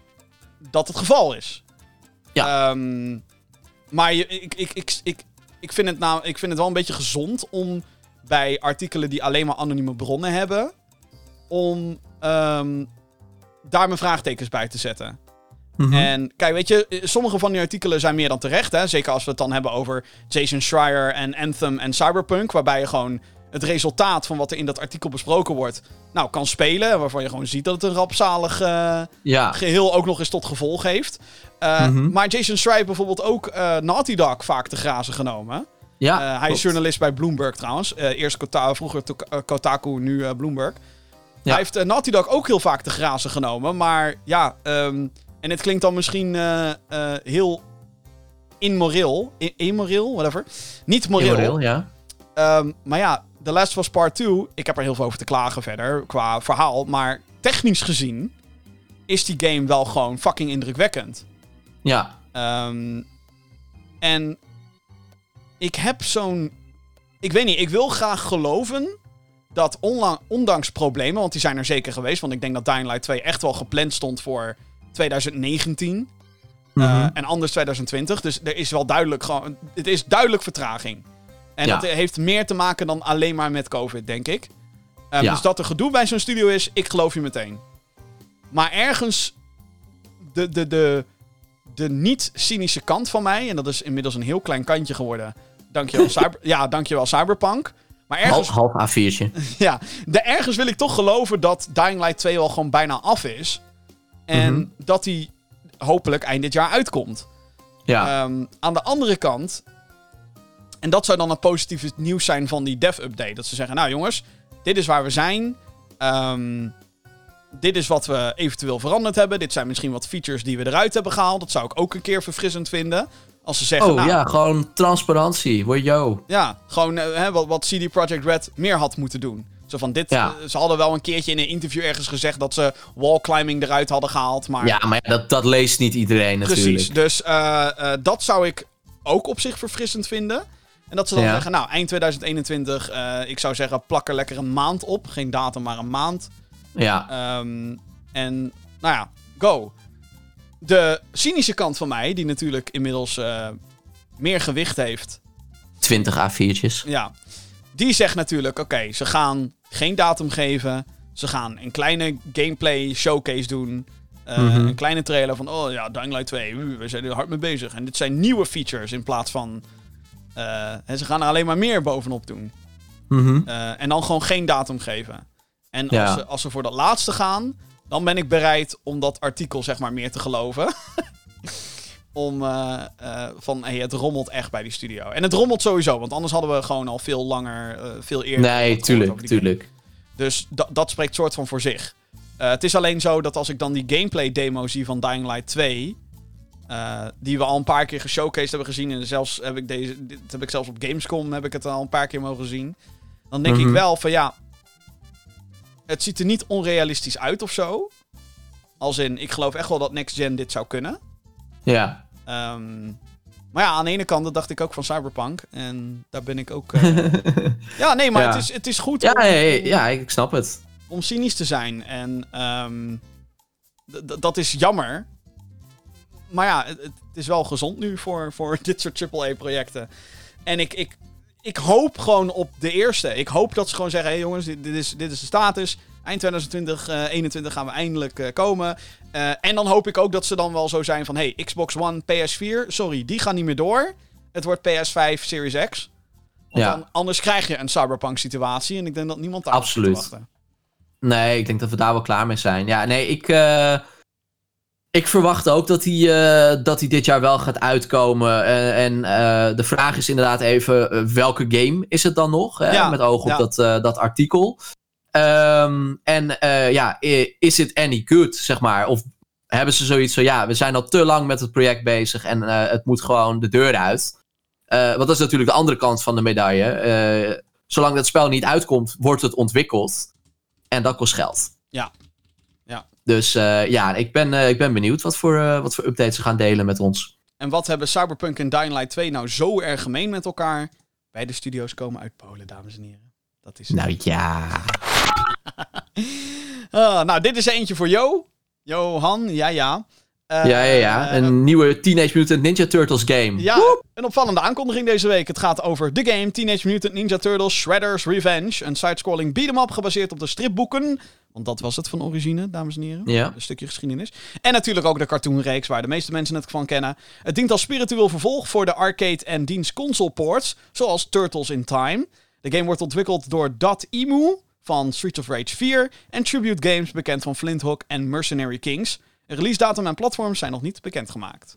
dat het geval is. Ja. Um, maar je, ik, ik, ik, ik, ik, vind het nou, ik vind het wel een beetje gezond om bij artikelen die alleen maar anonieme bronnen hebben, om um, daar mijn vraagtekens bij te zetten. Mm-hmm. En kijk, weet je, sommige van die artikelen zijn meer dan terecht, hè? Zeker als we het dan hebben over Jason Schreier en Anthem en Cyberpunk, waarbij je gewoon het resultaat van wat er in dat artikel besproken wordt, nou, kan spelen. Waarvan je gewoon ziet dat het een rampzalig uh, ja. geheel ook nog eens tot gevolg heeft. Uh, mm-hmm. Maar Jason Schreier bijvoorbeeld ook uh, Naughty Dog vaak te grazen genomen. Ja, uh, hij klopt. Is journalist bij Bloomberg trouwens. Uh, eerst Kota- vroeger to- uh, Kotaku, nu uh, Bloomberg. Ja. Hij heeft uh, Naughty Dog ook heel vaak te grazen genomen. Maar ja, um, en het klinkt dan misschien uh, uh, heel immoreel. I- immoreel, whatever. Niet moreel. Immoreel, ja. Um, maar ja, The Last of Us Part twee, ik heb er heel veel over te klagen verder, qua verhaal. Maar technisch gezien is die game wel gewoon fucking indrukwekkend. Ja. Um, en ik heb zo'n... Ik weet niet, ik wil graag geloven dat onla- ondanks problemen, want die zijn er zeker geweest, want ik denk dat Dying Light twee echt wel gepland stond voor twintig negentien. Mm-hmm. Uh, en anders twintig twintig. Dus er is wel duidelijk gewoon... Het is duidelijk vertraging. En ja. dat heeft meer te maken dan alleen maar met COVID, denk ik. Um, ja. Dus dat er gedoe bij zo'n studio is, ik geloof je meteen. Maar ergens de, de, de, de niet-cynische kant van mij, en dat is inmiddels een heel klein kantje geworden. Dankjewel, cyber, ja, dankjewel Cyberpunk. Maar ergens, half, half A viertje. Ja, de, ergens wil ik toch geloven dat Dying Light twee al gewoon bijna af is. En mm-hmm. dat die hopelijk eind dit jaar uitkomt. Ja. Um, aan de andere kant... En dat zou dan het positieve nieuws zijn van die dev-update. Dat ze zeggen, nou jongens, dit is waar we zijn. Um, dit is wat we eventueel veranderd hebben. Dit zijn misschien wat features die we eruit hebben gehaald. Dat zou ik ook een keer verfrissend vinden. Als ze zeggen, oh nou, ja, gewoon transparantie. Word yo. Ja, gewoon uh, hè, wat, wat C D Projekt Red meer had moeten doen. Zo van dit, ja. uh, ze hadden wel een keertje in een interview ergens gezegd dat ze wallclimbing eruit hadden gehaald. Maar... Ja, maar dat, dat leest niet iedereen natuurlijk. Precies, dus uh, uh, dat zou ik ook op zich verfrissend vinden. En dat ze dan ja. zeggen, nou, eind twintig eenentwintig, uh, ik zou zeggen, plak er lekker een maand op. Geen datum, maar een maand. Ja. Um, en, nou ja, go. De cynische kant van mij, die natuurlijk inmiddels uh, meer gewicht heeft. twintig A viertjes. Ja. Die zegt natuurlijk, oké, okay, ze gaan geen datum geven. Ze gaan een kleine gameplay showcase doen. Uh, mm-hmm. Een kleine trailer van, oh ja, Dying Light twee, uh, we zijn er hard mee bezig. En dit zijn nieuwe features in plaats van... Uh, en ze gaan er alleen maar meer bovenop doen. Mm-hmm. Uh, en dan gewoon geen datum geven. En ja. als, ze, als ze voor dat laatste gaan, dan ben ik bereid om dat artikel zeg maar meer te geloven. om uh, uh, van, hey, het rommelt echt bij die studio. En het rommelt sowieso, want anders hadden we gewoon al veel langer, uh, veel eerder... Nee, tuurlijk, tuurlijk. Game. Dus d- dat spreekt soort van voor zich. Uh, het is alleen zo dat als ik dan die gameplay demo zie van Dying Light twee... Uh, die we al een paar keer geshowcased hebben gezien. En zelfs heb ik deze. Dit heb ik zelfs op Gamescom heb ik het al een paar keer mogen zien. Dan denk mm-hmm. ik wel van ja. Het ziet er niet onrealistisch uit of zo. Als in, ik geloof echt wel dat Next Gen dit zou kunnen. Ja. Um, maar ja, aan de ene kant dat dacht ik ook van Cyberpunk. En daar ben ik ook... Uh... ja, nee, maar ja. Het, is, het is goed ja, om, nee, ja, ik snap het. Om cynisch te zijn. En um, d- d- dat is jammer. Maar ja, het, het is wel gezond nu voor, voor dit soort triple A-projecten. En ik, ik, ik hoop gewoon op de eerste. Ik hoop dat ze gewoon zeggen, hé hey jongens, dit, dit, is, dit is de status. Eind twintig eenentwintig gaan we eindelijk uh, komen. Uh, en dan hoop ik ook dat ze dan wel zo zijn van... Hey, Xbox One, P S vier, sorry, die gaan niet meer door. Het wordt P S vijf Series X. Want ja. dan, anders krijg je een Cyberpunk-situatie. En ik denk dat niemand daar Absoluut. Op te wachten. Nee, ik denk dat we daar wel klaar mee zijn. Ja, nee, ik... Uh... Ik verwacht ook dat hij, uh, dat hij dit jaar wel gaat uitkomen. Uh, en uh, de vraag is inderdaad even, uh, welke game is het dan nog? Hè? Ja, met oog op ja. dat, uh, dat artikel. Um, en uh, ja, is it any good, zeg maar? Of hebben ze zoiets van, ja, we zijn al te lang met het project bezig en uh, het moet gewoon de deur uit. Uh, want dat is natuurlijk de andere kant van de medaille. Uh, zolang dat spel niet uitkomt, wordt het ontwikkeld. En dat kost geld. Ja. Ja. Dus uh, ja, ik ben, uh, ik ben benieuwd wat voor, uh, wat voor updates ze gaan delen met ons. En wat hebben Cyberpunk en Dying Light twee nou zo erg gemeen met elkaar? Beide studio's komen uit Polen, dames en heren. Dat is nou ja. uh, nou, dit is er eentje voor Jo. Johan, ja, ja. Uh, ja, ja, ja. Een uh, nieuwe Teenage Mutant Ninja Turtles game. Ja, Woep! Een opvallende aankondiging deze week. Het gaat over de game Teenage Mutant Ninja Turtles Shredder's Revenge. Een sidescrolling beat-em-up gebaseerd op de stripboeken. Want dat was het van origine, dames en heren. Ja. Een stukje geschiedenis. En natuurlijk ook de cartoonreeks waar de meeste mensen het van kennen. Het dient als spiritueel vervolg voor de arcade en diens console ports. Zoals Turtles in Time. De game wordt ontwikkeld door Dotemu van Streets of Rage vier. En Tribute Games, bekend van Flint Hook en Mercenary Kings. Een release datum en platforms zijn nog niet bekendgemaakt.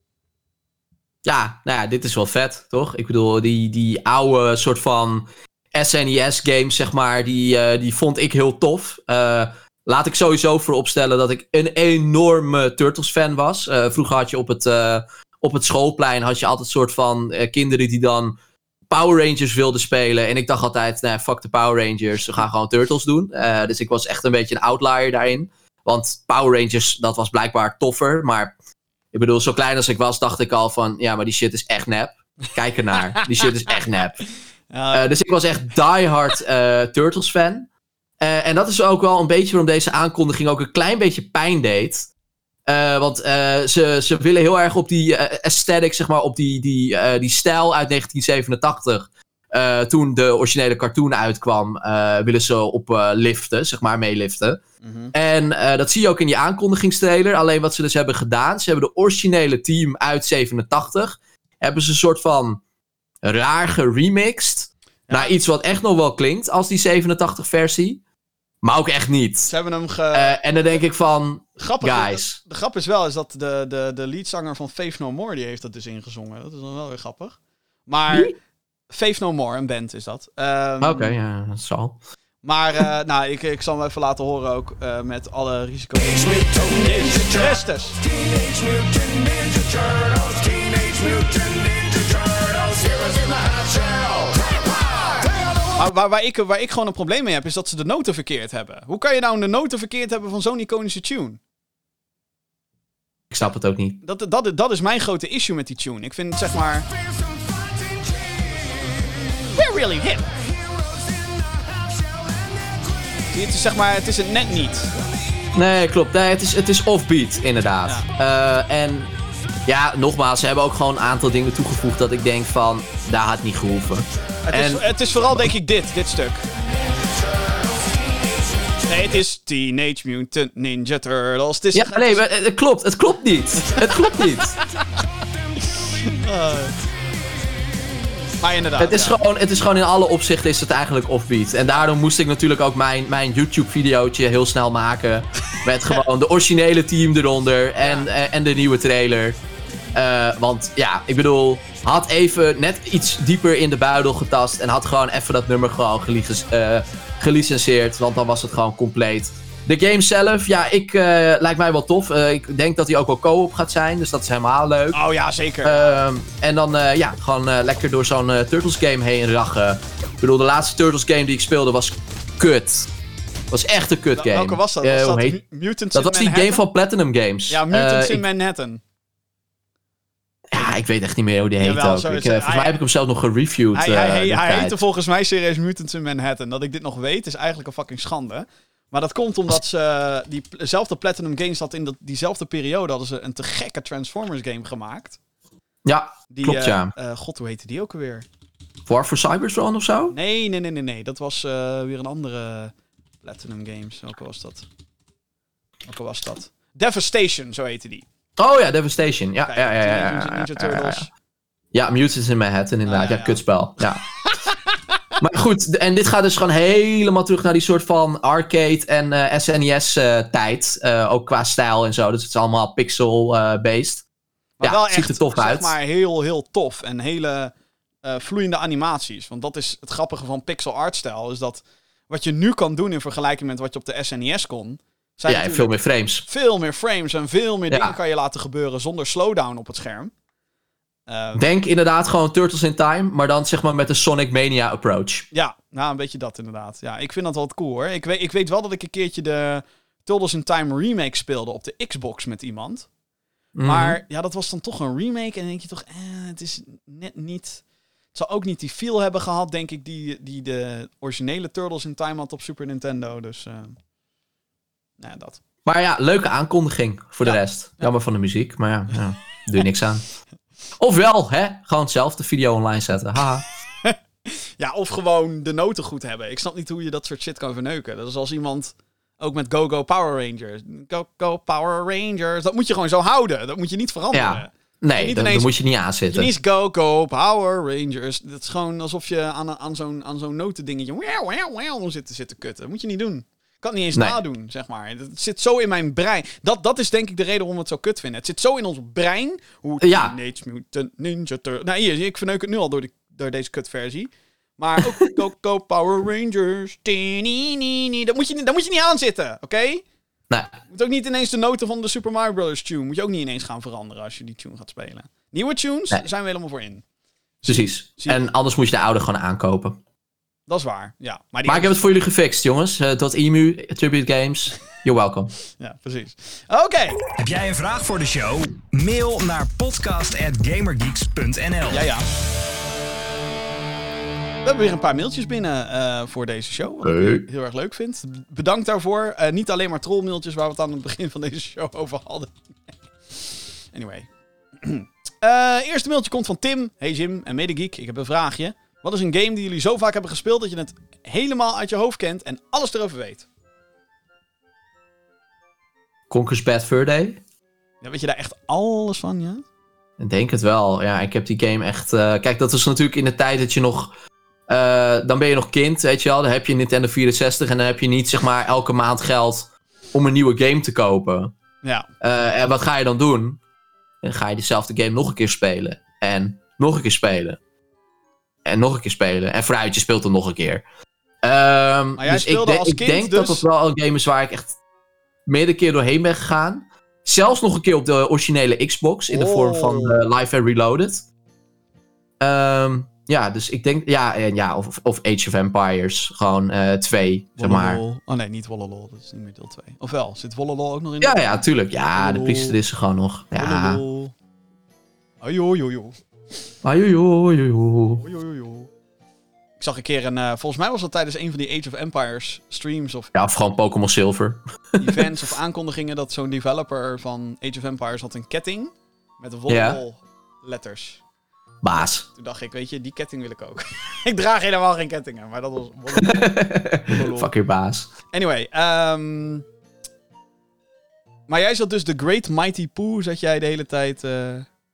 Ja, nou ja, dit is wel vet, toch? Ik bedoel, die, die oude soort van S N E S-games, zeg maar, die, uh, die vond ik heel tof. Uh, laat ik sowieso vooropstellen dat ik een enorme Turtles-fan was. Uh, vroeger had je op het, uh, op het schoolplein had je altijd een soort van uh, kinderen die dan Power Rangers wilden spelen. En ik dacht altijd, nou, fuck de Power Rangers, we gaan gewoon Turtles doen. Uh, dus ik was echt een beetje een outlier daarin. Want Power Rangers, dat was blijkbaar toffer. Maar ik bedoel, zo klein als ik was, dacht ik al van... Ja, maar die shit is echt nep. Kijk ernaar. Die shit is echt nep. Uh, dus ik was echt diehard uh, Turtles fan. Uh, en dat is ook wel een beetje waarom deze aankondiging ook een klein beetje pijn deed. Uh, want uh, ze, ze willen heel erg op die uh, aesthetic, zeg maar, op die, die, uh, die stijl uit negentien zevenentachtig... Uh, toen de originele cartoon uitkwam, uh, willen ze op uh, liften, zeg maar, meeliften. Mm-hmm. En uh, dat zie je ook in die aankondigingstrailer. Alleen wat ze dus hebben gedaan, ze hebben de originele team uit zevenentachtig, hebben ze een soort van raar geremixed. Ja. Naar iets wat echt nog wel klinkt als die zevenentachtig versie. Maar ook echt niet. Ze hebben hem ge... Uh, en dan denk ik van, Grappig, guys. De, de grap is wel is dat de, de, de leadzanger van Faith No More, die heeft dat dus ingezongen. Dat is dan wel weer grappig. Maar... Wie? Faith No More, een band is dat. Um, Oké, okay, ja, dat zal. Maar uh, nou, ik, ik zal hem even laten horen ook uh, met alle risico's. Restes. Teenage Mutant Ninja Turtles, Teenage Mutant Ninja Turtles, heroes in the hot shell. Maar waar, waar, ik, waar ik gewoon een probleem mee heb, is dat ze de noten verkeerd hebben. Hoe kan je nou de noten verkeerd hebben van zo'n iconische tune? Ik snap het ook niet. Dat, dat, dat is mijn grote issue met die tune. Ik vind, zeg maar... We're really hip. Het is, zeg maar, het is het net niet. Nee, klopt. Nee, het is, het is offbeat, inderdaad. Ja. Uh, en ja, nogmaals, ze hebben ook gewoon een aantal dingen toegevoegd dat ik denk van, daar had niet gehoeven. Het, en... is, het is vooral, denk ik, dit, dit stuk. Nee, het is Teenage Mutant Ninja Turtles. Het is, ja, nee, maar het klopt. Het klopt niet. Het klopt niet. uh. Maar inderdaad, het is, ja. gewoon, het is gewoon in alle opzichten is het eigenlijk offbeat. En daardoor moest ik natuurlijk ook mijn, mijn YouTube-videootje heel snel maken. Met gewoon de originele team eronder en, ja. en, en de nieuwe trailer. Uh, want ja, ik bedoel, had even net iets dieper in de buidel getast. En had gewoon even dat nummer gewoon gelic- uh, gelicenseerd. Want dan was het gewoon compleet. De game zelf, ja, ik, uh, lijkt mij wel tof. Uh, ik denk dat hij ook wel co-op gaat zijn, dus dat is helemaal leuk. Oh ja, zeker. Uh, en dan, uh, ja, gewoon uh, lekker door zo'n uh, Turtles game heen rachen. Ik bedoel, de laatste Turtles game die ik speelde was kut. Was echt een kut game. Welke was dat? Was uh, dat heet... Mutants dat in was die Manhattan? game van Platinum Games. Ja, Mutants uh, in ik... Manhattan. Ja, ik weet echt niet meer hoe die heet Jawel, ook. Zo Ik, uh, volgens hij, mij heb ik hem zelf nog gereviewd. Hij, uh, hij, hij, hij tijd. heette volgens mij serieus Mutants in Manhattan. Dat ik dit nog weet is eigenlijk een fucking schande. Maar dat komt omdat ze uh, diezelfde Platinum Games had in dat, diezelfde periode hadden ze een te gekke Transformers game gemaakt. Ja, die, klopt uh, ja. Uh, God, hoe heette die ook alweer? War for Cybertron of zo? Nee, nee, nee, nee, nee. Dat was uh, weer een andere Platinum Games. Welke was dat? Welke was dat? Devastation, zo heette die. Oh ja, Devastation. Ja, Kijk, ja, ja, ja, ja, Ninja, Ninja Turtles. Ja, ja. ja, Mutants in Manhattan inderdaad. Ah, ja, ja, kutspel. Ja. Maar goed, en dit gaat dus gewoon helemaal terug naar die soort van arcade en uh, S N E S-tijd. Uh, uh, ook qua stijl en zo. Dus het is allemaal pixel-based. Uh, ja, wel het ziet echt, er tof zeg uit. Maar heel, heel tof. En hele uh, vloeiende animaties. Want dat is het grappige van pixel art-stijl. Is dat wat je nu kan doen in vergelijking met wat je op de S N E S kon. Zijn ja, veel meer frames. Veel meer frames en veel meer ja. dingen kan je laten gebeuren zonder slowdown op het scherm. Uh, Denk inderdaad gewoon Turtles in Time, maar dan zeg maar met een Sonic Mania approach. Ja, nou een beetje dat inderdaad. Ja, ik vind dat wel cool hoor. Ik weet, ik weet wel dat ik een keertje de Turtles in Time remake speelde op de Xbox met iemand. Mm-hmm. Maar ja, dat was dan toch een remake en dan denk je toch, eh, het is net niet... Het zal ook niet die feel hebben gehad, denk ik, die, die de originele Turtles in Time had op Super Nintendo. Dus, uh, nou ja, dat. Maar ja, leuke aankondiging voor ja. de rest. Jammer ja. van de muziek, maar ja, ja doe je niks aan. Ofwel, hè, gewoon zelf de video online zetten. Haha. Ja, of gewoon de noten goed hebben. Ik snap niet hoe je dat soort shit kan verneuken. Dat is als iemand, ook met Go Go Power Rangers. Go Go Power Rangers. Dat moet je gewoon zo houden. Dat moet je niet veranderen. Ja. Nee, niet dat, ineens, dat moet je niet aanzetten. Je niet Go Go Power Rangers. Dat is gewoon alsof je aan, aan zo'n, aan zo'n notendingetje wow, wow, wow, zit te zitten kutten. Dat moet je niet doen. Ik kan het niet eens nee. nadoen, zeg maar. Het zit zo in mijn brein. Dat, dat is denk ik de reden waarom we het zo kut vinden. Het zit zo in ons brein. Hoe ja. Teenage Mutant Ninja Turtles... Nou hier, ik verneuk het nu al door, de, door deze kutversie. Maar ook Go Go Power Rangers. Dat moet je, dat moet je niet aanzitten, oké? Okay? Nee. Je moet ook niet ineens de noten van de Super Mario Bros. Tune. Moet je ook niet ineens gaan veranderen als je die tune gaat spelen. Nieuwe tunes nee. zijn we helemaal voor in. Precies. Zie en anders moet je de oude gewoon aankopen. Dat is waar, ja. Maar, maar ik heb het voor jullie gefixt, jongens. Uh, tot E M U, Tribute Games. You're welcome. Ja, precies. Oké. Okay. Heb jij een vraag voor de show? Mail naar podcast at gamergeeks punt n l. Ja, ja. We hebben weer een paar mailtjes binnen uh, voor deze show. Wat hey. ik heel erg leuk vind. Bedankt daarvoor. Uh, niet alleen maar trollmailtjes waar we het aan het begin van deze show over hadden. Anyway. uh, eerste mailtje komt van Tim. Hey Jim en Medegeek. Ik heb een vraagje. Wat is een game die jullie zo vaak hebben gespeeld dat je het helemaal uit je hoofd kent en alles erover weet? Conker's Bad Fur Day. Ja, weet je daar echt alles van, ja? Ik denk het wel. Ja, ik heb die game echt... Uh, kijk, dat was natuurlijk in de tijd dat je nog... Uh, dan ben je nog kind, weet je wel. Dan heb je een Nintendo vierenzestig en dan heb je niet, zeg maar, elke maand geld om een nieuwe game te kopen. Ja. Uh, en wat ga je dan doen? Dan ga je diezelfde game nog een keer spelen. En nog een keer spelen. En nog een keer spelen. En vooruit, je speelt hem nog een keer. Um, maar jij dus speelde ik, de- als ik kind denk dus... dat het wel een game is waar ik echt meerdere keer doorheen ben gegaan. Zelfs nog een keer op de originele Xbox. In de oh. vorm van uh, Live and Reloaded. Um, ja, dus ik denk... Ja, en ja of, of Age of Empires. Gewoon uh, twee, zeg maar. Oh nee, niet Wololol. Dat is niet meer deel twee. Of wel? Zit Wololol ook nog in? Ja, ja, tuurlijk. Ja, Wololol. De priester is er gewoon nog. Ja. Ajojojo. Ajojojo. Ik zag een keer een... Uh, volgens mij was dat tijdens een van die Age of Empires streams of... Ja, of gewoon Pokémon Silver. Events of aankondigingen dat zo'n developer van Age of Empires had een ketting met Wololol ja. letters. Baas. Toen dacht ik, weet je, die ketting wil ik ook. Ik draag helemaal geen kettingen, maar dat was... Fuck your baas. Anyway, um... maar jij zat dus de Great Mighty Pooh, zat jij de hele tijd... Uh...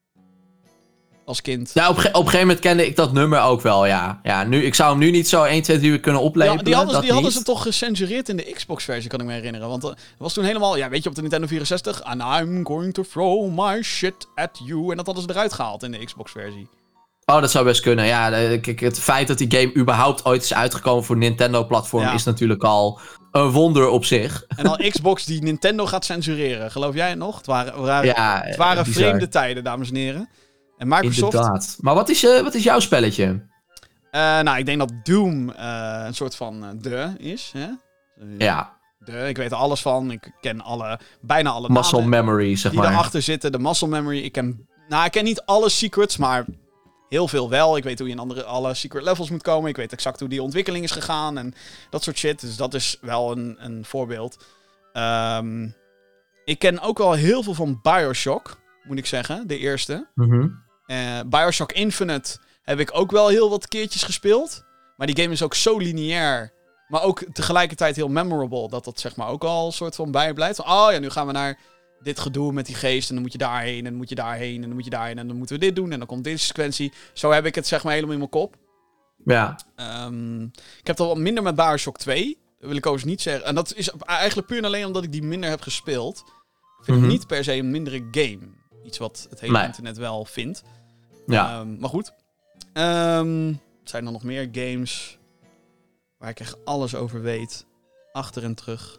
als kind. Ja, op, ge- op een gegeven moment kende ik dat nummer ook wel, ja. ja nu, ik zou hem nu niet zo één, twee, drie uur kunnen oplepelen. Ja, die hadden, dat die hadden niet. ze toch gecensureerd in de Xbox-versie, kan ik me herinneren. Want er was toen helemaal, ja, weet je, op de Nintendo vierenzestig... And I'm going to throw my shit at you. En dat hadden ze eruit gehaald in de Xbox-versie. Oh, dat zou best kunnen. Ja, kijk, het feit dat die game überhaupt ooit is uitgekomen voor Nintendo-platform... Ja. is natuurlijk al een wonder op zich. En al Xbox die Nintendo gaat censureren. Geloof jij het nog? Het waren, waren, ja, het waren bizar. vreemde tijden, dames en heren. En Microsoft... Inderdaad. Maar wat is, uh, wat is jouw spelletje? Uh, nou, ik denk dat Doom uh, een soort van uh, de is. Hè? Uh, ja. De, ik weet er alles van. Ik ken alle, bijna alle muscle namen memory, zeg die maar. Die erachter zitten. De muscle memory. Ik ken, nou, ik ken niet alle secrets, maar heel veel wel. Ik weet hoe je in andere, alle secret levels moet komen. Ik weet exact hoe die ontwikkeling is gegaan en dat soort shit. Dus dat is wel een, een voorbeeld. Um, ik ken ook wel heel veel van Bioshock, moet ik zeggen. De eerste. Mm-hmm. Uh, Bioshock Infinite heb ik ook wel heel wat keertjes gespeeld. Maar die game is ook zo lineair. Maar ook tegelijkertijd heel memorable. Dat dat zeg maar ook al een soort van bijblijft. Oh ja, nu gaan we naar dit gedoe met die geest. En dan moet je daarheen. En dan moet je daarheen. En dan moet je daarheen. En dan moeten we dit doen. En dan komt deze sequentie. Zo heb ik het zeg maar helemaal in mijn kop. Ja. Um, ik heb het al minder met Bioshock twee. Dat wil ik overigens niet zeggen. En dat is eigenlijk puur en alleen omdat ik die minder heb gespeeld. Ik vind mm-hmm. het niet per se een mindere game. Iets wat het hele nee. internet wel vindt. Ja. Um, maar goed. Um, zijn er nog meer games waar ik echt alles over weet? Achter en terug.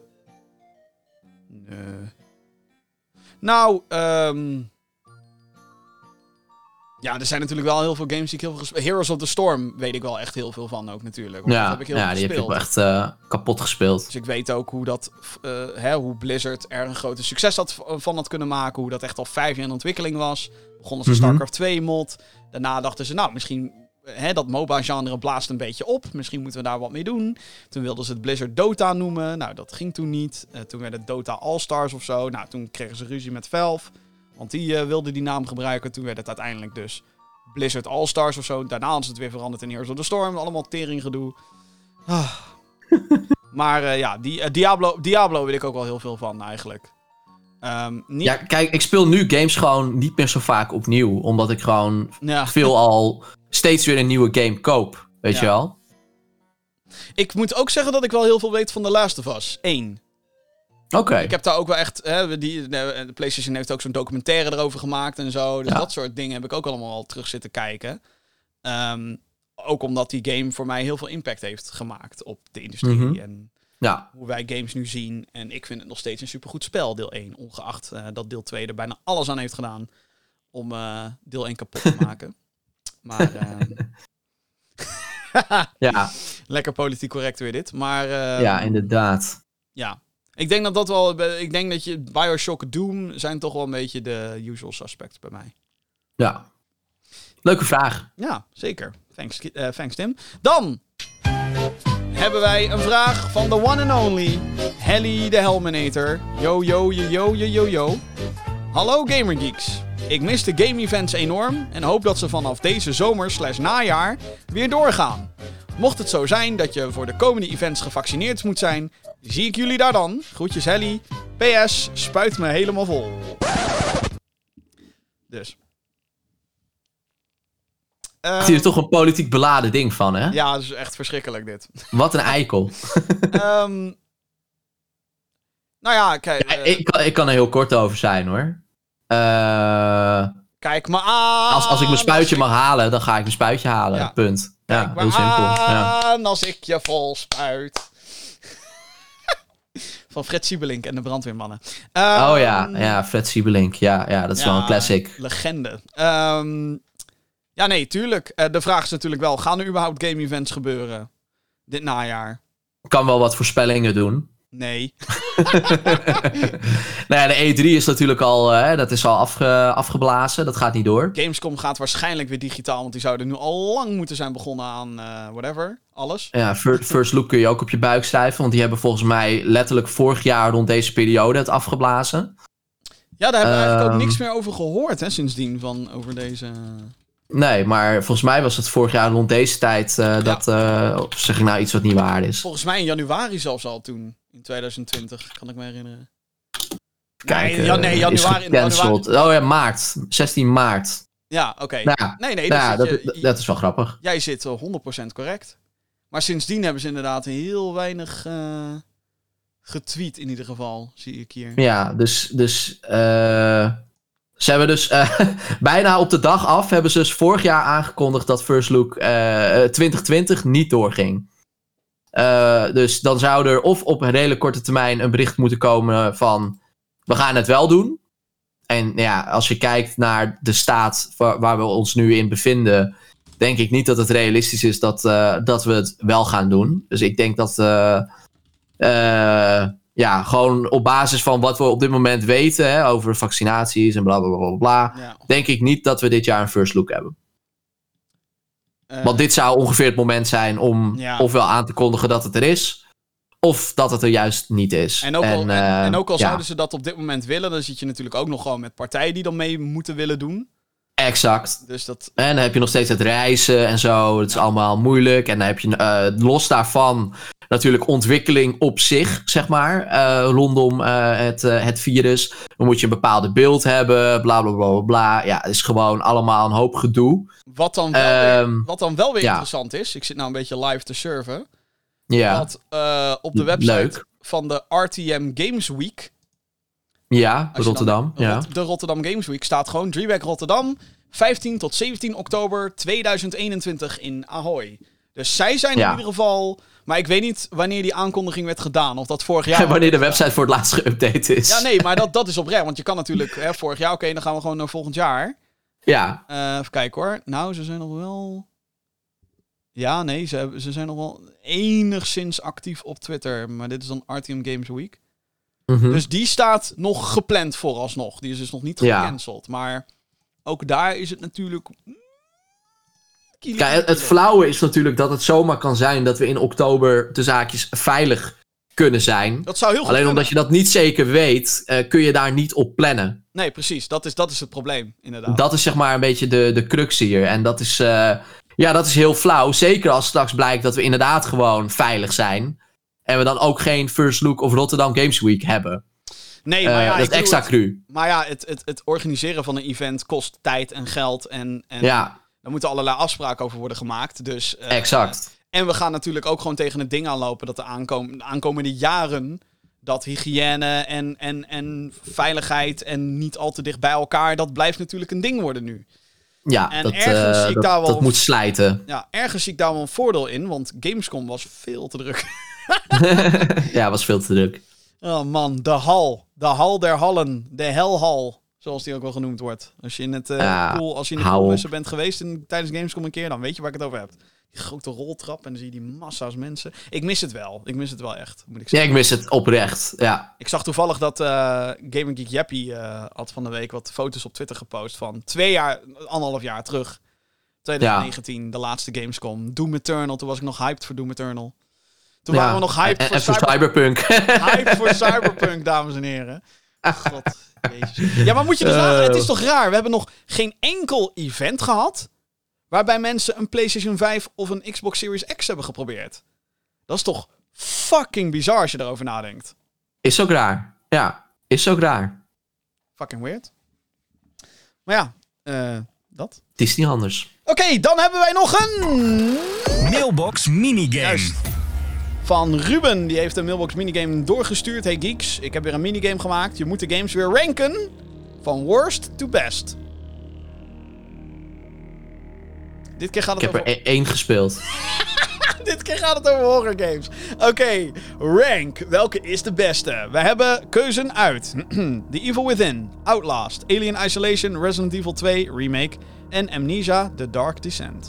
Nee. Nou, um, ja, er zijn natuurlijk wel heel veel games die ik heel veel gespeeld. Heroes of the Storm weet ik wel echt heel veel van ook natuurlijk. Want ja, dat heb ik heel ja veel die gespeeld. heb ik wel echt uh, kapot gespeeld. Dus ik weet ook hoe dat, uh, hè, hoe Blizzard er een grote succes had, van had kunnen maken. Hoe dat echt al vijf jaar in ontwikkeling was. Begon als een mm-hmm. StarCraft twee mod. Daarna dachten ze, nou, misschien hè, dat MOBA-genre blaast een beetje op. Misschien moeten we daar wat mee doen. Toen wilden ze het Blizzard Dota noemen. Nou, dat ging toen niet. Uh, toen werd het Dota All-Stars of zo. Nou, toen kregen ze ruzie met Valve. Want die uh, wilde die naam gebruiken. Toen werd het uiteindelijk dus Blizzard All-Stars of zo. Daarna hadden ze het weer veranderd in Heroes of the Storm. Allemaal teringgedoe. Ah. Maar uh, ja, die, uh, Diablo, Diablo weet ik ook wel heel veel van eigenlijk. Um, niet... Ja, kijk, ik speel nu games gewoon niet meer zo vaak opnieuw. Omdat ik gewoon ja. veel al steeds weer een nieuwe game koop. Weet ja. je wel? Ik moet ook zeggen dat ik wel heel veel weet van The Last of Us één. Oké. Okay. Ik heb daar ook wel echt... Hè, die, de PlayStation heeft ook zo'n documentaire erover gemaakt en zo. Dus ja. dat soort dingen heb ik ook allemaal al terug zitten kijken. Um, ook omdat die game voor mij heel veel impact heeft gemaakt op de industrie. Mm-hmm. En ja. hoe wij games nu zien. En ik vind het nog steeds een supergoed spel, deel één. Ongeacht uh, dat deel twee er bijna alles aan heeft gedaan om uh, deel één kapot te maken. Maar... Uh... ja. Lekker politiek correct weer dit. Maar... Uh... Ja, inderdaad. Ja. Ik denk dat dat wel... Ik denk dat je... Bioshock, Doom zijn toch wel een beetje de usual suspects bij mij. Ja. Leuke vraag. Ja, zeker. Thanks, uh, thanks Tim. Dan hebben wij een vraag van the one and only Helly de Helminator. Yo, yo, yo, yo, yo, yo, yo. Hallo Gamergeeks. Ik mis de game events enorm en hoop dat ze vanaf deze zomer slash najaar weer doorgaan. Mocht het zo zijn dat je voor de komende events gevaccineerd moet zijn, zie ik jullie daar dan. Groetjes Helly. P S, spuit me helemaal vol. Dus... Uh, Zie je er toch een politiek beladen ding van, hè? Ja, dat is echt verschrikkelijk dit. Wat een eikel. um, nou ja, kijk... Ja, uh, ik, kan, ik kan er heel kort over zijn, hoor. Uh, kijk maar aan! Als, als ik mijn spuitje mag halen, dan ga ik mijn spuitje halen. Ja. Punt. Ja, heel simpel. Aan, ja. Als ik je vol spuit. Van Fred Siebelink en de brandweermannen. Um, oh ja, ja, Fred Siebelink. Ja, ja, dat is ja, wel een classic. Legende. Um, Ja, nee, tuurlijk. Uh, de vraag is natuurlijk wel, gaan er überhaupt game-events gebeuren dit najaar? Ik kan wel wat voorspellingen doen. Nee. nou ja, de E drie is natuurlijk al, uh, dat is al afge, afgeblazen. Dat gaat niet door. Gamescom gaat waarschijnlijk weer digitaal, want die zouden nu al lang moeten zijn begonnen aan uh, whatever, alles. Ja, first, first Look kun je ook op je buik stijven, want die hebben volgens mij letterlijk vorig jaar rond deze periode het afgeblazen. Ja, daar hebben we um, eigenlijk ook niks meer over gehoord, hè, sindsdien, van over deze... Nee, maar volgens mij was het vorig jaar rond deze tijd uh, ja. dat, uh, of zeg ik nou iets wat niet waar is. Volgens mij in januari zelfs al toen, in twintig twintig, kan ik me herinneren. Kijk, nee, ja, nee januari, is gecanceld. Oh ja, maart. zestien maart. Ja, oké. Okay. Nou, nee, nee, nou, dat, dat, je, dat is wel grappig. Jij zit honderd procent correct. Maar sindsdien hebben ze inderdaad heel weinig uh, getweet in ieder geval, zie ik hier. Ja, dus... dus uh... Ze hebben dus uh, bijna op de dag af hebben ze dus vorig jaar aangekondigd dat First Look uh, twintig twintig niet doorging. Uh, dus dan zou er of op een redelijk korte termijn een bericht moeten komen van we gaan het wel doen. En ja, als je kijkt naar de staat waar, waar we ons nu in bevinden, denk ik niet dat het realistisch is dat, uh, dat we het wel gaan doen. Dus ik denk dat... Uh, uh, Ja, gewoon op basis van wat we op dit moment weten, hè, over vaccinaties en bla bla bla bla, ja. denk ik niet dat we dit jaar een first look hebben. Uh, Want dit zou ongeveer het moment zijn om ja. ofwel aan te kondigen dat het er is, of dat het er juist niet is. En ook al, en, uh, en, en ook al ja. zouden ze dat op dit moment willen, dan zit je natuurlijk ook nog gewoon met partijen die dan mee moeten willen doen. Exact. Dus dat... En dan heb je nog steeds het reizen en zo. Dat is ja. allemaal moeilijk. En dan heb je uh, los daarvan natuurlijk ontwikkeling op zich, zeg maar. Uh, rondom uh, het, uh, het virus. Dan moet je een bepaalde beeld hebben. Bla bla bla bla. Ja, het is gewoon allemaal een hoop gedoe. Wat dan wel um, weer, wat dan wel weer ja. interessant is. Ik zit nou een beetje live te surfen. Ja. Dat uh, op de website Leuk. van de R T M Games Week. Ja, Rotterdam. Dan, ja. De Rotterdam Games Week staat gewoon Dreamhack Rotterdam. vijftien tot zeventien oktober tweeduizend eenentwintig in Ahoy. Dus zij zijn ja. in ieder geval... Maar ik weet niet wanneer die aankondiging werd gedaan. Of dat vorig jaar... Ja, wanneer de website voor het laatst geüpdate is. Ja, nee, maar dat, dat is oprecht. Want je kan natuurlijk... Hè, vorig jaar, oké, okay, dan gaan we gewoon naar volgend jaar. Ja. Uh, even kijken hoor. Nou, ze zijn nog wel... Ja, nee, ze, ze zijn nog wel enigszins actief op Twitter. Maar dit is dan R T M Games Week. Mm-hmm. Dus die staat nog gepland vooralsnog. Die is dus nog niet gecanceld. Ja. Maar ook daar is het natuurlijk... kilo, Kijk, het, kilo. het flauwe is natuurlijk dat het zomaar kan zijn dat we in oktober de zaakjes veilig kunnen zijn. Dat zou heel goed Alleen kunnen. omdat je dat niet zeker weet, uh, kun je daar niet op plannen. Nee, precies. Dat is, dat is het probleem, inderdaad. Dat is zeg maar een beetje de, de crux hier. En dat is, uh, ja, dat is heel flauw. Zeker als straks blijkt dat we inderdaad gewoon veilig zijn. En we dan ook geen First Look of Rotterdam Games Week hebben. Nee, maar Uh, ja, dat ik is bedoel extra het- cru. Maar ja, het, het, het organiseren van een event kost tijd en geld. En, en Ja, daar moeten allerlei afspraken over worden gemaakt. Dus, uh, exact. En we gaan natuurlijk ook gewoon tegen het ding aanlopen dat de aankom- aankomende jaren... dat hygiëne en, en, en veiligheid en niet al te dicht bij elkaar... dat blijft natuurlijk een ding worden nu. Ja, En dat, ergens uh, zie ik dat, daar wel- dat moet slijten. Ja, ergens zie ik daar wel een voordeel in, want Gamescom was veel te druk. Ja, was veel te druk. Oh man, de hal. De hal der hallen. De helhal, zoals die ook wel genoemd wordt. Als je in het uh, Ja, pool, als je in de hou poolbussen op. bent geweest in, tijdens Gamescom een keer, dan weet je waar ik het over heb. Die grote roltrap en dan zie je die massa's mensen. Ik mis het wel. Ik mis het wel echt, moet ik Ja, zeggen. ik mis het oprecht. Ja, Ik zag toevallig dat uh, Gaming Geek Jappie uh, had van de week wat foto's op Twitter gepost van twee jaar, anderhalf jaar terug. twintig negentien, ja. De laatste Gamescom. Doom Eternal, toen was ik nog hyped voor Doom Eternal. Toen ja. waren we nog hyped en, voor, en voor cyber... Cyberpunk. hyped voor Cyberpunk, dames en heren. God, jezus. Ja, maar moet je dus nagaan, het is toch raar? We hebben nog geen enkel event gehad waarbij mensen een PlayStation vijf of een Xbox Series X hebben geprobeerd. Dat is toch fucking bizar als je erover nadenkt. Is ook raar. Ja, is ook raar. Fucking weird. Maar ja, uh, dat. Het is niet anders. Oké, okay, dan hebben wij nog een... Mailbox minigame. Juist. Van Ruben, die heeft een Mailbox minigame doorgestuurd. Hey geeks, ik heb weer een minigame gemaakt. Je moet de games weer ranken van worst to best. Dit keer gaat het ik heb over... er e- één gespeeld. Dit keer gaat het over horror games. Oké, okay, rank. Welke is de beste? We hebben keuzen uit The Evil Within, Outlast, Alien Isolation, Resident Evil twee Remake en Amnesia The Dark Descent.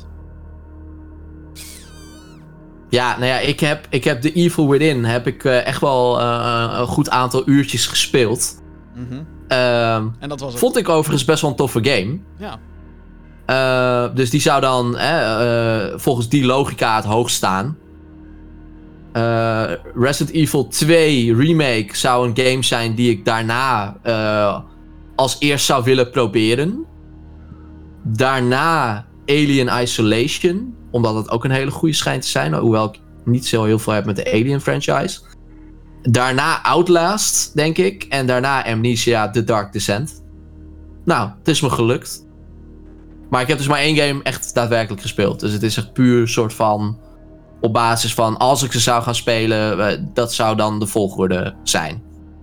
Ja, nou ja, ik heb, ik heb The Evil Within heb ik uh, echt wel uh, een goed aantal uurtjes gespeeld. Mm-hmm. Um, en dat was het. Vond ik overigens best wel een toffe game. Ja. Uh, dus die zou dan eh, uh, volgens die logica het hoogst staan. Uh, Resident Evil twee Remake zou een game zijn die ik daarna uh, als eerst zou willen proberen. Daarna Alien Isolation, omdat het ook een hele goede schijnt te zijn, hoewel ik niet zo heel veel heb met de Alien franchise. Daarna Outlast, denk ik. En daarna Amnesia The Dark Descent. Nou, het is me gelukt. Maar ik heb dus maar één game echt daadwerkelijk gespeeld. Dus het is echt puur een soort van... op basis van, als ik ze zou gaan spelen, dat zou dan de volgorde zijn.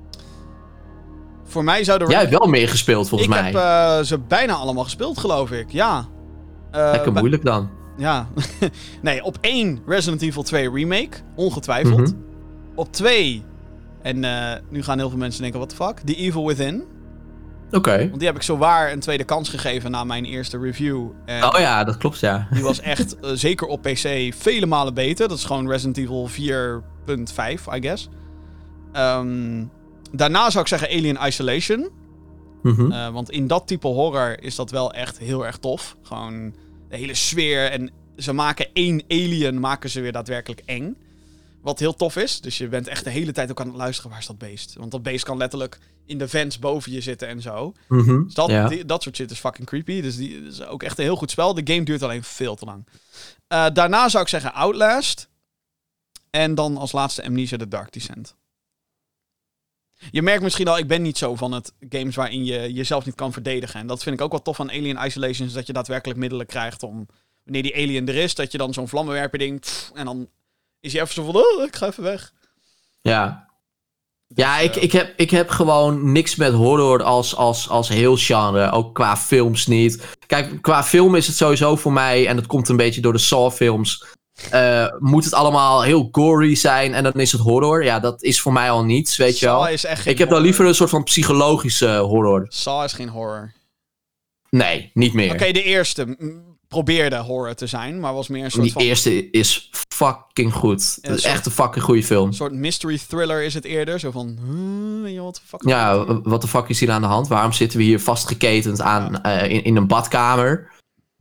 Voor mij zou de... Jij hebt wel meer gespeeld, volgens ik mij. Ik heb uh, ze bijna allemaal gespeeld, geloof ik. Ja. Uh, Lekker moeilijk dan. Ja. Nee, op één Resident Evil twee Remake. Ongetwijfeld. Mm-hmm. Op twee... En uh, nu gaan heel veel mensen denken, what the fuck? The Evil Within. Oké. Okay. Want die heb ik zowaar een tweede kans gegeven na mijn eerste review. En oh ja, dat klopt, ja. Die was echt, uh, zeker op P C, vele malen beter. Dat is gewoon Resident Evil vier punt vijf, I guess. Um, daarna zou ik zeggen Alien Isolation. Mm-hmm. Uh, want in dat type horror is dat wel echt heel erg tof. Gewoon de hele sfeer. En ze maken één alien, maken ze weer daadwerkelijk eng. Wat heel tof is. Dus je bent echt de hele tijd ook aan het luisteren. Waar is dat beest? Want dat beest kan letterlijk in de vents boven je zitten en zo. Mm-hmm. Dus dat, ja. die, dat soort shit is fucking creepy. Dus die is ook echt een heel goed spel. De game duurt alleen veel te lang. Uh, daarna zou ik zeggen Outlast. En dan als laatste Amnesia The Dark Descent. Je merkt misschien al, ik ben niet zo van het games waarin je jezelf niet kan verdedigen. En dat vind ik ook wel tof aan Alien Isolation. Is dat je daadwerkelijk middelen krijgt om, wanneer die alien er is, dat je dan zo'n vlammenwerper ding... Pff, en dan is hij even zo van, oh, ik ga even weg. Ja. Dus, ja, ik, uh, ik, heb, ik heb gewoon niks met horror als, als, als heel genre. Ook qua films niet. Kijk, qua film is het sowieso voor mij, en dat komt een beetje door de Saw-films... Uh, moet het allemaal heel gory zijn en dan is het horror? Ja, dat is voor mij al niets, weet je wel. Saw is echt geen ik heb horror. dan liever een soort van psychologische horror. Saw is geen horror. Nee, niet meer. Oké, okay, de eerste m- probeerde horror te zijn, maar was meer een soort Die van... Die eerste is fucking goed. Het is soort, echt een fucking goede film. Een soort mystery thriller is het eerder. Zo van, huh, wat de fuck? Ja, wat de fuck is hier aan de hand? Waarom zitten we hier vastgeketend aan, ja. uh, in, in een badkamer?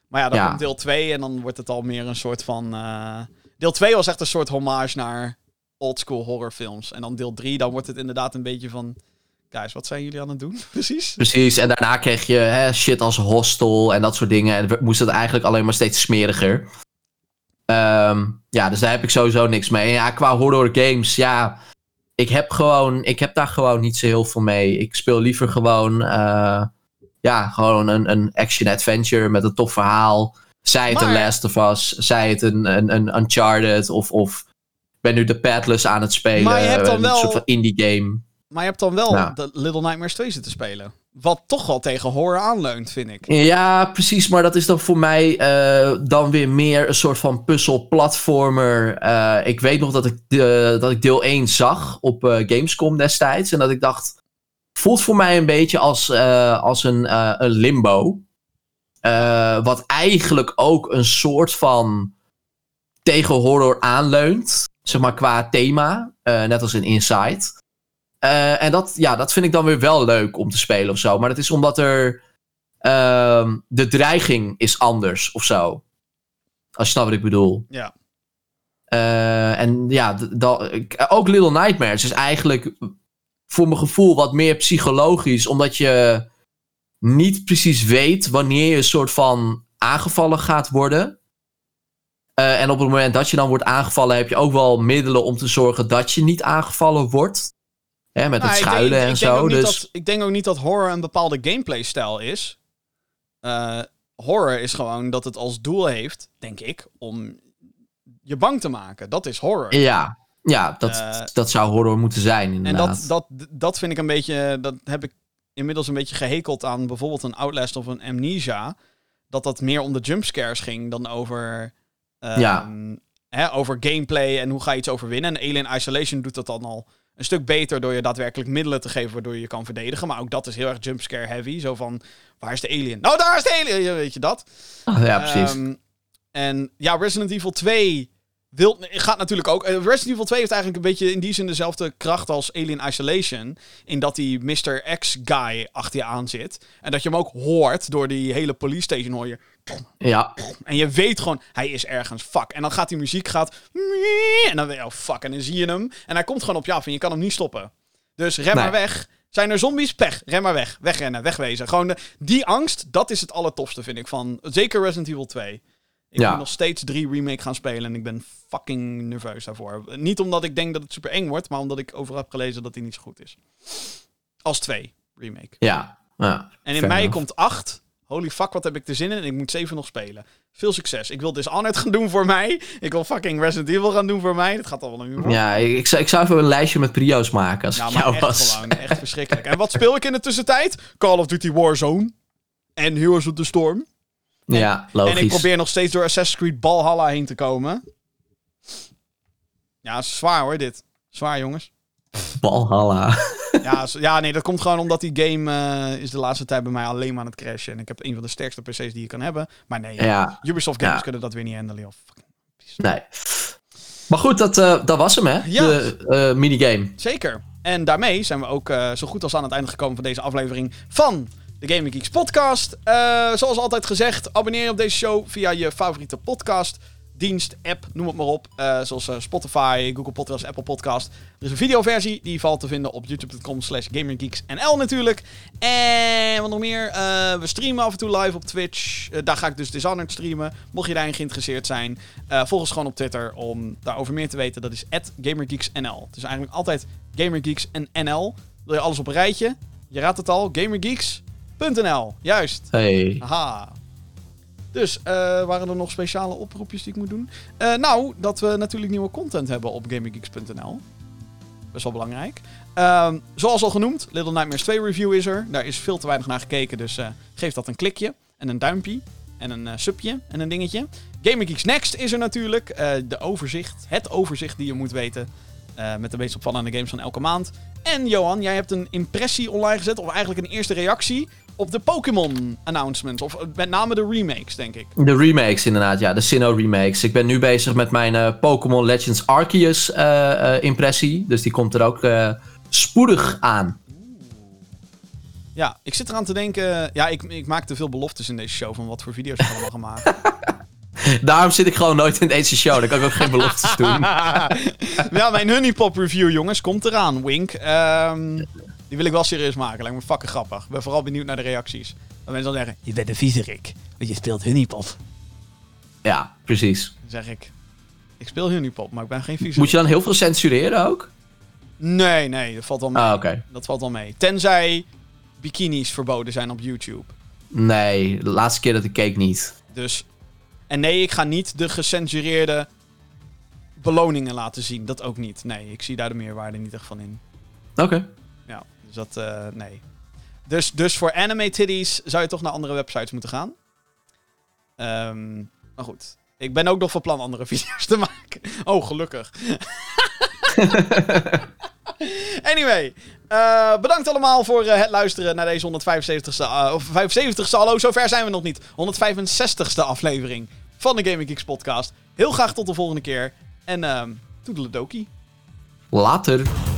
Maar ja, dan Ja. komt deel twee en dan wordt het al meer een soort van... Uh... Deel twee was echt een soort hommage naar oldschool horrorfilms. En dan deel drie, dan wordt het inderdaad een beetje van... Guys, wat zijn jullie aan het doen? Precies. Precies, en daarna kreeg je hè, shit als Hostel en dat soort dingen. En moest het eigenlijk alleen maar steeds smeriger. Um, ja, dus daar heb ik sowieso niks mee. En ja, qua horror games, ja... Ik heb gewoon... Ik heb daar gewoon niet zo heel veel mee. Ik speel liever gewoon... Uh, ja, gewoon een, een action-adventure met een tof verhaal. Zij het Maar... een Last of Us, zij het een, een, een Uncharted... of, of ben nu de Padless aan het spelen. Maar je hebt dan een wel... soort van indie game. Maar je hebt dan wel Ja. de Little Nightmares twee zitten spelen. Wat toch wel tegen horror aanleunt, vind ik. Ja, precies. Maar dat is dan voor mij uh, dan weer meer een soort van puzzel-platformer. Uh, ik weet nog dat ik, de, dat ik deel één zag op uh, Gamescom destijds. En dat ik dacht, voelt voor mij een beetje als, uh, als een, uh, een Limbo. Uh, wat eigenlijk ook een soort van tegen horror aanleunt. Zeg maar qua thema. Uh, net als in Inside. Uh, en dat, ja, dat vind ik dan weer wel leuk om te spelen of zo. Maar dat is omdat er... Uh, de dreiging is anders of zo. Als je snapt wat ik bedoel. Ja. Uh, en ja, d- d- ook Little Nightmares is eigenlijk... voor mijn gevoel wat meer psychologisch. Omdat je niet precies weet wanneer je een soort van aangevallen gaat worden. Uh, en op het moment dat je dan wordt aangevallen... heb je ook wel middelen om te zorgen dat je niet aangevallen wordt. Hè, met Nou, het ik schuilen denk, en ik zo. Denk ook niet Dus... dat, ik denk ook niet dat horror een bepaalde gameplay-stijl is. Uh, horror is gewoon dat het als doel heeft, denk ik, om je bang te maken. Dat is horror. Ja, ja dat, Uh, dat zou horror moeten zijn, inderdaad. En dat, dat, dat vind ik een beetje... Dat heb ik inmiddels een beetje gehekeld aan bijvoorbeeld een Outlast of een Amnesia. Dat dat meer om de jumpscares ging dan over... Um, Ja. Hè, over gameplay en hoe ga je iets overwinnen. En Alien Isolation doet dat dan al een stuk beter door je daadwerkelijk middelen te geven waardoor je je kan verdedigen. Maar ook dat is heel erg jumpscare heavy. Zo van, waar is de alien? Nou, daar is de alien! Weet je dat? Oh, ja, precies. Um, en ja, Resident Evil twee wil, gaat natuurlijk ook... Uh, Resident Evil twee heeft eigenlijk een beetje in die zin dezelfde kracht als Alien Isolation. In dat die mister X-guy achter je aan zit. En dat je hem ook hoort door die hele police station hoor je... Ja. En je weet gewoon, hij is ergens, fuck. En dan gaat die muziek, gaat... En dan weet je, oh fuck, en dan zie je hem. En hij komt gewoon op je af en je kan hem niet stoppen. Dus rem Nee. maar weg. Zijn er zombies? Pech. Rem maar weg. Wegrennen, wegwezen. Gewoon de, die angst, dat is het allertofste, vind ik. Van, zeker Resident Evil twee. Ik Ja. moet nog steeds drie remake gaan spelen en ik ben fucking nerveus daarvoor. Niet omdat ik denk dat het super eng wordt, maar omdat ik overal heb gelezen dat hij niet zo goed is. Als twee remake. Ja. ja. En in Fair mei enough. komt acht. Holy fuck, wat heb ik er zin in. En ik moet zeven nog spelen. Veel succes. Ik wil Dishonored gaan doen voor mij. Ik wil fucking Resident Evil gaan doen voor mij. Dat gaat al wel een uur. Ja, ik, ik, zou, ik zou even een lijstje met prio's maken als Ja, ik maar jou echt was. gewoon. Echt verschrikkelijk. En wat speel ik in de tussentijd? Call of Duty Warzone. En Heroes of the Storm. Ja, logisch. En ik probeer nog steeds door Assassin's Creed Valhalla heen te komen. Ja, is zwaar hoor, dit. Zwaar, jongens. Valhalla. Ja, z- ja, nee, dat komt gewoon omdat die game uh, is de laatste tijd bij mij alleen maar aan het crashen. En ik heb een van de sterkste P C's die je kan hebben. Maar nee, Ja. Ubisoft games Ja. kunnen dat weer niet handelen. Joh. Fucking- Nee. Maar goed, dat, uh, dat was hem, hè? Ja. De uh, minigame. Zeker. En daarmee zijn we ook uh, zo goed als aan het einde gekomen van deze aflevering van de Gaming Geeks podcast. Uh, zoals altijd gezegd, abonneer je op deze show via je favoriete podcast dienst, app, noem het maar op. Uh, zoals uh, Spotify, Google Podcasts, Apple Podcast. Er is een videoversie, die valt te vinden op youtube dot com slash gamergeeksnl natuurlijk. En wat nog meer, uh, we streamen af en toe live op Twitch. Uh, daar ga ik dus Dishonored streamen. Mocht je daarin geïnteresseerd zijn, uh, volg ons gewoon op Twitter om daarover meer te weten. Dat is at gamergeeksnl. Het is eigenlijk altijd Gamergeeks en N L. Wil je alles op een rijtje? Je raadt het al, gamergeeks punt n l. Juist. Hey. Aha. Dus, uh, waren er nog speciale oproepjes die ik moet doen? Uh, nou, dat we natuurlijk nieuwe content hebben op gamergeeks punt n l. Best wel belangrijk. Uh, zoals al genoemd, Little Nightmares twee review is er. Daar is veel te weinig naar gekeken, dus uh, geef dat een klikje. En een duimpje. En een uh, subje. En een dingetje. Gamergeeks Next is er natuurlijk. Uh, de overzicht. Het overzicht die je moet weten. Uh, met de meest opvallende games van elke maand. En Johan, jij hebt een impressie online gezet. Of eigenlijk een eerste reactie op de Pokémon announcements. Of met name de remakes, denk ik. De remakes inderdaad, ja. De Sinnoh remakes. Ik ben nu bezig met mijn uh, Pokémon Legends Arceus uh, uh, impressie. Dus die komt er ook uh, spoedig aan. Ja, ik zit eraan te denken... Ja, ik, ik maak te veel beloftes in deze show van wat voor video's ik allemaal ga maken. Daarom zit ik gewoon nooit in deze show. Dan kan ik ook geen beloftes doen. Ja, mijn Honeypop review, jongens, komt eraan. Wink. Um, die wil ik wel serieus maken. Lijkt me fucking grappig. Ik ben vooral benieuwd naar de reacties. Dat mensen dan zeggen... Je bent een viezerik. Want je speelt Honeypop. Ja, precies. Dan zeg ik... Ik speel Honeypop, maar ik ben geen viezerik. Moet je dan heel veel censureren ook? Nee, nee. Dat valt wel mee. Ah, oké. Okay. Dat valt wel mee. Tenzij bikinis verboden zijn op YouTube. Nee, de laatste keer dat ik keek niet. Dus... En nee, ik ga niet de gecensureerde beloningen laten zien. Dat ook niet. Nee, ik zie daar de meerwaarde niet echt van in. Oké. Okay. Ja, dus dat... Uh, nee. Dus, dus voor anime titties zou je toch naar andere websites moeten gaan. Um, maar goed. Ik ben ook nog van plan andere video's te maken. Oh, gelukkig. Anyway. Uh, bedankt allemaal voor uh, het luisteren naar deze honderdvijfenzeventigste... Uh, of vijfenzeventigste, hallo, zover zijn we nog niet. honderdvijfenzestigste aflevering van de Gaming Geeks podcast. Heel graag tot de volgende keer. En uh, toedeledokie. Later.